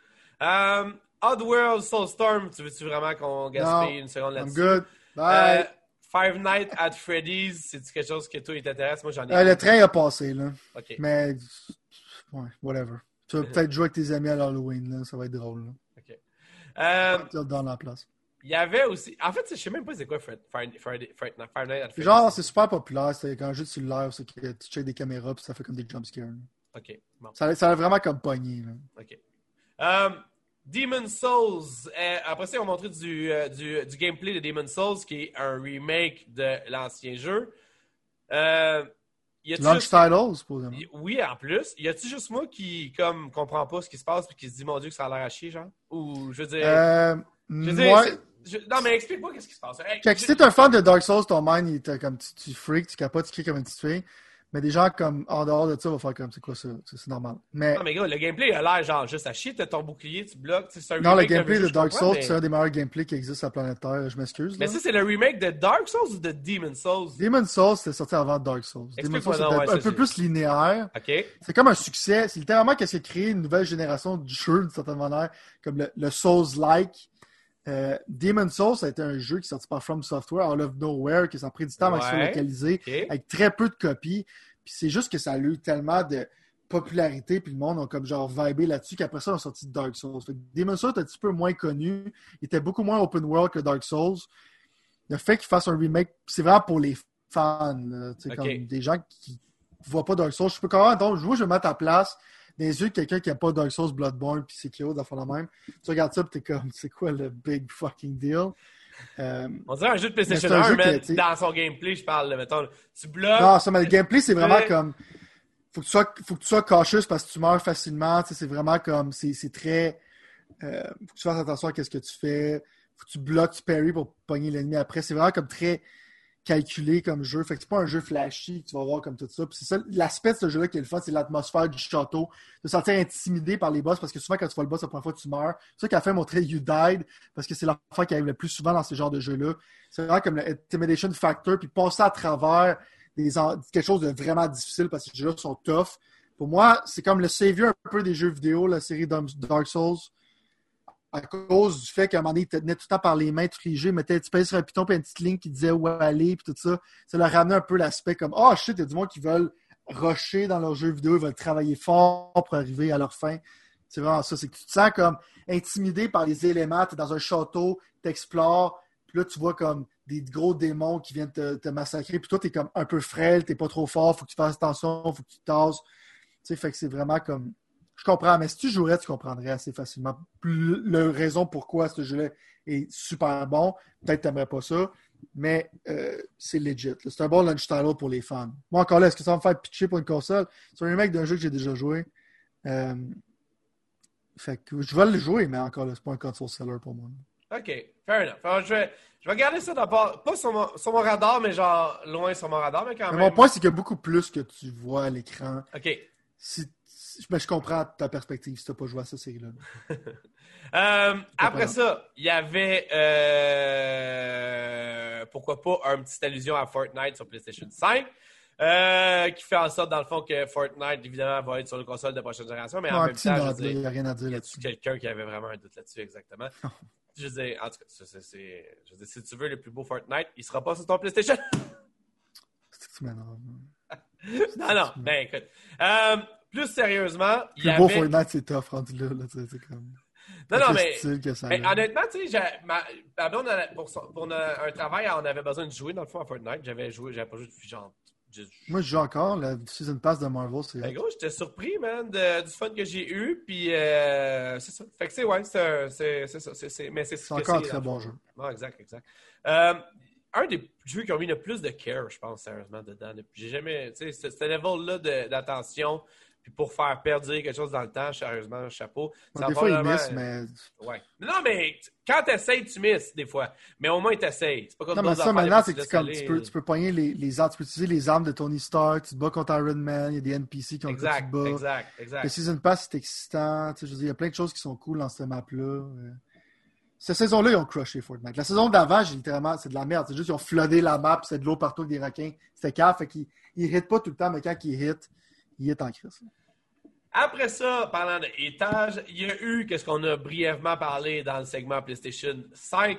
Um, Oddworld Soulstorm, tu veux-tu vraiment qu'on gaspille une seconde là-dessus? I'm good. Bye. Euh, Five Nights at Freddy's, c'est-tu quelque chose que toi, il t'intéresse? Moi, j'en ai. Euh, le train a passé, là. OK. Mais, ouais, whatever. Tu vas peut-être jouer avec tes amis à l'Halloween, là. Ça va être drôle, là. OK. Euh, tu vas dans la place. Il y avait aussi... En fait, je sais même pas c'est quoi Five Nights at Freddy's. Genre, c'est super populaire. C'est un jeu de cellulaire, c'est que tu checkes des caméras puis ça fait comme des jumpscares. OK, bon. Ça, ça a vraiment comme pogné, là. OK. Um, Demon's Souls. Euh, après ça, ils ont montré du, euh, du, du gameplay de Demon's Souls, qui est un remake de l'ancien jeu. Euh, Launch juste... titles, supposément. Oui, en plus. Y a-tu juste moi qui, comme, comprend pas ce qui se passe et qui se dit, mon Dieu, que ça a l'air à chier, genre? Ou, je veux dire... Euh, je veux moi... dire je... Non, mais explique-moi qu'est-ce qui se passe. Hey, je... Si t'es un fan de Dark Souls, ton mind, il comme, tu, tu freak, tu capotes, tu cries comme une petite fille. Mais des gens comme en dehors de ça vont faire comme c'est quoi ça? C'est, c'est normal. Mais, Non, mais gars, le gameplay a l'air genre juste à chier. T'as ton bouclier, tu bloques. C'est un non, le remake d'un gameplay jeu, de je Dark comprends, Souls, mais... c'est un des meilleurs gameplays qui existe sur la planète Terre. Je m'excuse. Mais là. ça, c'est le remake de Dark Souls ou de Demon's Souls? Demon's Souls, c'était sorti avant Dark Souls. Demon's Souls, Explique-moi c'était donc, ouais, un ça, peu j'ai- plus linéaire. OK. C'est comme un succès. C'est littéralement qu'est-ce qui a créé une nouvelle génération de jeux, d'une certaine manière, comme le, le Souls-like. Euh, Demon's Souls, ça a été un jeu qui est sorti par From Software, Out of Nowhere, qui s'est pris du temps à se Ouais. localiser, OK. avec très peu de copies. Puis c'est juste que ça a eu tellement de popularité, puis le monde a comme genre vibé là-dessus, qu'après ça, on a sorti Dark Souls. Fait que Demon's Souls est un petit peu moins connu. Il était beaucoup moins open world que Dark Souls. Le fait qu'il fasse un remake, c'est vraiment pour les fans. Là, tu sais, OK. comme des gens qui ne voient pas Dark Souls. Je peux quand même, donc, moi, je vais mettre à place dans les yeux de quelqu'un qui n'a pas Dark Souls, Bloodborne, puis c'est Sekiro, d'en faire la même. Tu regardes ça, puis t'es comme, c'est quoi le big fucking deal? Euh, On dirait un jeu de PlayStation Mais c'est un un, jeu man. que, tu sais- Dans son gameplay, je parle, là, mettons. Tu bloques. non, ça, mais le gameplay, c'est vraiment Ouais. comme. Faut que tu sois, faut que tu sois cautious parce que tu meurs facilement. Tu sais, c'est vraiment comme. C'est, c'est très. Euh, faut que tu fasses attention à ce que tu fais. Faut que tu bloques, tu parry pour pogner l'ennemi après. C'est vraiment comme très calculé comme jeu. Fait que c'est pas un jeu flashy que tu vas voir comme tout ça. Puis c'est ça, l'aspect de ce jeu-là qui est le fun, c'est l'atmosphère du château. De te sentir intimidé par les boss parce que souvent quand tu vois le boss la première fois, tu meurs. C'est ça qui a fait montrer You Died parce que c'est l'affaire qui arrive le plus souvent dans ce genre de jeux-là. C'est vraiment comme le Intimidation Factor. Puis passer à travers des en... quelque chose de vraiment difficile parce que ces jeux-là sont tough. Pour moi, c'est comme le savior un peu des jeux vidéo, la série Dark Souls. À cause du fait qu'à un moment donné, il te tenait tout le temps par les mains, tous les jeux, il mettait, tu payais sur un piton, puis une petite ligne qui disait où aller, puis tout ça. Ça leur ramenait un peu l'aspect comme, oh shit, il y a du monde qui veulent rusher dans leurs jeux vidéo, ils veulent travailler fort pour arriver à leur fin. C'est vraiment ça, c'est que tu te sens comme intimidé par les éléments, tu es dans un château, tu explores, puis là, tu vois comme des gros démons qui viennent te, te massacrer, puis toi, tu es comme un peu frêle, tu n'es pas trop fort, faut que tu fasses attention, faut que tu te tasses. Tu sais, fait que c'est vraiment comme. Je comprends, mais si tu jouerais, tu comprendrais assez facilement la raison pourquoi ce jeu-là est super bon. Peut-être que tu n'aimerais pas ça, mais euh, c'est legit. Là. C'est un bon launch title pour les fans. Moi, encore là, est-ce que ça va me faire pitcher pour une console? C'est un remake d'un jeu que j'ai déjà joué. Euh, fait que je vais le jouer, mais encore là, c'est pas un console seller pour moi. OK, fair enough. Alors, je, vais, je vais garder ça d'abord, pas sur mon, sur mon radar, mais genre loin sur mon radar, mais quand Mais même. mon point, c'est qu'il y a beaucoup plus que tu vois à l'écran. OK. Si, si- ben, je comprends ta perspective si tu n'as pas joué à cette série-là. Euh, après pas ça, il y avait, euh, pourquoi pas, une petite allusion à Fortnite sur PlayStation cinq, euh, qui fait en sorte, dans le fond, que Fortnite, évidemment, va être sur le console de prochaine génération, mais en Ouais, un même petit temps, je nod, veux là, il dire, n'y a rien à dire y a là-dessus. quelqu'un qui avait vraiment un doute là-dessus, exactement? Je veux dire, en tout cas, c'est, c'est, c'est, je veux dire, si tu veux le plus beau Fortnite, il sera pas sur ton PlayStation. C'est que tu m'énerves. non, non, ben écoute. Euh, plus sérieusement, il y Le beau avait... Fortnite, c'est tough rendu là. là tu sais, c'est comme... Non, non, le mais, style que ça mais a. honnêtement, tu sais, j'ai- ma, ma blonde, elle, pour, son- pour na- un travail, on avait besoin de jouer, dans le fond, à Fortnite. J'avais joué, j'avais pas joué depuis genre... je- Moi, je joue encore. La Season Pass de Marvel, c'est... Ben gros, j'étais surpris, man, de- du fun que j'ai eu, puis euh, c'est ça. Fait que c'est, ouais, c'est, un- c'est, c'est ça. C'est, c'est, mais c'est, ce C'est que encore un c'est, très dans le bon fond. jeu. Non, exact, exact. Euh, un des jeux qui ont mis le plus de care, je pense, sérieusement, dedans. Depuis- J'ai jamais, tu sais, ce, ce level-là de- d'attention, puis pour faire perdurer quelque chose dans le temps, sérieusement, chapeau. Bon, Ça des va fois, ils vraiment- missent, mais... Ouais. Non, mais t- quand t'essayes, tu misses, des fois. Mais au moins, t'essayes. C'est pas comme Non, mais d'autres ça, affaires, maintenant, des fois, c'est tu que tu, laisses comme, aller. tu, peux, tu peux pogner les, les armes, tu peux utiliser les armes de Tony Stark, tu te bats contre Iron Man, il y a des N P C qui ont le coup, tu Exact, te bats. exact, Le exact. Season Pass, c'est excitant. Tu sais, je veux dire, il y a plein de choses qui sont cool dans cette map-là. Euh, Cette saison-là, ils ont crushé Fortnite. La saison d'avant, j'ai littéralement, c'est de la merde. C'est juste qu'ils ont floodé la map, c'est de l'eau partout avec des requins. C'était cave, fait qu'ils ils hitent pas tout le temps, mais quand ils hitent, ils hitent en crise. Après ça, parlant de étage, il y a eu, qu'est-ce qu'on a brièvement parlé dans le segment PlayStation cinq,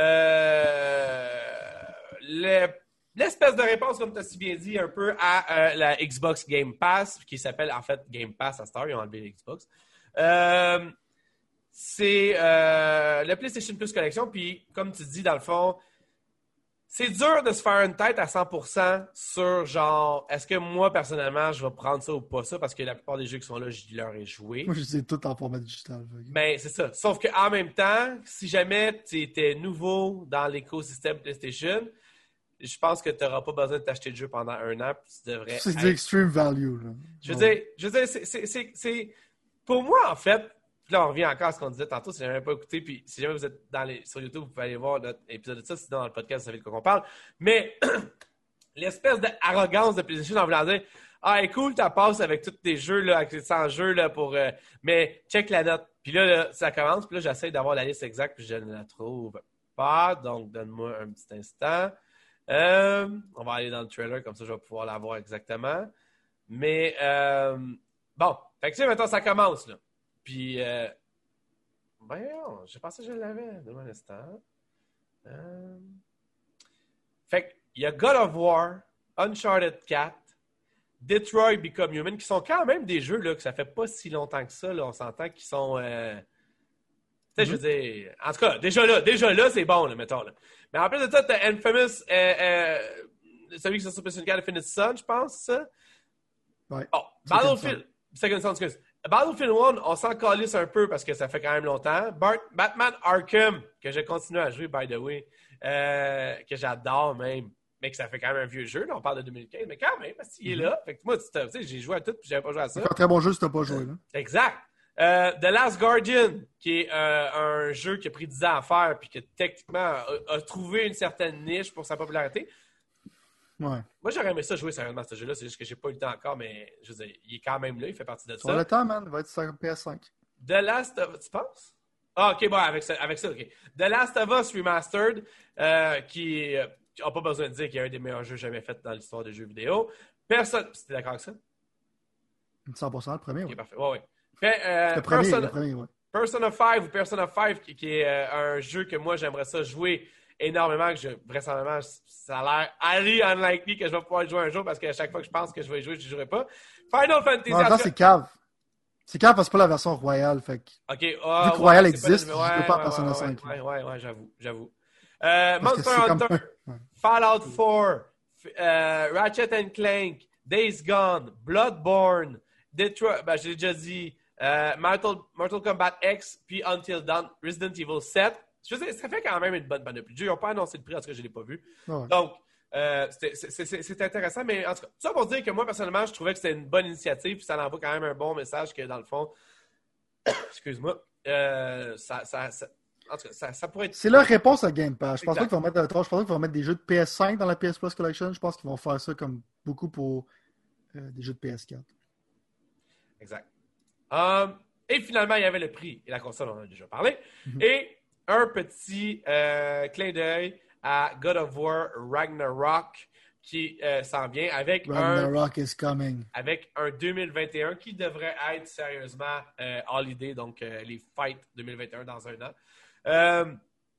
euh, le- l'espèce de réponse, comme tu as si bien dit, un peu à euh, la Xbox Game Pass, qui s'appelle en fait Game Pass à cette heure, ils ont enlevé les Xbox. Euh, c'est euh, le PlayStation Plus Collection, puis comme tu dis, dans le fond, c'est dur de se faire une tête à cent pour cent sur genre, est-ce que moi, personnellement, je vais prendre ça ou pas ça, parce que la plupart des jeux qui sont là, je leur ai joué. Moi, je les ai tout en format digital. fait que- Ben, c'est ça. Sauf qu'en même temps, si jamais tu étais nouveau dans l'écosystème PlayStation, je pense que tu n'auras pas besoin de t'acheter le jeu pendant un an, puis tu devrais C'est être- du extreme value. Là. Je veux Ouais. dire, je veux dire, c'est- c'est- c'est- c'est... Pour moi, en fait, puis là, on revient encore à ce qu'on disait tantôt, si jamais pas écouté, puis si jamais vous êtes dans les... sur YouTube, vous pouvez aller voir notre épisode de ça, sinon dans le podcast, vous savez de quoi on parle. Mais l'espèce d'arrogance de PlayStation en voulant dire « Ah, est cool ta passe avec tous tes jeux, là, avec cent jeux, là, pour... Euh, mais check la note. » Puis là, là, ça commence, puis là, j'essaie d'avoir la liste exacte, puis je ne la trouve pas. Donc, donne-moi un petit instant. Euh, on va aller dans le trailer, comme ça, je vais pouvoir la voir exactement. Mais, euh, bon, fait que tu sais, maintenant, ça commence, là. Puis, euh, ben, j'ai pensé que je l'avais. Donne-moi un instant. Euh, fait qu'il y a God of War, Uncharted quatre, Detroit Become Human, qui sont quand même des jeux là, que ça fait pas si longtemps que ça. Là, on s'entend qu'ils sont... Euh... Tu sais, mm-hmm. je veux dire... En tout cas, déjà là, déjà là, c'est bon, là, mettons. Là. Mais en plus de ça, t'as Infamous, euh, euh, celui qui est sur PlayStation quatre, Infinite Son, je pense, ça. Ouais. Oh, Battlefield... Second Son, excuse. Battlefield un, on s'en calisse un peu parce que ça fait quand même longtemps. Bart... Batman Arkham, que j'ai continué à jouer, by the way, euh, que j'adore même. Mais que ça fait quand même un vieux jeu. Là, on parle de deux mille quinze, mais quand même, parce qu'il est là. Fait que moi, tu sais, j'ai joué à tout puis j'avais pas joué à ça. C'est un très bon jeu si t'as pas joué. Là. Exact. Euh, The Last Guardian, qui est euh, un jeu qui a pris dix ans à faire puis qui, techniquement, a, a trouvé une certaine niche pour sa popularité. Ouais. Moi, j'aurais aimé ça jouer sérieusement à ce jeu-là. C'est juste que j'ai pas eu le temps encore, mais je veux dire, il est quand même là. Il fait partie de ça. Sur le temps, man. Il va être sur P S cinq. The Last of... Tu penses? Ah, OK, bon, avec ça, avec ça OK. The Last of Us Remastered, euh, qui... Euh, n'a pas besoin de dire qu'il y a un des meilleurs jeux jamais faits dans l'histoire des jeux vidéo. Personne... C'était d'accord avec ça? cent pour cent le premier, oui. OK, parfait. Ouais, ouais. Fait, euh, le premier, Persona... le premier, oui. Persona cinq ou Persona cinq, qui, qui est euh, un jeu que moi, j'aimerais ça jouer énormément, que je, vraisemblablement, ça a l'air highly unlikely que je vais pouvoir jouer un jour parce qu'à chaque fois que je pense que je vais y jouer, je ne jouerai pas. Final Fantasy... Non, non, c'est cave. C'est cave parce que c'est pas la version royale, fait que... OK. Uh, vu que ouais, Royal existe, ouais, je ne peux pas ouais, Persona ouais, cinq. Ouais, ouais, ouais, j'avoue, j'avoue. Euh, Parce Monster que Hunter, comme... ouais. Fallout quatre, euh, Ratchet and Clank, Days Gone, Bloodborne, Detroit, ben, je l'ai déjà dit, euh, Mortal, Mortal Kombat X, puis Until Dawn, Resident Evil sept. Je veux dire, ça fait quand même une bonne panoplie de jeux. Ils n'ont pas annoncé le prix, en tout cas, je ne l'ai pas vu. Ouais. Donc, euh, c'est intéressant, mais en tout cas, tout ça pour dire que moi, personnellement, je trouvais que c'était une bonne initiative, puis ça envoie quand même un bon message que, dans le fond, excuse-moi, euh, ça, ça, ça En tout cas, ça, ça pourrait être... C'est leur réponse à Game Pass. Je pense pas qu'ils vont mettre, je pense pas qu'ils vont mettre des jeux de P S cinq dans la P S Plus Collection. Je pense qu'ils vont faire ça comme beaucoup pour euh, des jeux de P S quatre. Exact. Um, et finalement, il y avait le prix. Et la console, on en a déjà parlé. Mm-hmm. Et un petit euh, clin d'œil à God of War Ragnarok qui euh, s'en vient avec Ragnarok un... is coming. Avec un deux mille vingt et un qui devrait être sérieusement euh, holiday, donc euh, les fights deux mille vingt et un dans un an. Il euh,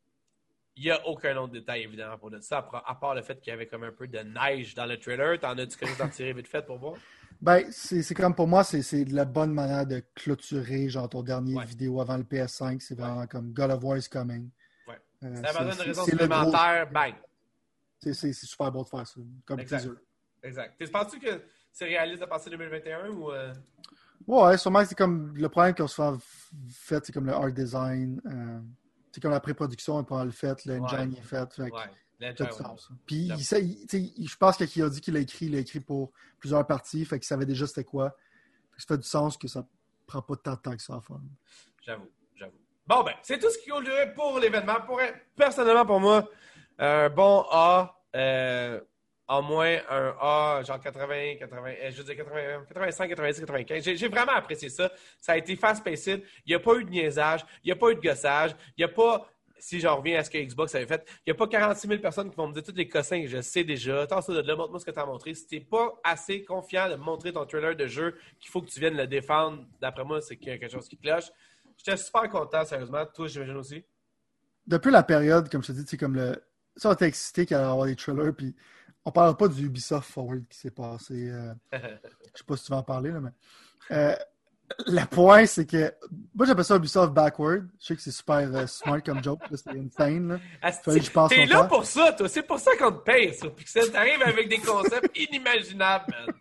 n'y a aucun autre détail, évidemment, pour de ça, à part le fait qu'il y avait comme un peu de neige dans le trailer. T'en as-tu quelque chose d'en tirer vite fait pour voir? Ben, c'est comme pour moi, c'est de la bonne manière de clôturer genre ton dernier ouais. vidéo avant le P S cinq. C'est vraiment ouais. comme God of War is coming. Ouais. Euh, ça va donner une raison supplémentaire, bang! C'est super beau de faire ça, comme exact. teaser. Exact. Penses-tu que c'est réaliste de passer deux mille vingt et un ou... Euh... Ouais, sûrement, c'est comme le problème qu'on se fait, c'est comme le art design. Euh... C'est comme la pré-production est pas mal faite, l'engine ouais. est fait. fait ouais. tout ça. Puis il, il, il, je pense que qui a dit qu'il a écrit, il a écrit pour plusieurs parties, fait qu'il savait déjà c'était quoi. Ça fait du sens que ça prend pas tant de temps que ça à faire. J'avoue, j'avoue. Bon ben, c'est tout ce qu'il y a pour l'événement. Pour personnellement pour moi, un bon A, euh, en moins un A, genre quatre-vingts, quatre-vingts, je veux dire quatre-vingts, quatre-vingt-cinq, quatre-vingt-dix, quatre-vingt-quinze. J'ai, j'ai vraiment apprécié ça. Ça a été fast-paced. Il n'y a pas eu de niaisage. Il n'y a pas eu de gossage. Il n'y a pas, si j'en reviens à ce que Xbox avait fait, il n'y a pas quarante-six mille personnes qui vont me dire tous les cossins que je sais déjà. T'en ça de là, montre-moi ce que tu as montré. Si tu n'es pas assez confiant de montrer ton trailer de jeu qu'il faut que tu viennes le défendre, d'après moi, c'est qu'il y a quelque chose qui cloche. J'étais super content, sérieusement. Toi, j'imagine aussi. Depuis la période, comme je te dis, c'est comme le... Ça, on était excité qu'il y allait avoir des trailers, puis on parle pas du Ubisoft Forward qui s'est passé. Euh... je sais pas si tu vas en parler, là, mais... Euh, le point, c'est que... Moi, j'appelle ça Ubisoft Backward. Je sais que c'est super euh, smart comme joke. Là, c'est insane. Là. Asti, je pense t'es là pour ça, toi. C'est pour ça qu'on te paye sur Pixel. T'arrives avec des concepts inimaginables, man.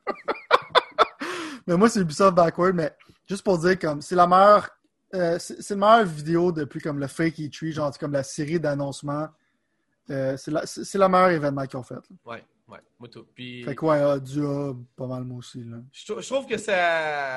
Mais moi, c'est Ubisoft Backward, mais juste pour dire, comme, c'est la meilleure... Euh, c'est, c'est la meilleure vidéo depuis comme le Fake E trois, genre comme la série d'annoncements. Euh, c'est, la, c'est, c'est le meilleur événement qu'ils ont fait. Là. Ouais, ouais, moi tout. Puis... Fait quoi, ouais, du A, pas mal moi aussi. Là. Je, je trouve que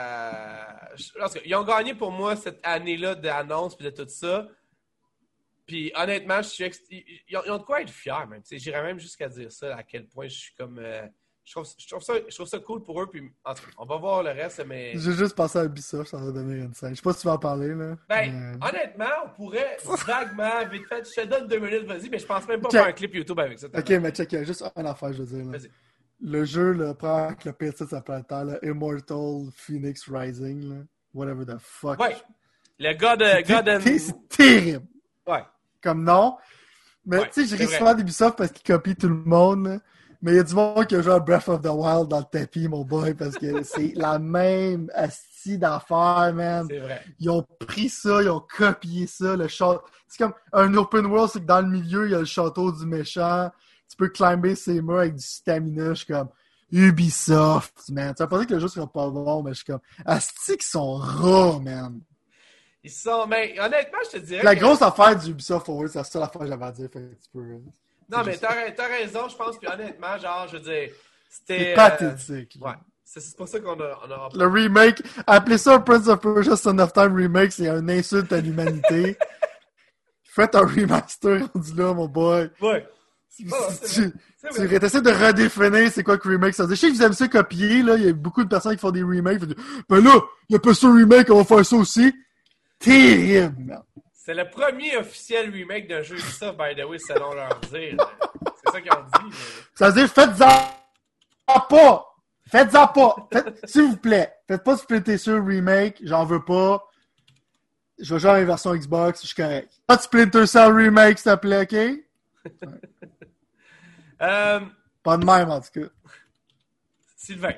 ça... Je, ils ont gagné pour moi cette année-là d'annonce et de tout ça. puis honnêtement, je suis ex... ils, ils ont de quoi être fiers, même. J'irais même jusqu'à dire ça, à quel point je suis comme... Euh... Je trouve, je, trouve ça, je trouve ça cool pour eux, puis en tout cas, on va voir le reste, mais... J'ai juste pensé à Ubisoft, ça va devenir une scène. Je sais pas si tu vas en parler, là. Ben, mais... honnêtement, on pourrait vaguement, vite fait, je te donne deux minutes, vas-y, mais je pense même pas okay. faire un clip YouTube avec ça. Ok, mais check, il y a juste une affaire, je veux dire. Là. Vas-y. Le jeu, le prend le pire titre ça peut temps, là, Immortal Phoenix Rising, là. Whatever the fuck. Ouais. Le gars de... God and... C'est terrible. Ouais. Comme nom. Mais ouais, tu sais, je ris souvent d'Ubisoft parce qu'ils copient tout le monde, là. Mais il y a du monde qui a joué à Breath of the Wild dans le tapis, mon boy, parce que c'est la même asti d'affaires, man. C'est vrai. Ils ont pris ça, ils ont copié ça, le château. C'est comme un open world, c'est que dans le milieu, il y a le château du méchant. Tu peux climber ses murs avec du stamina. Je suis comme Ubisoft, man. Ça veut pas dire que le jeu sera pas bon, mais je suis comme asti qu'ils sont raw, man. Ils sont... Mais honnêtement, je te dirais La que... grosse affaire du Ubisoft Forward, c'est la seule affaire que j'avais à dire. Fait que tu peux... Non, mais t'as, t'as raison, je pense, puis honnêtement, genre, je veux dire, c'était... C'est pathétique. Euh... Ouais, c'est, c'est pour ça qu'on a... On a... Le remake, appelez ça un Prince of Persia Son of Time remake, c'est une insulte à l'humanité. Faites un remaster rendu là, mon boy. Ouais. Tu, oh, c'est tu, tu essaies de redéfinir c'est quoi que remake ça veut dire. Je sais que vous aimez ça copier, là, il y a beaucoup de personnes qui font des remakes. Ben là, il y a pas ça remake, on va faire ça aussi. Terrible, man. C'est le premier officiel remake d'un jeu Ubisoft, by the way, selon leur dire. C'est ça qu'ils ont dit. Mais... Ça veut dire, faites-en pas! Faites-en pas! Faites, s'il vous plaît, faites pas Splinter Cell remake, j'en veux pas. Je vais jouer à la version Xbox, je suis correct. Pas de Splinter Cell remake, s'il te plaît, ok? Ouais. euh... Pas de même, en tout cas. Sylvain.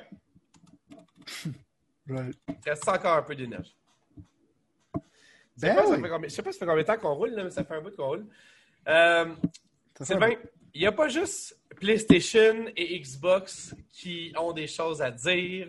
Right. Il reste encore un peu d'énergie. Ben pas, oui. ça fait combien, je sais pas ça fait combien de temps qu'on roule, là, mais ça fait un bout qu'on roule. Euh, Sylvain, il n'y a pas juste PlayStation et Xbox qui ont des choses à dire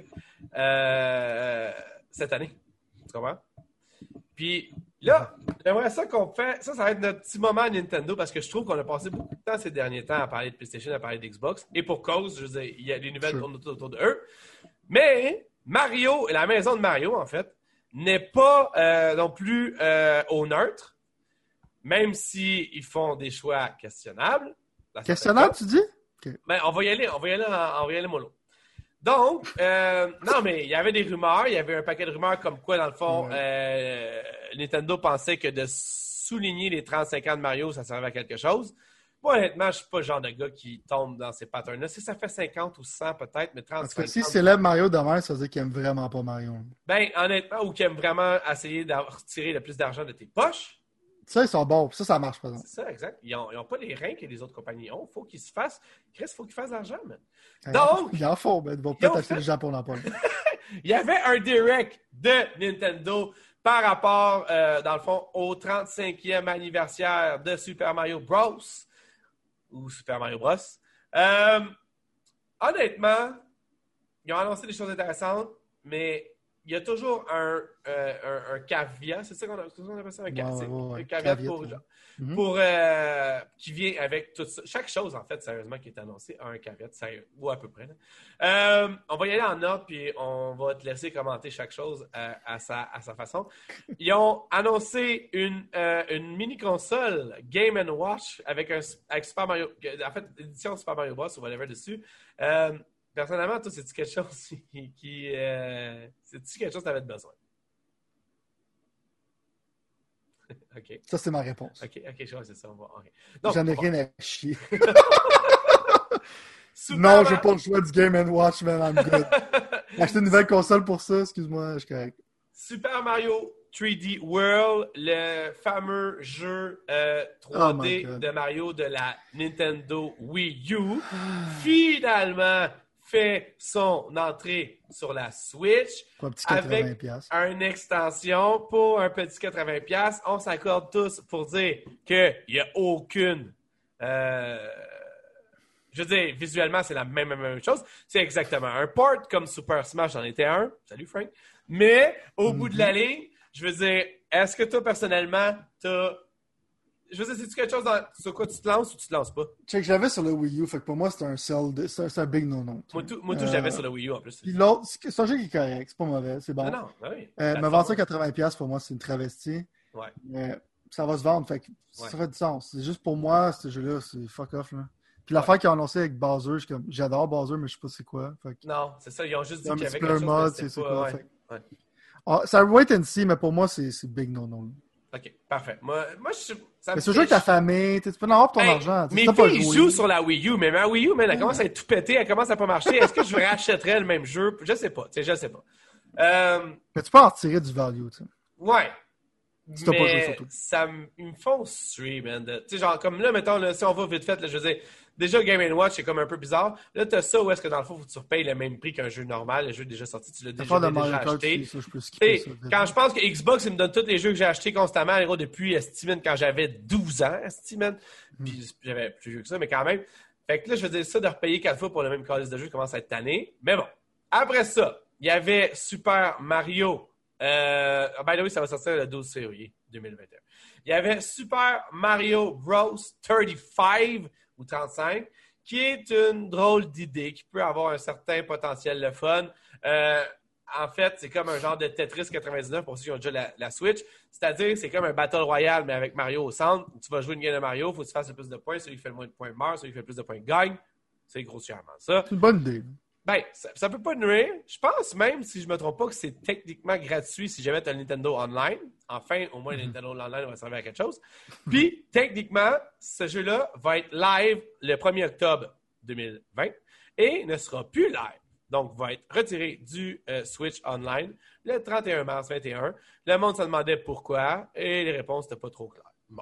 euh, cette année. Tu comprends? Puis là, j'aimerais ça qu'on fait... Ça, ça va être notre petit moment à Nintendo parce que je trouve qu'on a passé beaucoup de temps ces derniers temps à parler de PlayStation, à parler d'Xbox. Et pour cause, je veux dire, il y a des nouvelles tournent autour, autour de eux. Mais Mario, la maison de Mario, en fait, n'est pas euh, non plus euh, au neutre, même s'ils font des choix questionnables. Questionnables, tu dis? Okay. Ben, on va y aller, on va y aller, en, on va y aller mollo. Donc, euh, non, mais il y avait des rumeurs, il y avait un paquet de rumeurs comme quoi, dans le fond, ouais. euh, Nintendo pensait que de souligner les trente-cinq ans de Mario, ça servait à quelque chose. Moi, honnêtement, je suis pas le genre de gars qui tombe dans ces patterns-là. Si ça fait cinquante ou cent peut-être, mais trente, cinquante... Si célèbre Mario demain, ça veut dire qu'il aime vraiment pas Mario. Ben, honnêtement, ou qu'il aime vraiment essayer de retirer le plus d'argent de tes poches. Ça, ils sont bons. Ça, ça marche, par exemple. C'est ça, exact. Ils n'ont pas les reins que les autres compagnies ont. Il faut qu'ils se fassent. Chris, il faut qu'ils fassent de l'argent, man. Donc... Ils en font, mais ils vont peut-être acheter fait... le Japon dans pas. Il y avait un direct de Nintendo par rapport, euh, dans le fond, au trente-cinquième anniversaire de Super Mario Bros. Ou Super Mario Bros. Euh, honnêtement, ils ont annoncé des choses intéressantes, mais il y a toujours un, euh, un, un caveat, c'est ça qu'on appelle ça, un, ca... ouais, ouais, ouais. un caveat, caveat pour, ouais. mm-hmm. pour euh, qui vient avec tout ça. Chaque chose, en fait, sérieusement, qui est annoncée a un caveat, sérieux, ou à peu près. Euh, on va y aller en ordre, puis on va te laisser commenter chaque chose à, à, sa, à sa façon. Ils ont annoncé une, euh, une mini-console Game and Watch avec, un, avec Super Mario, en fait, édition Super Mario Bros. Ou whatever dessus. Euh, Personnellement, toi, c'est-tu quelque chose qui... qui euh, c'est-tu quelque chose que tu avais besoin? OK. Ça, c'est ma réponse. OK, OK, je vois, c'est ça. On va... okay. Donc, J'en ai rien à chier. Non, je n'ai pas le choix du Game and Watch, man, I'm good. Acheter une nouvelle console pour ça, excuse-moi, je suis correct. Super Mario trois D World, le fameux jeu euh, trois D oh de Mario de la Nintendo Wii U, finalement... fait son entrée sur la Switch pour un petit avec une extension pour un petit quatre-vingts dollars. On s'accorde tous pour dire qu'il n'y a aucune... Euh, je veux dire, visuellement, c'est la même, même, même chose. C'est exactement un port comme Super Smash en était un. Salut, Frank. Mais au mm-hmm. bout de la ligne, je veux dire, est-ce que toi, personnellement, tu as... Je veux dire, c'est-tu quelque chose dans... sur quoi tu te lances ou tu te lances pas? Check, j'avais sur le Wii U, fait que pour moi, c'est un sell, de... c'est, un, c'est un big no-no. Moi, tout, moi, tout euh... j'avais sur le Wii U en plus. Puis l'autre, c'est un jeu qui est correct, c'est pas mauvais, c'est bon. Non, non, oui. Euh, me vendre ça quatre-vingts dollars pour moi, c'est une travestie. Ouais. Euh, ça va se vendre. Fait que Ouais. ça fait du sens. C'est juste pour moi, ce jeu-là, c'est fuck off. Là. Puis l'affaire Ouais. qu'ils ont annoncé avec Bowser, je suis comme, j'adore Bowser, mais je sais pas c'est quoi. Fait que, Non, c'est ça. Ils ont juste dit un qu'il y avait multiplayer quelque chose, mode, mais c'est c'était c'est pas... quoi. Ouais. Fait que- Ouais. Ah, ça wait and see, mais pour moi, c'est c'est big no-no. OK, parfait. Moi, moi je, ça me Mais c'est un jeu avec ta famille, tu peux en avoir pour ton Hey, argent. Tu mes sais pas filles jouer. jouent sur la Wii U, mais ma Wii U, man, elle Ouais. commence à être tout pétée, elle commence à pas marcher. Est-ce que je rachèterais le même jeu? Je sais pas, tu sais, je sais pas. Euh, Mais tu peux en retirer du value, tu sais. ouais. Si t'as mais pas joué, surtout. ça me, ils me font suer, man. de- Tu sais, genre, comme là, mettons, là, si on va vite fait, là, je veux dire, déjà, Game and Watch, c'est comme un peu bizarre. Là, t'as ça où est-ce que dans le fond, faut que tu repayes le même prix qu'un jeu normal, le jeu est déjà sorti, tu l'as déjà, L'affaire de l'as déjà Mario Kart, acheté. c'est ça, je peux skipper T'sais, ça. vite. quand je pense que Xbox, il me donne tous les jeux que j'ai achetés constamment, gros, depuis Steam, quand j'avais douze ans, Steam, puis j'avais plus vieux que ça, mais quand même. Fait que là, je veux dire ça de repayer quatre fois pour le même calice de jeu, commence à être tanné. Mais bon. Après ça, il y avait Super Mario. Euh, by the way, ça va sortir le douze février deux mille vingt et un. Il y avait Super Mario Bros. trente-cinq ou trente-cinq, qui est une drôle d'idée, qui peut avoir un certain potentiel de fun. Euh, en fait, c'est comme un genre de Tetris quatre-vingt-dix-neuf pour ceux qui ont déjà la, la Switch. C'est-à-dire, c'est comme un Battle Royale, mais avec Mario au centre. Tu vas jouer une game de Mario, il faut que tu fasses le plus de points. Celui qui fait le moins de points meurt, celui qui fait le plus de points gagne. C'est grossièrement ça. C'est une bonne idée. Ben, ça, ça peut pas nuire. Je pense même, si je me trompe pas, que c'est techniquement gratuit si jamais tu as le Nintendo Online. Enfin, au moins, le Nintendo Online va servir à quelque chose. Puis, techniquement, ce jeu-là va être live le premier octobre deux mille vingt et ne sera plus live. Donc, va être retiré du euh, Switch Online le trente et un mars vingt et un. Le monde se demandait pourquoi et les réponses n'étaient pas trop claires. Bon.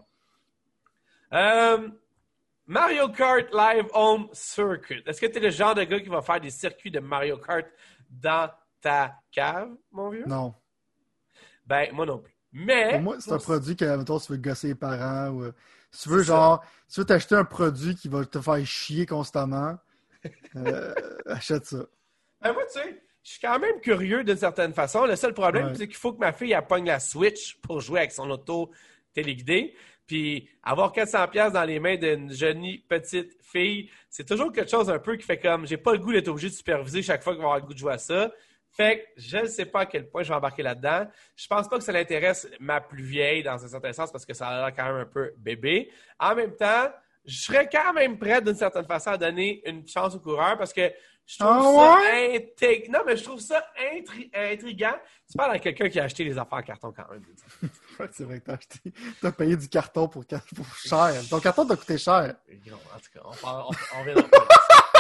Euh... Mario Kart Live Home Circuit. Est-ce que tu es le genre de gars qui va faire des circuits de Mario Kart dans ta cave, mon vieux? Non. Ben, moi non plus. Mais. Pour moi, c'est un produit que, mettons, si tu veux gosser les parents ou. euh, Si tu veux, C'est ça. genre, si tu veux t'acheter un produit qui va te faire chier constamment, euh, achète ça. Ben, moi, tu sais, je suis quand même curieux d'une certaine façon. Le seul problème, Ouais. c'est qu'il faut que ma fille elle pogne la Switch pour jouer avec son auto téléguidé. Puis avoir quatre cents dollars dans les mains d'une jolie petite fille, c'est toujours quelque chose un peu qui fait comme j'ai pas le goût d'être obligé de superviser chaque fois qu'il va avoir le goût de jouer à ça. Fait que je ne sais pas à quel point je vais embarquer là-dedans. Je pense pas que ça l'intéresse ma plus vieille dans un certain sens parce que ça a l'air quand même un peu bébé. En même temps, je serais quand même prêt d'une certaine façon à donner une chance au coureur parce que je trouve Ah ça intég- Non, mais je trouve ça intri- intriguant. Tu parles à quelqu'un qui a acheté les affaires en carton quand même. Ouais, c'est vrai que t'as acheté. T'as payé du carton pour, pour cher. Ton carton t'a coûté cher. Gros, en tout cas, on, parle, on, on vient d'en parler.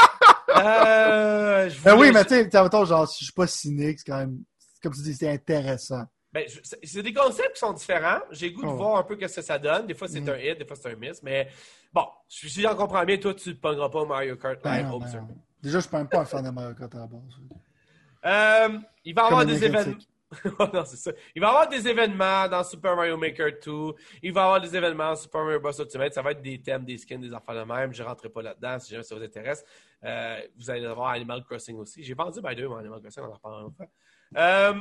euh, je Ben voulais- oui, mais tu sais, mettons, genre, si je suis pas cynique, c'est quand même, comme tu dis, c'est intéressant. Ben, je- c'est c'est des concepts qui sont différents. J'ai le goût de Oh. voir un peu ce que ça donne. Des fois, c'est Mm. un hit, des fois, c'est un miss. Mais bon, si si j'en comprends bien, toi, tu ne pogneras pas Mario Kart Ben Live non, Home ben Circuit. non. Déjà, je suis même pas un fan de Mario Kart à la base. Euh, il va y avoir Comme des un événements. non, c'est ça. Il va y avoir des événements dans Super Mario Maker deux. Il va y avoir des événements dans Super Mario Bros. Ultimate. Ça va être des thèmes, des skins, des affaires de même. Je ne rentrerai pas là-dedans si jamais ça vous intéresse. Euh, vous allez avoir Animal Crossing aussi. J'ai vendu by deux mon Animal Crossing, on en reparlera une autre fois. Euh,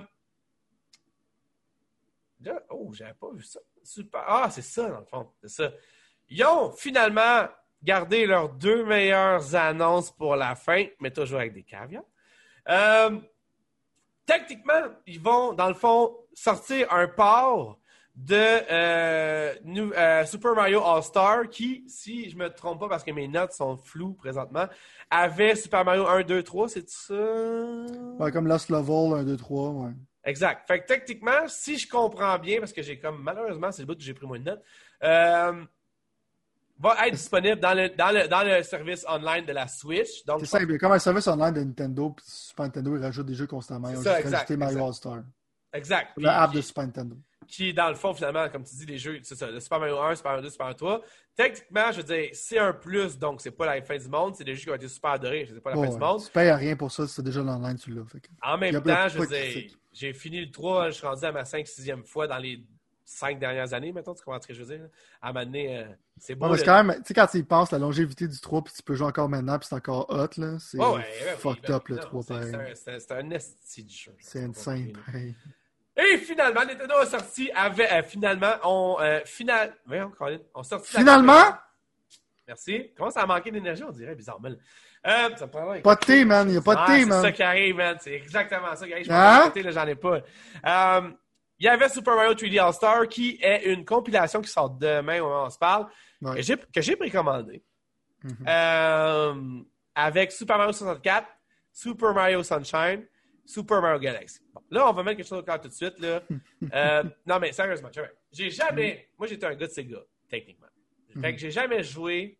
là, oh, j'avais pas vu ça. Super. Ah, c'est ça, dans le fond. C'est ça. Ils ont finalement gardé leurs deux meilleures annonces pour la fin, mais toujours avec des caveats. Euh, Techniquement, ils vont, dans le fond, sortir un port de euh, New- euh, Super Mario All-Star qui, si je me trompe pas parce que mes notes sont floues présentement, avait Super Mario un, deux, trois, c'est ça? Ouais, comme Lost Level, un, deux, trois, ouais. Exact. Fait que techniquement, si je comprends bien, parce que j'ai comme, malheureusement, c'est le bout que j'ai pris moins de notes, euh, va être disponible dans le, dans le, dans le service online de la Switch. Donc, C'est simple, il y a comme un service online de Nintendo, puis Super Nintendo, ils rajoutent des jeux constamment. Ils C'est ont ça, juste exact, rajouté Mario exact. All-Star. exact. Puis- La app puis- de Super Nintendo. qui, dans le fond, finalement, comme tu dis, les jeux, c'est ça, le Super Mario un, Super Mario deux, Super Mario trois. Techniquement, je veux dire, c'est un plus, donc c'est pas la fin du monde, c'est des jeux qui ont été super adorés, c'est pas la Ouais, fin du ouais. monde. Tu payes à rien pour ça, c'est déjà l'online, tu l'as. Fait que- En Il y même a pas- temps, je veux pas de dire, critique. j'ai fini le trois, je suis rendu à ma cinq sixième fois dans les cinq dernières années, maintenant, tu comprends ce que je veux dire? là? À un moment donné, euh, c'est beau. Ouais, mais c'est le- quand même, tu sais, quand tu y penses, la longévité du trois, puis tu peux jouer encore maintenant, puis c'est encore hot, là. C'est Ouais, ouais, ouais, oui, fucked ben up, oui, le non, trois, c'est- pareil. c'est un- C'est c'est un esti de jeu. C'est insane, pareil. Et finalement, Nintendo a sorti avec, euh, finalement, on, euh, final, voyons, Colin, on sorti la- Finalement? Merci. Comment ça a manqué d'énergie, on dirait, bizarrement. Euh, ça me prendra un Pas de café. thé, man. Il n'y a pas de Ah, thé, c'est man. ça qui arrive, man. C'est exactement ça qui arrive. Je Hein? pense que là, j'en ai pas. Euh, il y avait Super Mario trois D All-Star qui est une compilation qui sort demain au moment où on se parle, Ouais. que j'ai, que j'ai précommandé. Mhm. Euh, avec Super Mario soixante-quatre, Super Mario Sunshine, Super Mario Galaxy. Bon, là, on va mettre quelque chose au clair tout de suite. Là. Euh, non, mais sérieusement, j'ai jamais... Moi, j'étais un gars de Sega, techniquement. Fait que j'ai jamais joué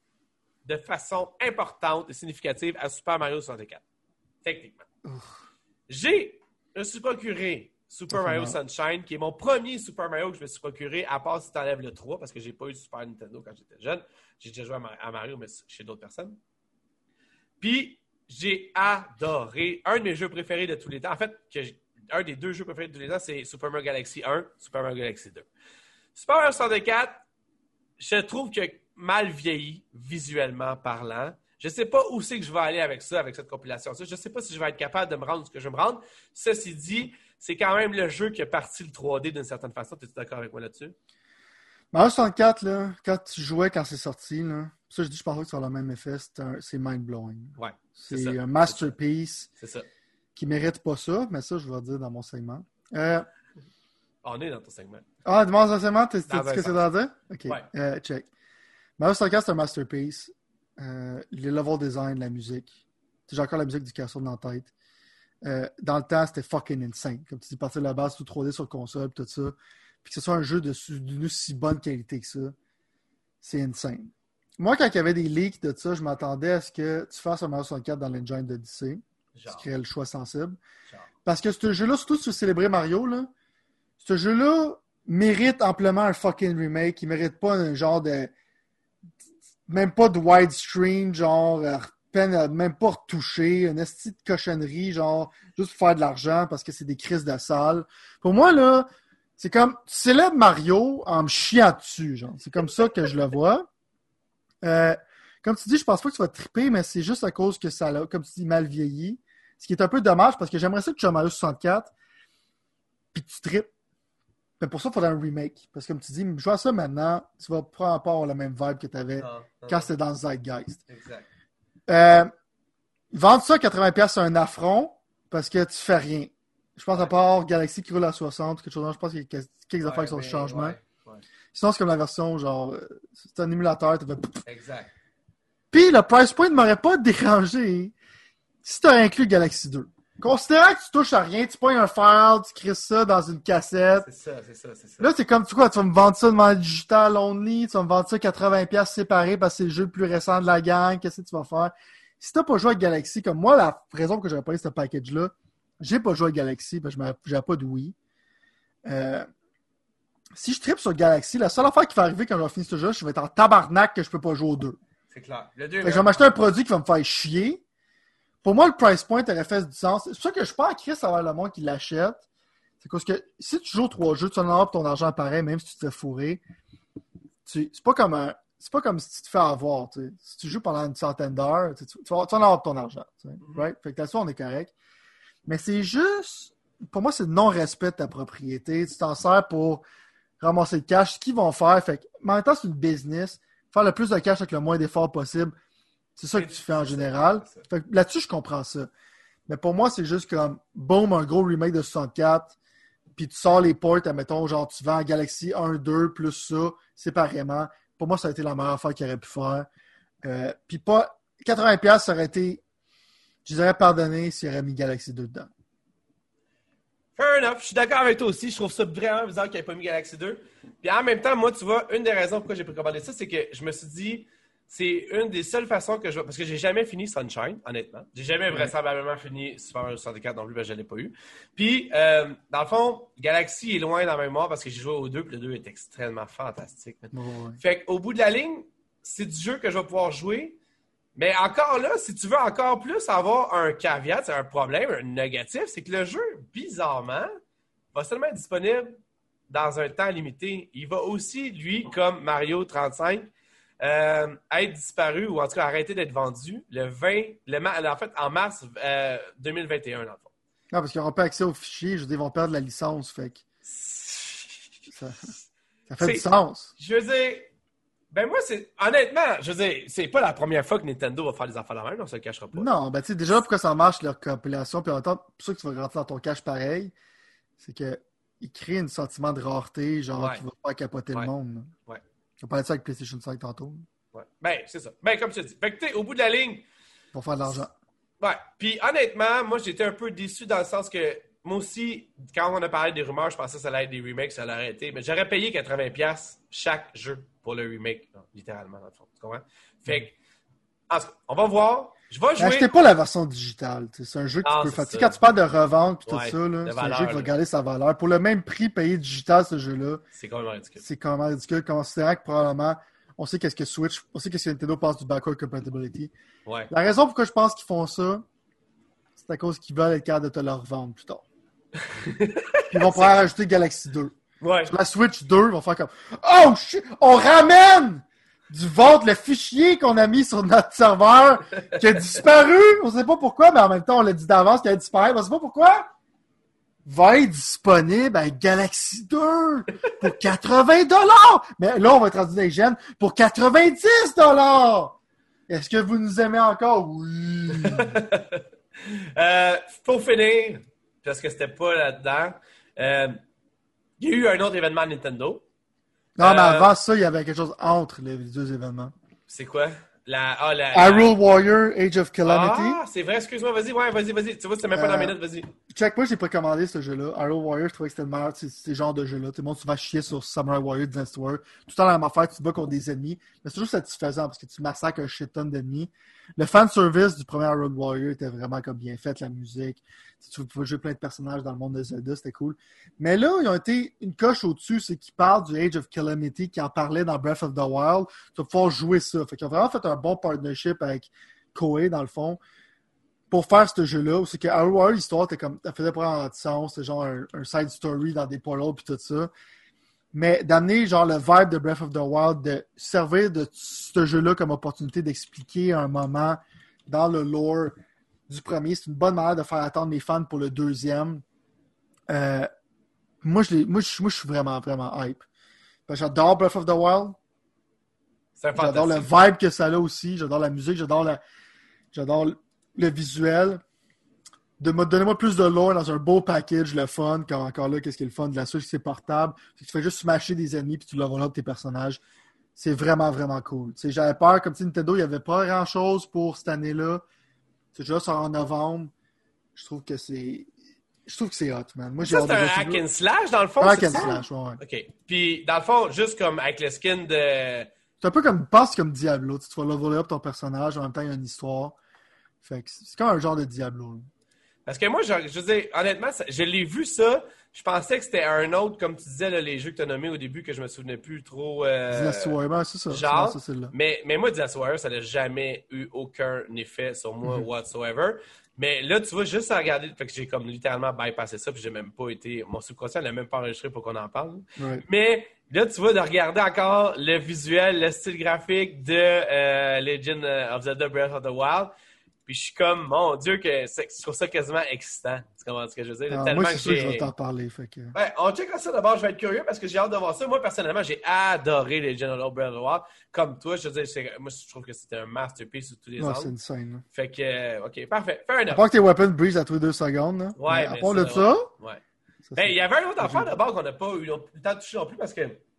de façon importante et significative à Super Mario soixante-quatre. Techniquement. J'ai... Je me suis procuré Super Mario Sunshine, qui est mon premier Super Mario que je me suis procuré, à part si tu enlèves le trois, parce que j'ai pas eu de Super Nintendo quand j'étais jeune. J'ai déjà joué à Mario, mais chez d'autres personnes. Puis, j'ai adoré un de mes jeux préférés de tous les temps. En fait, que un des deux jeux préférés de tous les temps, c'est Super Mario Galaxy un, Super Mario Galaxy deux. Super Mario soixante-quatre, je trouve que mal vieilli, visuellement parlant. Je ne sais pas où c'est que je vais aller avec ça, avec cette compilation-là. Je ne sais pas si je vais être capable de me rendre ce que je veux me rendre. Ceci dit, c'est quand même le jeu qui a parti le trois D d'une certaine façon. Es-tu d'accord avec moi là-dessus? Mario soixante-quatre, là, quand tu jouais quand c'est sorti, là, ça je dis je pense que ça a le même effet, c'est, un, c'est mind-blowing. Ouais, c'est, c'est c'est ça. un masterpiece c'est ça. qui mérite pas ça, mais ça je vais dire dans mon segment. Euh, On est dans ton segment. ah, dans mon segment, t'as dit ce que sens. c'est dans dire? Ok, Ouais. euh, check. Mario soixante-quatre, c'est un masterpiece. Euh, les level design, la musique. J'ai encore la musique du Castle dans la tête. Euh, dans le temps, c'était fucking insane. Comme tu dis, partir de la base, tout trois D sur console, tout ça. Puis que ce soit un jeu de, d'une aussi bonne qualité que ça, c'est insane. Moi, quand il y avait des leaks de ça, je m'attendais à ce que tu fasses un Mario soixante-quatre dans l'engine d'Odyssey. Ce qui est le choix sensible. Genre. Parce que ce jeu-là, surtout si tu veux célébrer Mario, là, ce jeu-là mérite amplement un fucking remake. Il mérite pas un genre de... Même pas de widescreen, genre... Peine, même pas retouché, une esti de cochonnerie, genre, juste pour faire de l'argent parce que c'est des crises de salle. Pour moi, là, c'est comme, tu célèbres Mario en me chiant dessus, genre. C'est comme ça que je le vois. Euh, comme tu dis, je pense pas que tu vas triper, mais c'est juste à cause que ça l'a, comme tu dis, mal vieilli. Ce qui est un peu dommage parce que j'aimerais ça que tu joues à Mario soixante-quatre puis que tu tripes. Mais pour ça, il faudrait un remake. Parce que comme tu dis, jouer à ça maintenant, tu vas pas avoir la même vibe que tu avais quand c'était dans le Zeitgeist. Exact. Euh, vendre ça à quatre-vingts dollars c'est un affront parce que tu fais rien. Je pense ouais. à part Galaxy qui roule à soixante, quelque chose, je pense qu'il y a quelques ouais, affaires qui sont le changement. Ouais, ouais. Sinon, c'est comme la version, genre, c'est un émulateur. Tu fais... Exact. Puis le price point ne m'aurait pas dérangé si tu as inclus Galaxy deux. Considérant que tu touches à rien, tu pognes un file, tu crées ça dans une cassette. C'est ça, c'est ça, c'est ça. Là, c'est comme, tu quoi, tu vas me vendre ça devant le digital only, tu vas me vendre ça quatre-vingts dollars séparé parce que c'est le jeu le plus récent de la gang, qu'est-ce que tu vas faire? Si t'as pas joué avec Galaxy, comme moi, la raison que j'avais pas eu ce package-là, j'ai pas joué avec Galaxy parce que j'avais pas de Wii. Euh, si je tripe sur Galaxy, la seule affaire qui va arriver quand je vais finir ce jeu, je vais être en tabarnak que je peux pas jouer aux deux. C'est clair. Le deux, fait que je vais m'acheter un produit qui va me faire chier. Pour moi, le price point aurait fait du sens. C'est pour ça que je suis pas en crise avoir le monde qui l'achète. C'est parce que si tu joues trois jeux, tu en auras pour ton argent pareil, même si tu te fais fourrer. Tu, c'est pas comme un, c'est pas comme si tu te fais avoir. T'sais. Si tu joues pendant une centaine d'heures, tu, tu, tu vas en avoir pour ton argent. Mm-hmm. Right? Fait que là-dessus, on est correct. Mais c'est juste, pour moi, c'est le non-respect de ta propriété. Tu t'en sers pour ramasser le cash. Ce qu'ils vont faire, fait que, en même temps, c'est une business. Faire le plus de cash avec le moins d'efforts possible. C'est ça que tu fais en général. Fait que là-dessus, je comprends ça. Mais pour moi, c'est juste comme, boum, un gros remake de soixante-quatre, puis tu sors les ports, admettons, genre, tu vends Galaxy un, deux, plus ça, séparément. Pour moi, ça a été la meilleure affaire qu'il aurait pu faire. Euh, puis pas, quatre-vingts dollars, ça aurait été, je dirais, pardonné s'il aurait mis Galaxy deux dedans. Fair enough. Je suis d'accord avec toi aussi. Je trouve ça vraiment bizarre qu'il n'ait pas mis Galaxy deux. Puis en même temps, moi, tu vois, une des raisons pourquoi j'ai précommandé ça, c'est que je me suis dit, c'est une des seules façons que je vais... Parce que j'ai jamais fini Sunshine, honnêtement. J'ai jamais ouais. vraisemblablement fini Super Mario soixante-quatre non plus, parce que je ne l'ai pas eu. Puis, euh, dans le fond, Galaxy est loin dans ma mémoire parce que j'ai joué au deux, puis le deux est extrêmement fantastique. Ouais. Fait qu'au bout de la ligne, c'est du jeu que je vais pouvoir jouer. Mais encore là, si tu veux encore plus avoir un caveat, c'est un problème, un négatif, c'est que le jeu, bizarrement, va seulement être disponible dans un temps limité. Il va aussi, lui, comme Mario trente-cinq, Euh, être disparu ou en tout cas arrêter d'être vendu le vingt, le, en fait en mars euh, deux mille vingt et un dans le fond. Non, parce qu'ils n'auront pas accès aux fichiers, je veux dire, ils vont perdre la licence, fait que ça, ça fait c'est, du sens. Je veux dire, ben moi, c'est honnêtement, je veux dire, c'est pas la première fois que Nintendo va faire des affaires la même, on se le cachera pas. Non, ben tu sais, déjà pourquoi ça marche leur compilation, puis en même temps, pour ça que tu vas rentrer dans ton cache pareil, c'est que il crée un sentiment de rareté, genre, Ouais. qui va faire capoter Ouais. le monde. Ouais. On parlait de ça avec PlayStation cinq tantôt. Ouais. Ben, c'est ça. Ben, comme tu dis. Fait que, tu sais, au bout de la ligne, Pour faire de l'argent. ouais. Puis, honnêtement, moi, j'étais un peu déçu dans le sens que, moi aussi, quand on a parlé des rumeurs, je pensais que ça allait être des remakes, ça allait arrêter. Mais j'aurais payé quatre-vingts dollars chaque jeu pour le remake, non, littéralement, dans le fond. Tu comprends? Fait que, en tout cas, on va voir. Je vais jouer. Achetez pas la version digitale. t'sais. C'est un jeu que Ah, tu peux c'est faire. Tu sais, ça. quand tu parles de revente et tout Ouais, ça, là, de c'est un valeur, jeu qui va là. garder sa valeur. Pour le même prix payé digital, ce jeu-là, C'est quand même ridicule. c'est quand même ridicule, considérant que probablement, on sait qu'est-ce que Switch, on sait qu'est-ce que Nintendo passe du backward compatibility. Ouais. La raison pourquoi je pense qu'ils font ça, c'est à cause qu'ils veulent être capables de te le revendre plus tard. Puis ils vont pouvoir rajouter Galaxy deux. Ouais. Sur la Switch deux, ils vont faire comme Oh shit, on ramène du vote le fichier qu'on a mis sur notre serveur qui a disparu. On sait pas pourquoi, mais en même temps, on l'a dit d'avance qu'il a disparu. On sait pas pourquoi. Va être disponible avec Galaxy deux pour quatre-vingts dollars. Mais là, on va être rendu dans les gènes pour quatre-vingt-dix dollars. Est-ce que vous nous aimez encore? Oui. euh, pour finir, parce que c'était pas là-dedans, euh, il y a eu un autre événement Nintendo. Non, mais Euh, avant ça, il y avait quelque chose entre les deux événements. C'est quoi? La, ah, la, la- Hyrule Warrior, Age of Calamity. Ah, c'est vrai, excuse-moi, vas-y, ouais, vas-y, vas-y. Tu vois, c'était même pas dans la Euh, minute, vas-y. Check, moi, j'ai précommandé ce jeu-là. Hyrule Warrior, je trouvais que c'était le meilleur de ces, ces genres de jeux-là. Tout le monde se va chier sur Samurai Warrior, Dynasty Warrior. Tout le temps la même affaire, tu te bats contre des ennemis. Mais c'est toujours satisfaisant parce que tu massacres un shit ton d'ennemis. Le fanservice du premier Hyrule Warrior était vraiment comme bien fait, la musique. Tu pouvais jouer plein de personnages dans le monde de Zelda, c'était cool. Mais là, ils ont été une coche au-dessus, c'est qu'ils parlent du Age of Calamity, qui en parlait dans Breath of the Wild. Tu vas pouvoir jouer ça. Fait qu'ils ont vraiment fait un bon partnership avec Koei, dans le fond, pour faire ce jeu-là, où c'est que Hyrule Warrior, l'histoire, t'es comme, ça faisait pas de sens, c'était genre un, un side story dans des portals puis tout ça. Mais d'amener genre le vibe de Breath of the Wild, de servir de ce jeu-là comme opportunité d'expliquer un moment dans le lore du premier, c'est une bonne manière de faire attendre les fans pour le deuxième. Euh, moi, je l'ai- moi, je moi, je suis vraiment, vraiment hype. Parce que j'adore Breath of the Wild. C'est J'adore le fantastique. vibe que ça a aussi. J'adore la musique. J'adore la... j'adore le visuel. De me donnez-moi plus de lore dans un beau package, le fun. Car encore là, qu'est-ce qui est le fun de la Switch, c'est portable. Tu fais juste smasher des ennemis puis tu level up tes personnages. C'est vraiment, vraiment cool. Tu sais, j'avais peur, comme si Nintendo, il n'y avait pas grand-chose pour cette année-là. Ce jeu-là sort en novembre. Je trouve que c'est... Je trouve que c'est hot, man. Moi, j'ai Ça, hâte c'est de un voir ce hack jeu. and slash, dans le fond, Un hack c'est and ça? slash, ouais, ouais. OK. Puis, dans le fond, juste comme avec le skin de... C'est un peu comme, pense comme Diablo. Tu, sais, tu vas leveler up ton personnage, en même temps, il y a une histoire. Fait que c'est comme un genre de Diablo. Là. Parce que moi, je, je veux dire, honnêtement, ça- je l'ai vu ça. Je pensais que c'était un autre, comme tu disais, là, les jeux que tu as nommés au début, que je me souvenais plus trop. Euh, Dynasty Warrior, ben, c'est ça. genre, c'est ça, c'est là. mais, mais moi, Dynasty Warrior, ça n'a jamais eu aucun effet sur moi Mhm. whatsoever. Mais là, tu vois, juste à regarder, fait que j'ai comme littéralement bypassé ça, puis j'ai même pas été. Mon subconscient n'a même pas enregistré pour qu'on en parle. Ouais. Mais là, tu vois, de regarder encore le visuel, le style graphique de euh, Legend of Zelda Breath of the Wild. Puis je suis comme, mon Dieu, que c'est- je trouve ça quasiment excitant. Tu comprends ce que je veux dire? Alors, Tellement moi, c'est que sûr que je j'ai- vais t'en parler. Fait que... Ouais, on checkera ça d'abord. Je vais être curieux parce que j'ai hâte de voir ça. Moi, personnellement, j'ai adoré les General Breath of the Wild. Comme toi, je veux dire, c'est- moi, je trouve que c'était un masterpiece sur tous les Ouais, c'est angles. une scène. Là. Fait que, euh, OK, parfait. Fair À enough. part que tes weapons brise à tous les deux secondes. Là. Ouais, mais à mais part ça, de ça, Ouais. ça, Ben, c'est- il y avait un autre c'est affaire génial. d'abord qu'on n'a pas eu le temps de toucher non plus parce que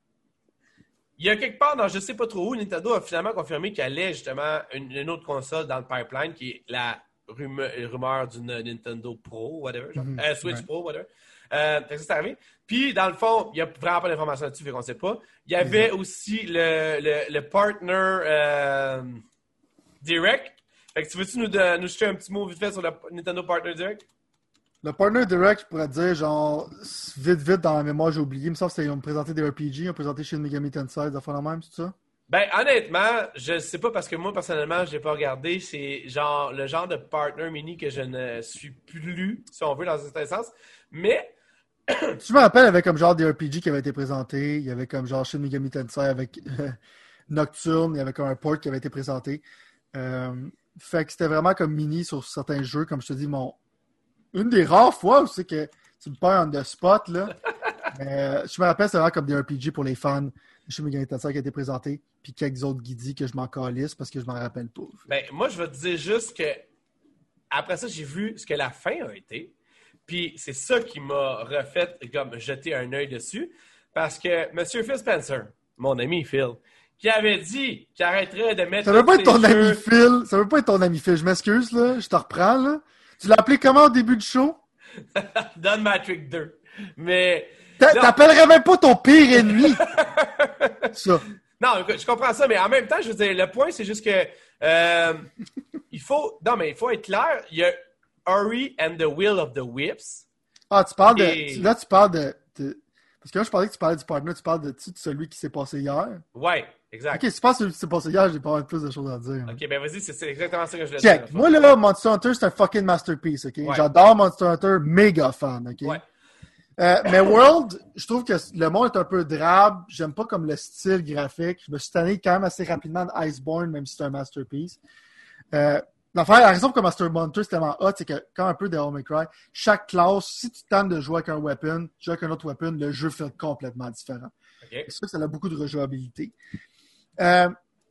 il y a quelque part dans je sais pas trop où, Nintendo a finalement confirmé qu'il y allait justement une, une autre console dans le pipeline qui est la rumeur, rumeur d'une Nintendo Pro, whatever, genre. Mhm, Euh, Switch ouais. Pro, whatever. Euh, fait que ça, c'est arrivé. Puis, dans le fond, il n'y a vraiment pas d'informations là-dessus, fait qu'on ne sait pas. Il y avait aussi le, le, le partner euh, Direct. Fait que tu veux-tu nous, de- nous jeter un petit mot vite fait sur le Nintendo Partner Direct? Le partner direct, je pourrais te dire, genre, vite, vite, dans la mémoire, j'ai oublié. Il me semble qu'ils ont présenté des R P G, ils ont présenté Shin Megami Tensei, des affaires la même, c'est ça? Ben, honnêtement, je sais pas parce que moi, personnellement, je l'ai pas regardé. C'est genre le genre de partner mini que je ne suis plus, si on veut, dans un certain sens. Mais, Tu me rappelles, il y avait comme genre des R P G qui avaient été présentés, il y avait comme genre Shin Megami Tensei avec euh, Nocturne, il y avait comme un port qui avait été présenté. Euh, fait que c'était vraiment comme mini sur certains jeux, comme je te dis, mon... une des rares fois où c'est que tu me perds on the spot, là. Mais euh, je me rappelle, c'est vraiment comme des R P G pour les fans de Shin Megami Tensei qui a été présenté, puis quelques autres guidis que je m'en calisse parce que je m'en rappelle pas. ben, moi, je vais te dire juste que après ça, j'ai vu ce que la fin a été. Puis c'est ça qui m'a refait comme jeter un œil dessus. Parce que M. Phil Spencer, mon ami Phil, qui avait dit qu'il arrêterait de mettre. Ça veut pas être ton jeux... ami Phil. Ça veut pas être ton ami Phil. Je m'excuse, là. Je te reprends, là. Tu l'as appelé comment au début du show? Don Matrix deux. Mais. T'a- T'appellerais même pas ton pire ennemi. Ça. Non, écoute, je comprends ça, mais en même temps, je veux dire, le point, c'est juste que. Euh, il faut. Non, mais il faut être clair. Il y a Ori and the Will of the Whips. Ah, tu parles Et... de. Là, tu parles de. de... Parce que là, je parlais que tu parlais du partner, tu parles de, de celui qui s'est passé hier. Ouais, exact. Ok, si tu parles de celui qui s'est passé hier, j'ai pas plus de choses à dire. Hein. Ok, ben vas-y, c'est, c'est exactement ça que je voulais Check. dire. Moi, là, Monster Hunter, c'est un fucking masterpiece, ok? Ouais. J'adore Monster Hunter, méga fan, ok? Ouais. Euh, mais World, je trouve que le monde est un peu drabe. J'aime pas comme le style graphique. Je me suis tanné quand même assez rapidement de Iceborne, même si c'est un masterpiece. Euh, L'affaire, la raison pour que Monster Hunter c'est tellement hot, c'est que, comme un peu de Devil May Cry, chaque classe, si tu tentes de jouer avec un weapon, tu joues avec un autre weapon, le jeu fait complètement différent. Okay. C'est sûr que ça a beaucoup de rejouabilité. Euh,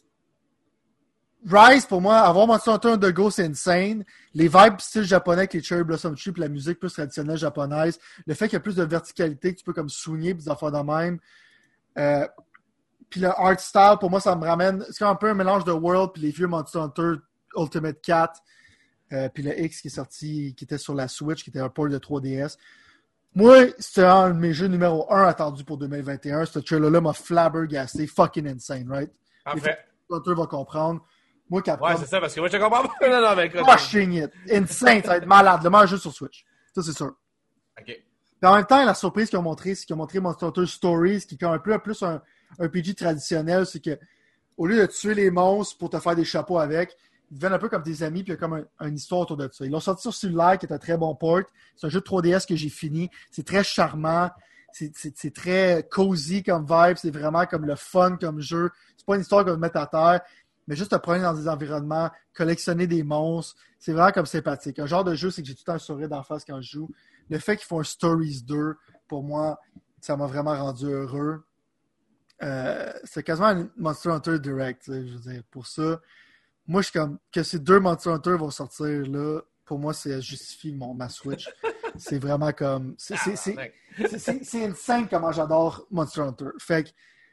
Rise, pour moi, avoir Monster Hunter Undergo, c'est insane. Les vibes style japonais avec les Cherry Blossom Tree, puis la musique plus traditionnelle japonaise. Le fait qu'il y a plus de verticalité, que tu peux comme soigner, puis des affaires de même. Euh, puis le art style, pour moi, ça me ramène... C'est comme un peu un mélange de World, puis les vieux Monster Hunter Ultimate quatre, euh, puis le X qui est sorti, qui était sur la Switch, qui était un port de trois D S. Moi, c'est un de mes jeux numéro un attendus pour deux mille vingt et un. Ce trailer-là m'a flabbergasté. Fucking insane, right? Parfait. Hunter va comprendre. Moi, Capcom... Ouais, c'est ça, parce que moi, je te comprends pas. non, non, mais... Crushing it. Insane. Ça va être malade. Le meilleur jeu sur Switch. Ça, c'est sûr. OK. Puis en même temps, la surprise qu'ils ont montré, c'est qu'ils ont montré Monster Hunter Stories, qui est un peu plus un, un P G traditionnel. C'est que, au lieu de tuer les monstres pour te faire des chapeaux avec, ils deviennent un peu comme des amis, puis il y a comme un, une histoire autour de ça. Ils l'ont sorti sur cellulaire, qui est un très bon port. C'est un jeu de trois D S que j'ai fini. C'est très charmant. C'est, c'est, c'est très cozy comme vibe. C'est vraiment comme le fun comme jeu. C'est pas une histoire qu'on va mettre à terre, mais juste te promener dans des environnements, collectionner des monstres. C'est vraiment comme sympathique. Un genre de jeu, c'est que j'ai tout le temps un sourire d'en face quand je joue. Le fait qu'ils font un Stories deux, pour moi, ça m'a vraiment rendu heureux. Euh, c'est quasiment un Monster Hunter Direct, je veux dire, pour ça. Moi, je suis comme, que ces deux Monster Hunter vont sortir là, pour moi, ça justifie mon, ma Switch. C'est vraiment comme, c'est, c'est, c'est, c'est, c'est, c'est insane comment j'adore Monster Hunter. Fait que,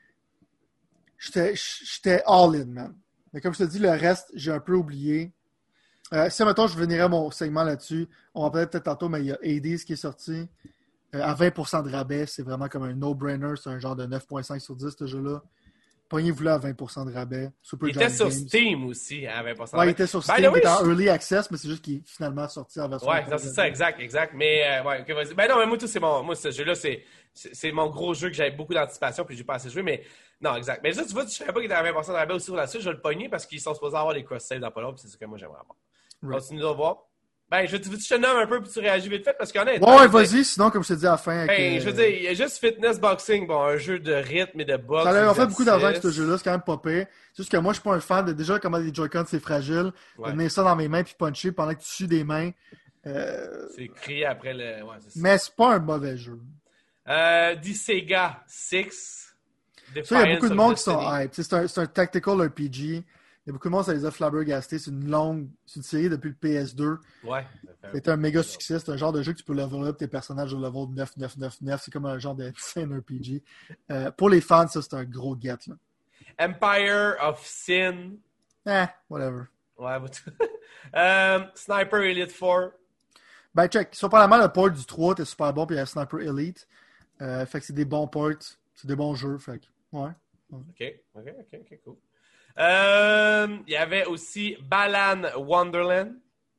j'étais, j'étais all in, man. Mais comme je te dis, le reste, j'ai un peu oublié. Euh, si, mettons, je venirais mon segment là-dessus, on va peut-être peut-être tantôt, mais il y a Hades qui est sorti. Euh, à vingt pour cent de rabais, c'est vraiment comme un no-brainer. C'est un genre de neuf virgule cinq sur dix, ce jeu-là. Pognez-vous là à vingt pour cent de rabais. Super il était Giant sur Games. Steam aussi à vingt pour cent. Ouais, il était sur Steam, il était en Early Access, mais c'est juste qu'il est finalement sorti en version. Ouais, ça, c'est ça, exact, exact. Mais, euh, ouais, ok, vas-y. Ben non, mais moi, tout, c'est mon, moi, ce jeu-là, c'est, c'est, c'est mon gros jeu que j'avais beaucoup d'anticipation, puis j'ai pas assez joué, mais, non, exact. Mais ça, tu vois, je savais pas qu'il était à vingt pour cent de rabais aussi sur la suite, je vais le pogner parce qu'ils sont supposés avoir les cross-sales dans pas long, puis c'est ce que moi, j'aimerais avoir. Right. Continue de voir. Ben, je, je te nomme un peu, puis tu réagis vite fait, parce qu'il y en a. Ouais, ouais, vas-y, sinon, comme je te dis à la fin. Avec, ben, euh... je veux dire, il y a juste Fitness Boxing, bon, un jeu de rythme et de boxe. Ça a fait beaucoup d'argent avec ce jeu-là, c'est quand même pas pire. C'est juste que moi, je suis pas un fan de déjà comment les Joy-Con, c'est fragile. Ouais. De mettre ça dans mes mains puis puncher pendant que tu sues des mains. Euh... C'est crié après le. Ouais, c'est mais c'est pas un mauvais jeu. Euh, Sega six. Ça, il y a beaucoup de monde qui sont hype. C'est un, c'est un tactical R P G. Il y a beaucoup de monde, ça les a flabbergastés. C'est une longue, c'est une série depuis le P S deux. Ouais. C'est un méga succès. C'est un genre de jeu que tu peux level up tes personnages au level neuf neuf neuf neuf. C'est comme un genre de scène R P G. Euh, pour les fans, ça, c'est un gros get, là. Empire of Sin. Eh, whatever. Ouais, um, Sniper Elite quatre. Ben, check. Ils sont pas mal le port du trois, t'es super bon, puis il y a Sniper Elite. Euh, fait que c'est des bons ports. C'est des bons jeux. Fait que, ouais. Ok, ok, ok, ok, cool. Euh, il y avait aussi Balan Wonderland.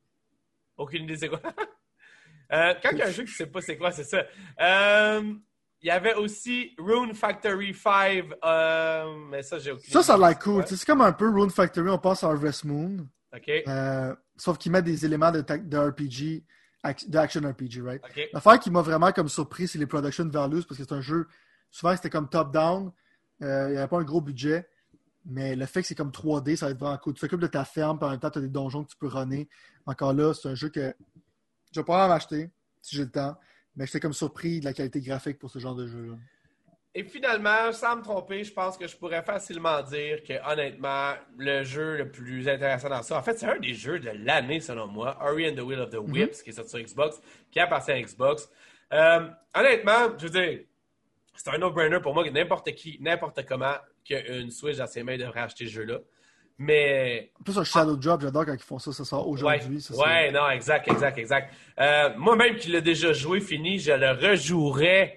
Aucune idée c'est quoi. euh, quand il y a un jeu que je sais pas c'est quoi, c'est ça. Euh, il y avait aussi Rune Factory cinq. Euh, mais ça, j'ai aucune Ça, idée. ça a l'air cool. C'est comme un peu Rune Factory, on passe à Harvest Moon. OK. Euh, sauf qu'ils mettent des éléments de, de R P G, de action R P G, right? Okay. L'affaire qui m'a vraiment comme surpris, c'est les production values, parce que c'est un jeu, souvent c'était comme top-down. Euh, il n'y avait pas un gros budget. Mais le fait que c'est comme trois D, ça va être vraiment cool. Tu t'occupes de ta ferme, puis en même temps, tu as des donjons que tu peux runner. Encore là, c'est un jeu que je vais pas en acheter si j'ai le temps. Mais j'étais comme surpris de la qualité graphique pour ce genre de jeu-là. Et finalement, sans me tromper, je pense que je pourrais facilement dire que, honnêtement, le jeu le plus intéressant dans ça, en fait, c'est un des jeux de l'année, selon moi, Ori and the Will of the Wisps, mm-hmm. qui est sorti sur Xbox, qui appartient à Xbox. Euh, honnêtement, je veux dire, c'est un no-brainer pour moi que n'importe qui, n'importe comment, qui a une Switch dans ses mains devrait acheter ce jeu-là. Mais... En plus, un Shadow Drop, j'adore quand ils font ça, ça sort aujourd'hui. Ouais, ça, ouais non, exact, exact, exact. Euh, moi-même qui l'ai déjà joué, fini, je le rejouerais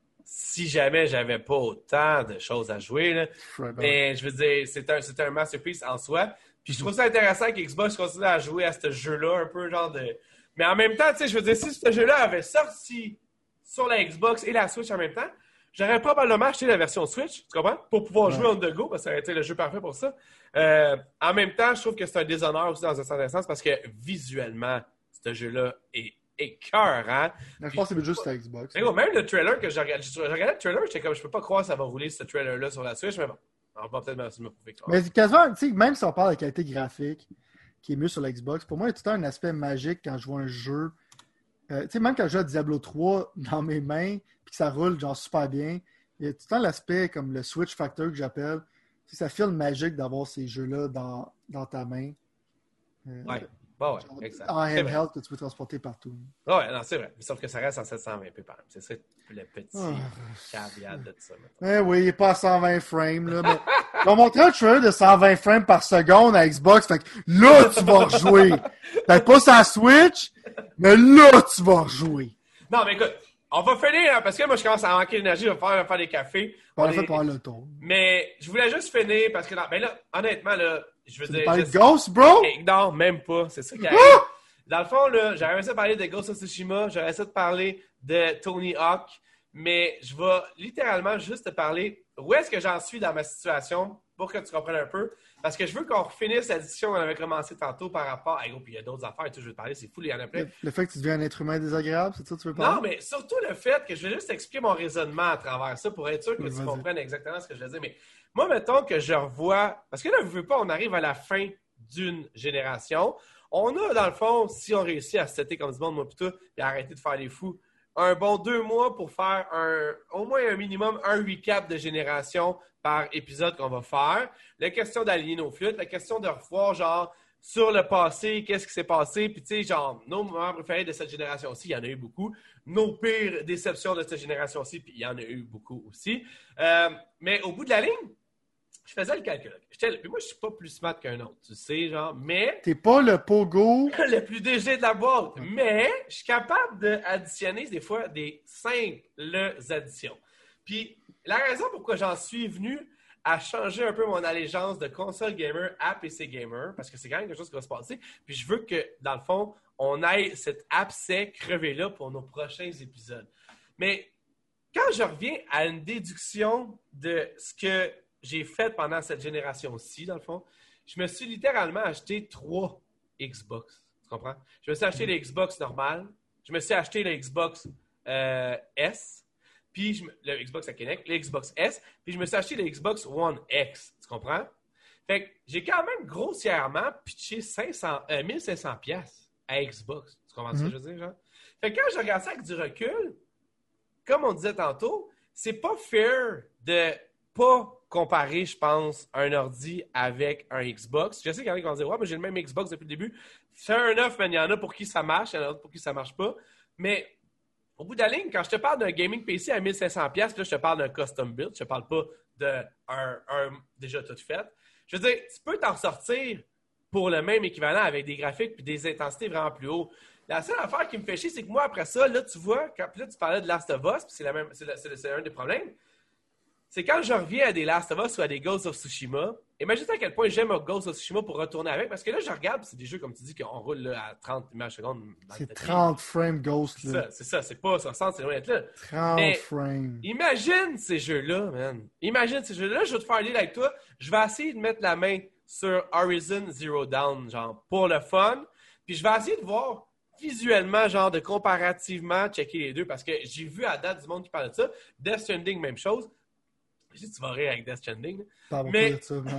si jamais j'avais pas autant de choses à jouer. Là. Right, mais je veux dire, c'est un, c'est un masterpiece en soi. Puis je trouve ça intéressant qu'Xbox continue à jouer à ce jeu-là, un peu genre de... Mais en même temps, tu sais, je veux dire, si ce jeu-là avait sorti sur la Xbox et la Switch en même temps, j'aurais probablement acheté la version Switch, tu comprends? Pour pouvoir ouais. jouer on the go, parce que ça aurait été le jeu parfait pour ça. Euh, en même temps, je trouve que c'est un déshonneur aussi dans un certain sens, parce que visuellement, ce jeu-là est écœurant. Je pense que c'est juste à Xbox. Mais gros, même le trailer que j'ai regardé, j'ai regardé le trailer, j'étais comme, je peux pas croire que ça va rouler ce trailer-là sur la Switch, mais bon, on va peut-être me prouver que mais quasiment, tu sais, même si on parle de qualité graphique, qui est mieux sur la Xbox, pour moi, il y a tout le temps un aspect magique quand je vois un jeu. Euh, tu sais, même quand je joue à Diablo trois dans mes mains, puis que ça roule genre super bien, il y a tout le temps l'aspect comme le Switch Factor que j'appelle. Tu sais, ça file magique d'avoir ces jeux-là dans, dans ta main. Euh, ouais. Bon, ouais, genre, exact. En handheld que tu peux transporter partout. Oh, ouais, non, c'est vrai. Mais sauf que ça reste en sept cent vingt p par exemple. C'est ça le petit oh. caveat de ça. Eh oui, il n'est pas à cent vingt frames. Là, mais... Ils ont montré un trailer de cent vingt frames par seconde à Xbox. Fait que là, tu vas rejouer. Peut-être pas sur la Switch, mais là, tu vas rejouer. Non, mais écoute, on va finir, hein, parce que moi, je commence à manquer d'énergie. Je vais faire, faire des cafés. On va faire le tour. Mais je voulais juste finir, parce que, non, ben là, honnêtement, là, je veux tu dire... parler de Ghost, bro? Hey, non, même pas. C'est ça qui arrive. Dans le fond, là, j'aurais essayé de parler de Ghost of Tsushima, j'aurais essayé de parler de Tony Hawk, mais je vais littéralement juste te parler où est-ce que j'en suis dans ma situation pour que tu comprennes un peu. Parce que je veux qu'on finisse la discussion qu'on avait commencé tantôt par rapport à... Hey, puis il y a d'autres affaires et tout, je veux te parler, c'est fou, il y en a plein. Le, le fait que tu deviens un être humain désagréable, c'est ça que tu veux parler? Non, mais surtout le fait que je vais juste expliquer mon raisonnement à travers ça pour être sûr que oui, tu vas-y. comprennes exactement ce que je veux dire. Mais moi, mettons que je revois... Parce que là, je veux pas, on arrive à la fin d'une génération. On a, dans le fond, si on réussit à se setter comme du monde, moi plutôt, et arrêter de faire les fous, un bon deux mois pour faire un, au moins un minimum un recap de génération par épisode qu'on va faire. La question d'aligner nos flûtes, la question de revoir, genre, sur le passé, qu'est-ce qui s'est passé, puis tu sais, genre, nos moments préférés de cette génération-ci, il y en a eu beaucoup. Nos pires déceptions de cette génération-ci, puis il y en a eu beaucoup aussi. Euh, mais au bout de la ligne, je faisais le calcul. J'étais, puis moi, je suis pas plus smart qu'un autre, tu sais, genre, mais... T'es pas le pogo... le plus D G de la boîte. Mais je suis capable d'additionner, des fois, des simples additions. Puis la raison pourquoi j'en suis venu à changer un peu mon allégeance de console gamer à P C gamer, parce que c'est quand même quelque chose qui va se passer, puis je veux que, dans le fond, on aille cet abcès crevé-là pour nos prochains épisodes. Mais quand je reviens à une déduction de ce que j'ai fait pendant cette génération-ci, dans le fond, je me suis littéralement acheté trois Xbox. Tu comprends? Je me suis acheté les Xbox normales, je me suis acheté le Xbox euh, S, puis je me, le Xbox à Kinect, le Xbox S, puis je me suis acheté le Xbox One X. Tu comprends? Fait que j'ai quand même grossièrement pitché cinq cents, euh, mille cinq cents piastres à Xbox. Tu comprends mm-hmm. ce que je veux dire, genre? Fait que quand je regarde ça avec du recul, comme on disait tantôt, c'est pas fair de pas comparer, je pense, un ordi avec un Xbox. Je sais qu'il y en a qui vont dire « Ouais, mais j'ai le même Xbox depuis le début. » C'est un œuf, mais il y en a pour qui ça marche, il y en a d'autres pour qui ça marche pas. Mais au bout de la ligne, quand je te parle d'un gaming P C à mille cinq cents dollars, là, je te parle d'un custom build, je te parle pas d'un un, un déjà tout fait. Je veux dire, tu peux t'en sortir pour le même équivalent avec des graphiques et des intensités vraiment plus haut. La seule affaire qui me fait chier, c'est que moi, après ça, là, tu vois, quand là, tu parlais de Last of Us, puis c'est, la même, c'est, la, c'est, le, c'est un des problèmes. C'est quand je reviens à des Last of Us ou à des Ghost of Tsushima, imagine à quel point j'aime Ghost of Tsushima pour retourner avec, parce que là, je regarde, c'est des jeux, comme tu dis, qu'on roule là, à trente images secondes. C'est trente frames Ghost, là. C'est ça, c'est ça, c'est pas soixante, c'est loin d'être là. trente Mais frames. Imagine ces jeux-là, man. Imagine ces jeux-là. Là, je vais te faire lire avec toi. Je vais essayer de mettre la main sur Horizon Zero Dawn, genre, pour le fun. Puis je vais essayer de voir visuellement, genre, de comparativement checker les deux, parce que j'ai vu à date du monde qui parle de ça. Death Stranding, même chose. Je dis, tu vas rire avec Death Stranding. Parle mais... pas de ça, man.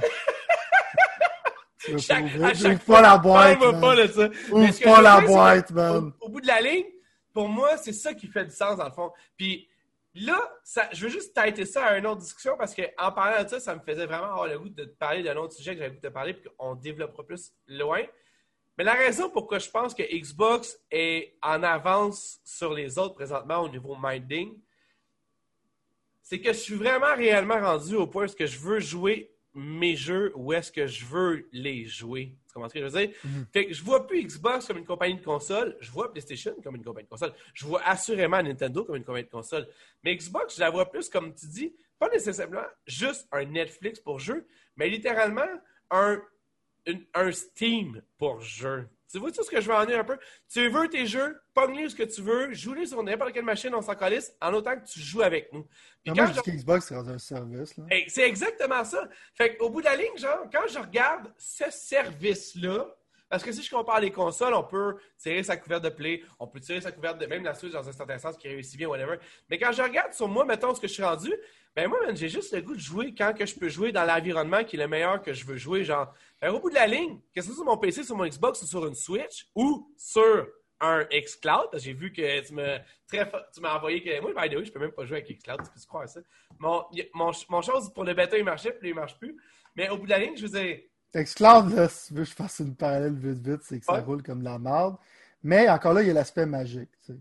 chaque, à chaque Ouvre pas la boîte, man. Pas de ça. Ouvre pas la boîte, man. Au, au bout de la ligne, pour moi, c'est ça qui fait du sens, dans le fond. Puis, là, ça, je veux juste tâter ça à une autre discussion parce qu'en parlant de ça, ça me faisait vraiment avoir le goût de te parler d'un autre sujet que j'avais le goût de te parler puis qu'on développera plus loin. Mais la raison pourquoi je pense que Xbox est en avance sur les autres présentement au niveau minding, c'est que je suis vraiment réellement rendu au point où est-ce que je veux jouer mes jeux ou est-ce que je veux les jouer. Tu comprends ce que je veux dire? Mm-hmm. Fait que je vois plus Xbox comme une compagnie de console, je vois PlayStation comme une compagnie de console, je vois assurément Nintendo comme une compagnie de console. Mais Xbox, je la vois plus, comme tu dis, pas nécessairement juste un Netflix pour jeux, mais littéralement un, une, un Steam pour jeux. Tu vois tout ce que je veux en dire un peu? Tu veux tes jeux, pogne-les ce que tu veux, joue-les sur n'importe quelle machine, on s'en calisse, en autant que tu joues avec nous. Puis moi, je dis je... qu'Xbox, c'est un service. Là. Hey, c'est exactement ça. Fait qu'au bout de la ligne, genre, quand je regarde ce service-là, parce que si je compare les consoles, on peut tirer sa couverte de Play, on peut tirer sa couverte de même la Switch dans un certain sens qui réussit bien, whatever. Mais quand je regarde sur moi, mettons ce que je suis rendu, ben moi, man, j'ai juste le goût de jouer quand que je peux jouer dans l'environnement qui est le meilleur que je veux jouer. Genre, ben, au bout de la ligne, que ce soit sur mon P C, sur mon Xbox ou sur une Switch ou sur un xCloud, parce que j'ai vu que tu me très tu m'as envoyé que moi, by the way, je peux même pas jouer avec xCloud, tu peux croire ça. Mon, mon, mon chose pour le bêta, il marchait, puis il marche plus. Mais au bout de la ligne, je veux dire. xCloud, là, si tu veux que je fasse une parallèle vite vite, c'est que ça ouais. roule comme de la merde. Mais encore là, il y a l'aspect magique, tu sais.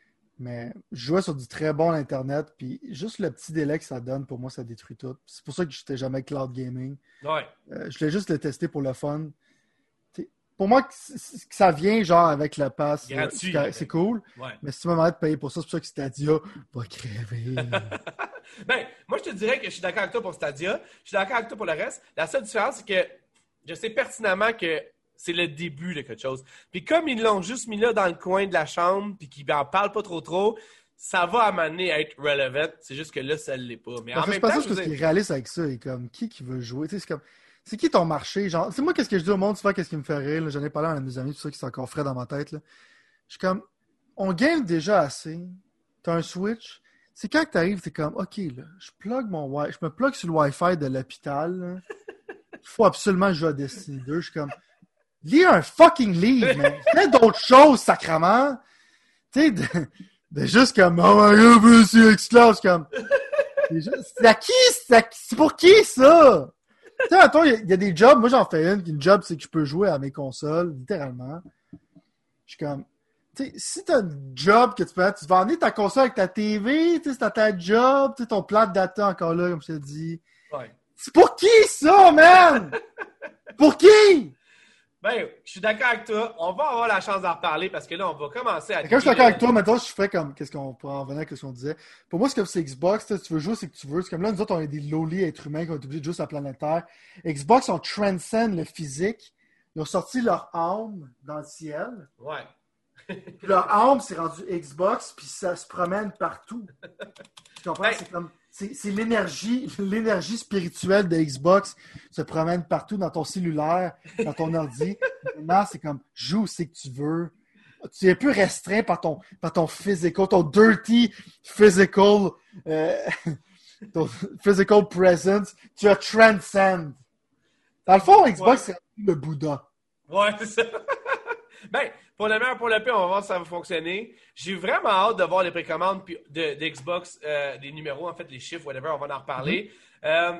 Mais je jouais sur du très bon Internet, puis juste le petit délai que ça donne, pour moi, ça détruit tout. C'est pour ça que je n'étais jamais cloud gaming. Ouais. Euh, je voulais juste le tester pour le fun. T'sais, pour moi, que, que ça vient genre avec le pass, gratuit, c'est, c'est cool. Ouais. Mais si tu me demandes de payer pour ça, c'est pour ça que Stadia va crever. Ben, moi, je te dirais que je suis d'accord avec toi pour Stadia. Je suis d'accord avec toi pour le reste. La seule différence, c'est que je sais pertinemment que c'est le début de quelque chose. Puis comme ils l'ont juste mis là dans le coin de la chambre, puis qu'ils n'en parlent pas trop trop, ça va à m'amener à être relevant. C'est juste que là, ça ne l'est pas. Mais en fait, même temps, temps, je pense que ce qui est réaliste avec ça est comme qui qui veut jouer. Tu sais, c'est comme c'est qui ton marché, genre. C'est moi qu'est-ce que je dis au monde, souvent qu'est-ce qui me fait rire. Là, j'en ai parlé à un de mes amis, tout ça qui sont encore frais dans ma tête. Là. Je suis comme, on game déjà assez. T'as un Switch. C'est quand que t'arrives, t'es comme, ok, là, je plug mon wi je me plug sur le Wi-Fi de l'hôpital. Il faut absolument que je joue à Destiny deux. Je suis comme. Lis un fucking livre, man. Fais d'autres choses, sacrément. Tu sais, de, de juste comme, oh my god, c'est xCloud, comme. C'est à qui? C'est, à, c'est pour qui, ça? Tu sais, attends, il y, y a des jobs. Moi, j'en fais une. Une job, c'est que je peux jouer à mes consoles, littéralement. Je suis comme, tu sais, si t'as un job que tu peux, tu vas emmener ta console avec ta T V, tu sais, c'est ta job, tu sais, ton plat de data encore là, comme je te dis. Ouais. C'est pour qui, ça, man? Pour qui? Ben, je suis d'accord avec toi. On va avoir la chance d'en reparler parce que là, on va commencer à... Quand je suis d'accord avec toi, maintenant, je ferais comme... Qu'est-ce qu'on pourrait en venir à ce qu'on disait? Pour moi, c'est comme c'est Xbox. Si tu veux jouer, c'est que tu veux. C'est comme là, nous autres, on est des lowly êtres humains qui ont été obligés de jouer sur la planète Terre. Xbox, on transcend le physique. Ils ont sorti leur âme dans le ciel. Ouais. Puis leur âme, c'est rendu Xbox, puis ça se promène partout. Tu comprends? Hey. C'est comme... C'est, c'est l'énergie, l'énergie spirituelle de Xbox se promène partout dans ton cellulaire, dans ton ordi. Maintenant, c'est comme, joue où c'est que tu veux. Tu es plus restreint par ton, par ton physical, ton dirty physical, euh, ton physical presence. Tu as transcend. Dans le fond, Xbox, ouais. C'est le Bouddha. Ouais, c'est ça. Ben, pour le meilleur, pour le pire, on va voir si ça va fonctionner. J'ai vraiment hâte de voir les précommandes de, de Xbox, euh, les numéros, en fait, les chiffres, whatever, on va en reparler. Mm-hmm. Euh,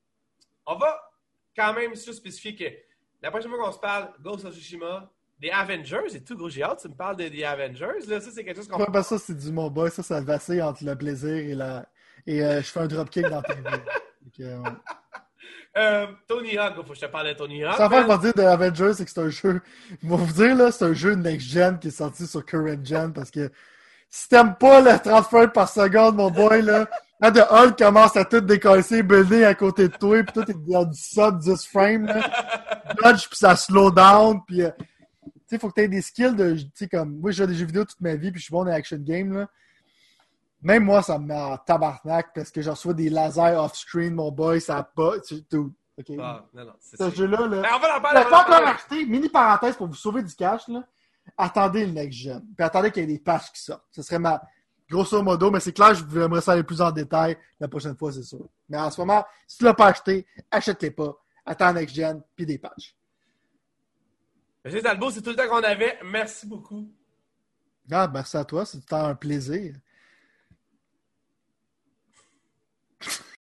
on va quand même juste spécifier que la prochaine fois qu'on se parle, Ghost of Tsushima, des Avengers et tout, gros, j'ai hâte, tu me parles des Avengers, là, ça, c'est quelque chose qu'on... Ouais, ben ça, c'est du mon boy, ça, ça vacille entre le plaisir et la... Et euh, je fais un dropkick dans tes vies. Okay, ouais. Euh, Tony Hawk, faut que je te parle de Tony Hawk. Sans faire dire de Avengers, c'est que c'est un jeu. Ils vont vous dire, là, c'est un jeu next-gen qui est sorti sur current-gen parce que si t'aimes pas le trente frames par seconde, mon boy, là, quand de Hulk commence à tout décoller, building à côté de toi, pis tout est dans du sub dix frames, là. Dodge, pis ça slow down, pis euh, tu sais, faut que t'aies des skills de, tu sais, comme, moi, je joue des jeux vidéo toute ma vie, pis je suis bon dans action game, là. Même moi, ça me met en tabarnak parce que je reçois des lasers off-screen, mon boy, ça a pas. Tout. Okay. Ah, non, non, c'est Ce jeu-là, là. Ben, on va en parler. Je l'ai pas encore acheté. Mini parenthèse pour vous sauver du cash, là. Attendez le next-gen. Puis attendez qu'il y ait des patchs qui sortent. Ce serait ma grosso modo, mais c'est clair, je voudrais ça aller plus en détail la prochaine fois, c'est sûr. Mais en ce moment, si tu l'as pas acheté, achète-les pas. Attends next-gen, puis des patchs. Monsieur Talbot, c'est tout le temps qu'on avait. Merci beaucoup. Ah, merci à toi. C'est tout le temps un plaisir.